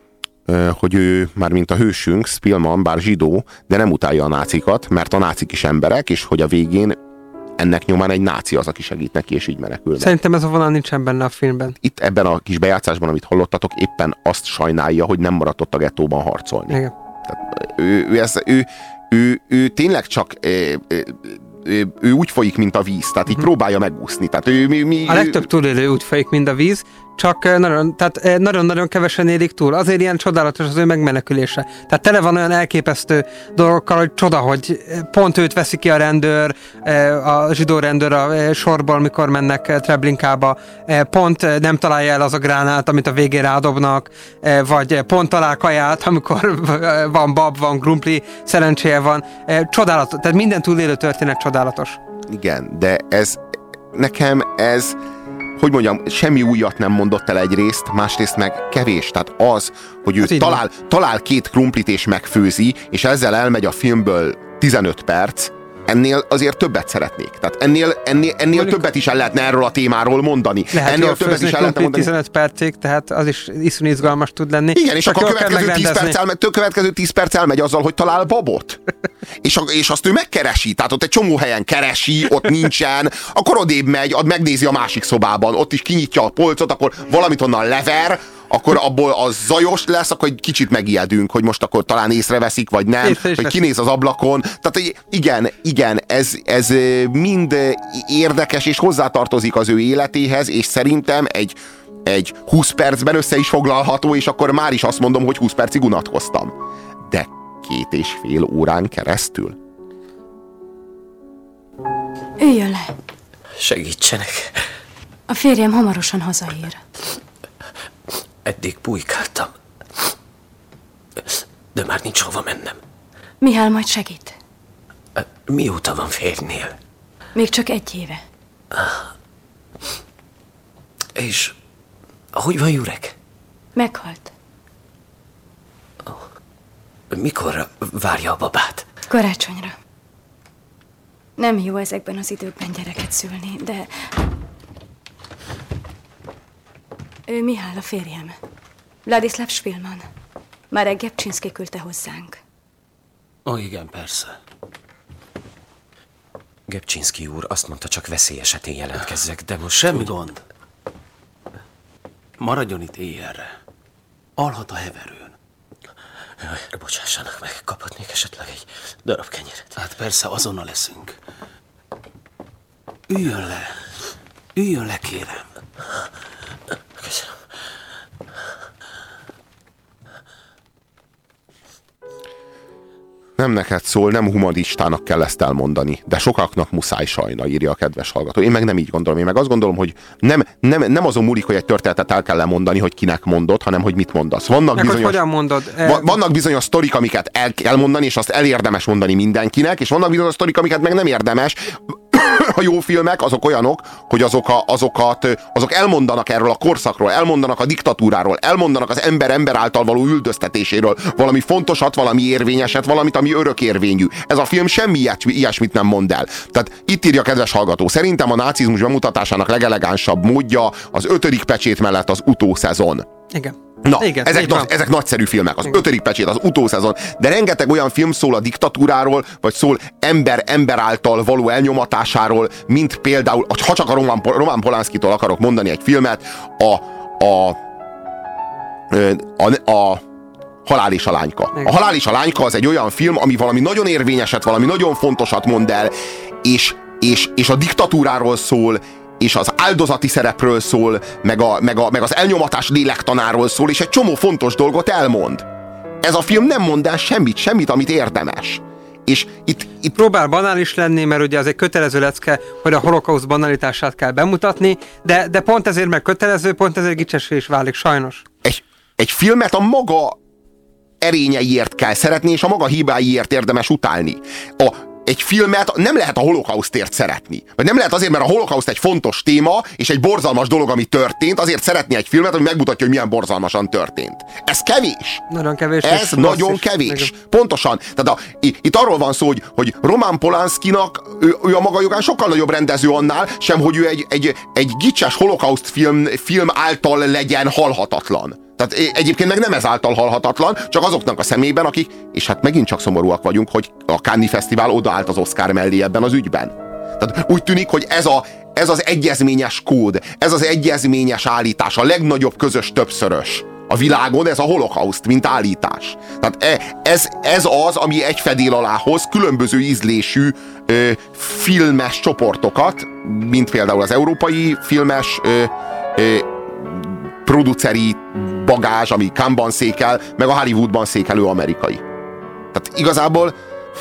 hogy ő, már mint a hősünk, Spillman, bár zsidó, de nem utálja a nácikat, mert a nácik is emberek, és hogy a végén ennek nyomán egy náci az, aki segít neki, és így menekül meg. Szerintem ez a vonal nincsen benne a filmben. Itt ebben a kis bejátszásban, amit hallottatok, éppen azt sajnálja, hogy nem maradt ott a gettóban harcolni. Igen. Tehát, ő, ő, ez, ő, ő, ő tényleg csak ő, ő, ő úgy folyik, mint a víz, tehát így uh-huh. próbálja megúszni. Tehát ő, mi, mi, a legtöbb túlélő úgy folyik, mint a víz, csak nagyon, tehát nagyon-nagyon kevesen élik túl. Azért ilyen csodálatos az ő megmenekülése. Tehát tele van olyan elképesztő dolgokkal, hogy csoda, hogy pont őt veszi ki a rendőr, a zsidó rendőr a sorból, mikor mennek Treblinkába, pont nem találja el az a gránát, amit a végén rádobnak, vagy pont talál kaját, amikor van bab, van krumpli, szerencséje van. Csodálatos, tehát minden túlélő történet csodálatos. Igen, de ez nekem ez hogy mondjam, semmi újat nem mondott el egyrészt, másrészt meg kevés. Tehát az, hogy ő hát talál, talál két krumplit és megfőzi, és ezzel elmegy a filmből tizenöt perc, ennél azért többet szeretnék. Tehát ennél, ennél, ennél többet is el lehetne erről a témáról mondani. Lehet ennél többet is el lehetne mondani. tizenöt percig, tehát az is iszonyú izgalmas tud lenni. Igen, és akkor a következő tíz, perc elmegy, következő tíz perc elmegy azzal, hogy talál babot. és, a, és azt ő megkeresi. Tehát ott egy csomó helyen keresi, ott nincsen. Akkor odébb megy, megnézi a másik szobában, ott is kinyitja a polcot, akkor valamit onnan lever, akkor abból az zajos lesz, akkor egy kicsit megijedünk, hogy most akkor talán észreveszik, vagy nem, hogy kinéz az ablakon. Tehát igen, igen, ez, ez mind érdekes, és hozzátartozik az ő életéhez, és szerintem egy, egy húsz percben össze is foglalható, és akkor már is azt mondom, hogy húsz percig unatkoztam. De két és fél órán keresztül. Üljön le. Segítsenek. A férjem hamarosan hazaér. Eddig bujkáltam. De már nincs hova mennem. Mihály majd segít. Mióta van férjnél? Még csak egy éve. És hogy van Jurek? Meghalt. Mikor várja a babát? Karácsonyra. Nem jó ezekben az időkben gyereket szülni, de... Ő Mihály a férjem. Vladislav Spillman. Marek Gebczynski küldte hozzánk. Ó, igen, persze. Gebczynski úr azt mondta, csak veszély esetén jelentkezzek, de most... Semmi gond. Maradjon itt éjjelre. Alhat a heverőn. Jaj, bocsássanak meg, kaphatnék esetleg egy darab kenyeret. Hát persze, azonnal leszünk. Üljön le. Üljön le, kérem. Köszönöm. Nem neked szól, nem humanistának kell ezt elmondani, de sokaknak muszáj sajna, írja a kedves hallgató. Én meg nem így gondolom. Én meg azt gondolom, hogy nem, nem, nem azon múlik, hogy egy történetet el kell lemondani, hogy kinek mondod, hanem hogy mit mondasz. Vannak meg, bizonyos, hogyan mondod? Vannak bizonyos sztorik, amiket el kell mondani, és azt elérdemes mondani mindenkinek, és vannak bizonyos sztorik, amiket meg nem érdemes. A jó filmek azok olyanok, hogy azok, a, azokat, azok elmondanak erről a korszakról, elmondanak a diktatúráról, elmondanak az ember ember által való üldöztetéséről, valami fontosat, valami érvényeset, valamit, ami örökérvényű. Ez a film semmi ilyesmit nem mond el. Tehát itt írja a kedves hallgató, szerintem a nácizmus bemutatásának legelegánsabb módja az ötödik pecsét mellett az utószezon. Igen. Na, igen, ezek, nagy, ezek nagyszerű filmek, az igen. ötödik pecsét, az utószezon, de rengeteg olyan film szól a diktatúráról, vagy szól ember ember által való elnyomatásáról, mint például, ha csak a Roman, Roman Polanskitól akarok mondani egy filmet, a a, a, a Halál és a lányka. A Halál és a lányka az egy olyan film, ami valami nagyon érvényeset, valami nagyon fontosat mond el, és, és, és a diktatúráról szól, és az áldozati szerepről szól, meg, a, meg, a, meg az elnyomatás lélektanáról szól, és egy csomó fontos dolgot elmond. Ez a film nem mond el semmit, semmit, amit érdemes. És itt, itt próbál banális lenni, mert ugye az egy kötelező lecke, hogy a holokauszt banalitását kell bemutatni, de, de pont ezért meg kötelező, pont ezért gicsesé is válik, sajnos. Egy, egy filmet a maga erényeiért kell szeretni, és a maga hibáiért érdemes utálni. A Egy filmet nem lehet a holokausztért szeretni. Vagy nem lehet azért, mert a holokauszt egy fontos téma, és egy borzalmas dolog, ami történt, azért szeretni egy filmet, ami megmutatja, hogy milyen borzalmasan történt. Ez kevés. Nagyon kevés. Ez nagyon is kevés. Meg... Pontosan. Tehát a, itt arról van szó, hogy, hogy Roman Polanskinak ő, ő a maga jogán sokkal nagyobb rendező annál, sem hogy ő egy, egy, egy gicses holokauszt film, film által legyen halhatatlan. Tehát egyébként meg nem ezáltal halhatatlan, csak azoknak a szemében, akik, és hát megint csak szomorúak vagyunk, hogy a Cannes Fesztivál odaállt az Oscar mellé ebben az ügyben. Tehát úgy tűnik, hogy ez, a, ez az egyezményes kód, ez az egyezményes állítás, a legnagyobb közös többszörös a világon, ez a holokauszt, mint állítás. Tehát ez, ez az, ami egy fedél alá hoz különböző ízlésű ö, filmes csoportokat, mint például az európai filmes ö, ö, produceri bagázs, ami Cannes-ban székel, meg a Hollywoodban székelő amerikai. Tehát igazából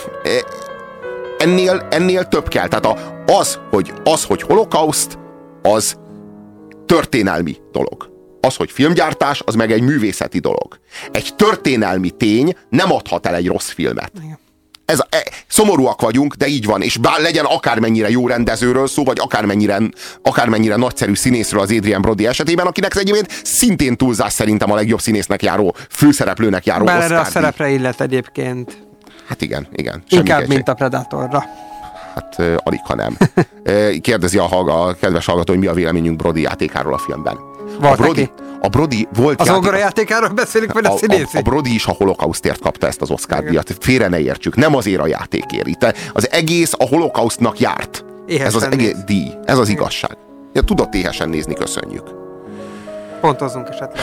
ennél, ennél több kell. Tehát az, hogy, az, hogy holokauszt, az történelmi dolog. Az, hogy filmgyártás, az meg egy művészeti dolog. Egy történelmi tény nem adhat el egy rossz filmet. Ez, e, szomorúak vagyunk, de így van, és bár legyen akármennyire jó rendezőről szó, vagy akármennyire, akármennyire nagyszerű színészről az Adrien Brody esetében, akinek egyébként szintén túlzás szerintem a legjobb színésznek járó, főszereplőnek járó Bár Oscar. erre a szerepre illet egyébként. Hát igen, igen. Inkább, kétség. mint a Predatorra. Hát uh, alig, ha nem. uh, kérdezi a, hallga, a kedves hallgató, hogy mi a véleményünk Brody játékáról a filmben. Volt a Brody, a Brody volt az játék... ongora játékáról beszélünk, vagy a, a színészi? A, a Brody is a holokausztért kapta ezt az Oscar-díjat. Félre ne értsük, nem azért a játékért. Itt az egész a holokausztnak járt. Éhesen ez az egész néz. díj. Ez az igazság. Ja, tudott éhesen nézni, köszönjük. Pontozzunk esetleg.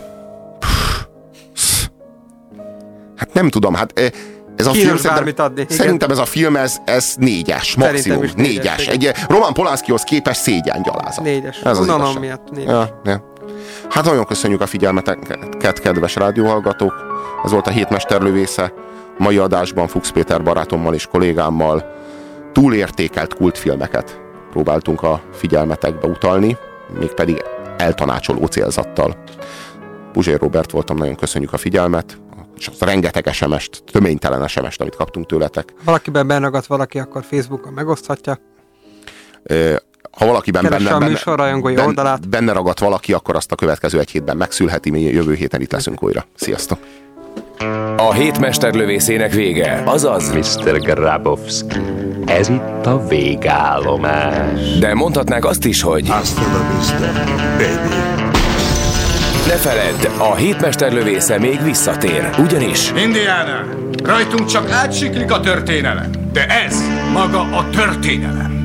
Hát nem tudom, hát ez a Kínos film szerintem, adni, szerintem ez a film, ez, ez négyes, maximum. Négyes. négyes. Egy Roman Polanskihoz képest szégyengyalázat. Négyes. Ez az Unalom miatt négyes. Ja, ja. Hát nagyon köszönjük a figyelmeteket, kedves rádióhallgatók. Ez volt a Hétmesterlövésze. Mai adásban Fuchs Péter barátommal és kollégámmal túlértékelt kultfilmeket próbáltunk a figyelmetekbe utalni, mégpedig eltanácsoló célzattal. Puzsér Róbert voltam, nagyon köszönjük a figyelmet, és az rengeteg es em est, töménytelen es em est, amit kaptunk tőletek. Valakiben benragadt valaki, akkor Facebookon megoszthatja. Ha valakiben benne, a benne, benne, benne ragadt valaki, akkor azt a következő egy hétben megszülheti, mi jövő héten itt leszünk újra. Sziasztok! A hétmesterlövészének vége, azaz miszter Grabowski, ez itt a végállomás. De mondhatnák azt is, hogy Hasta la vista, baby. Ne feledd, a hétmesterlövésze még visszatér, ugyanis Indiana, rajtunk csak átsiklik a történelem, de ez maga a történelem.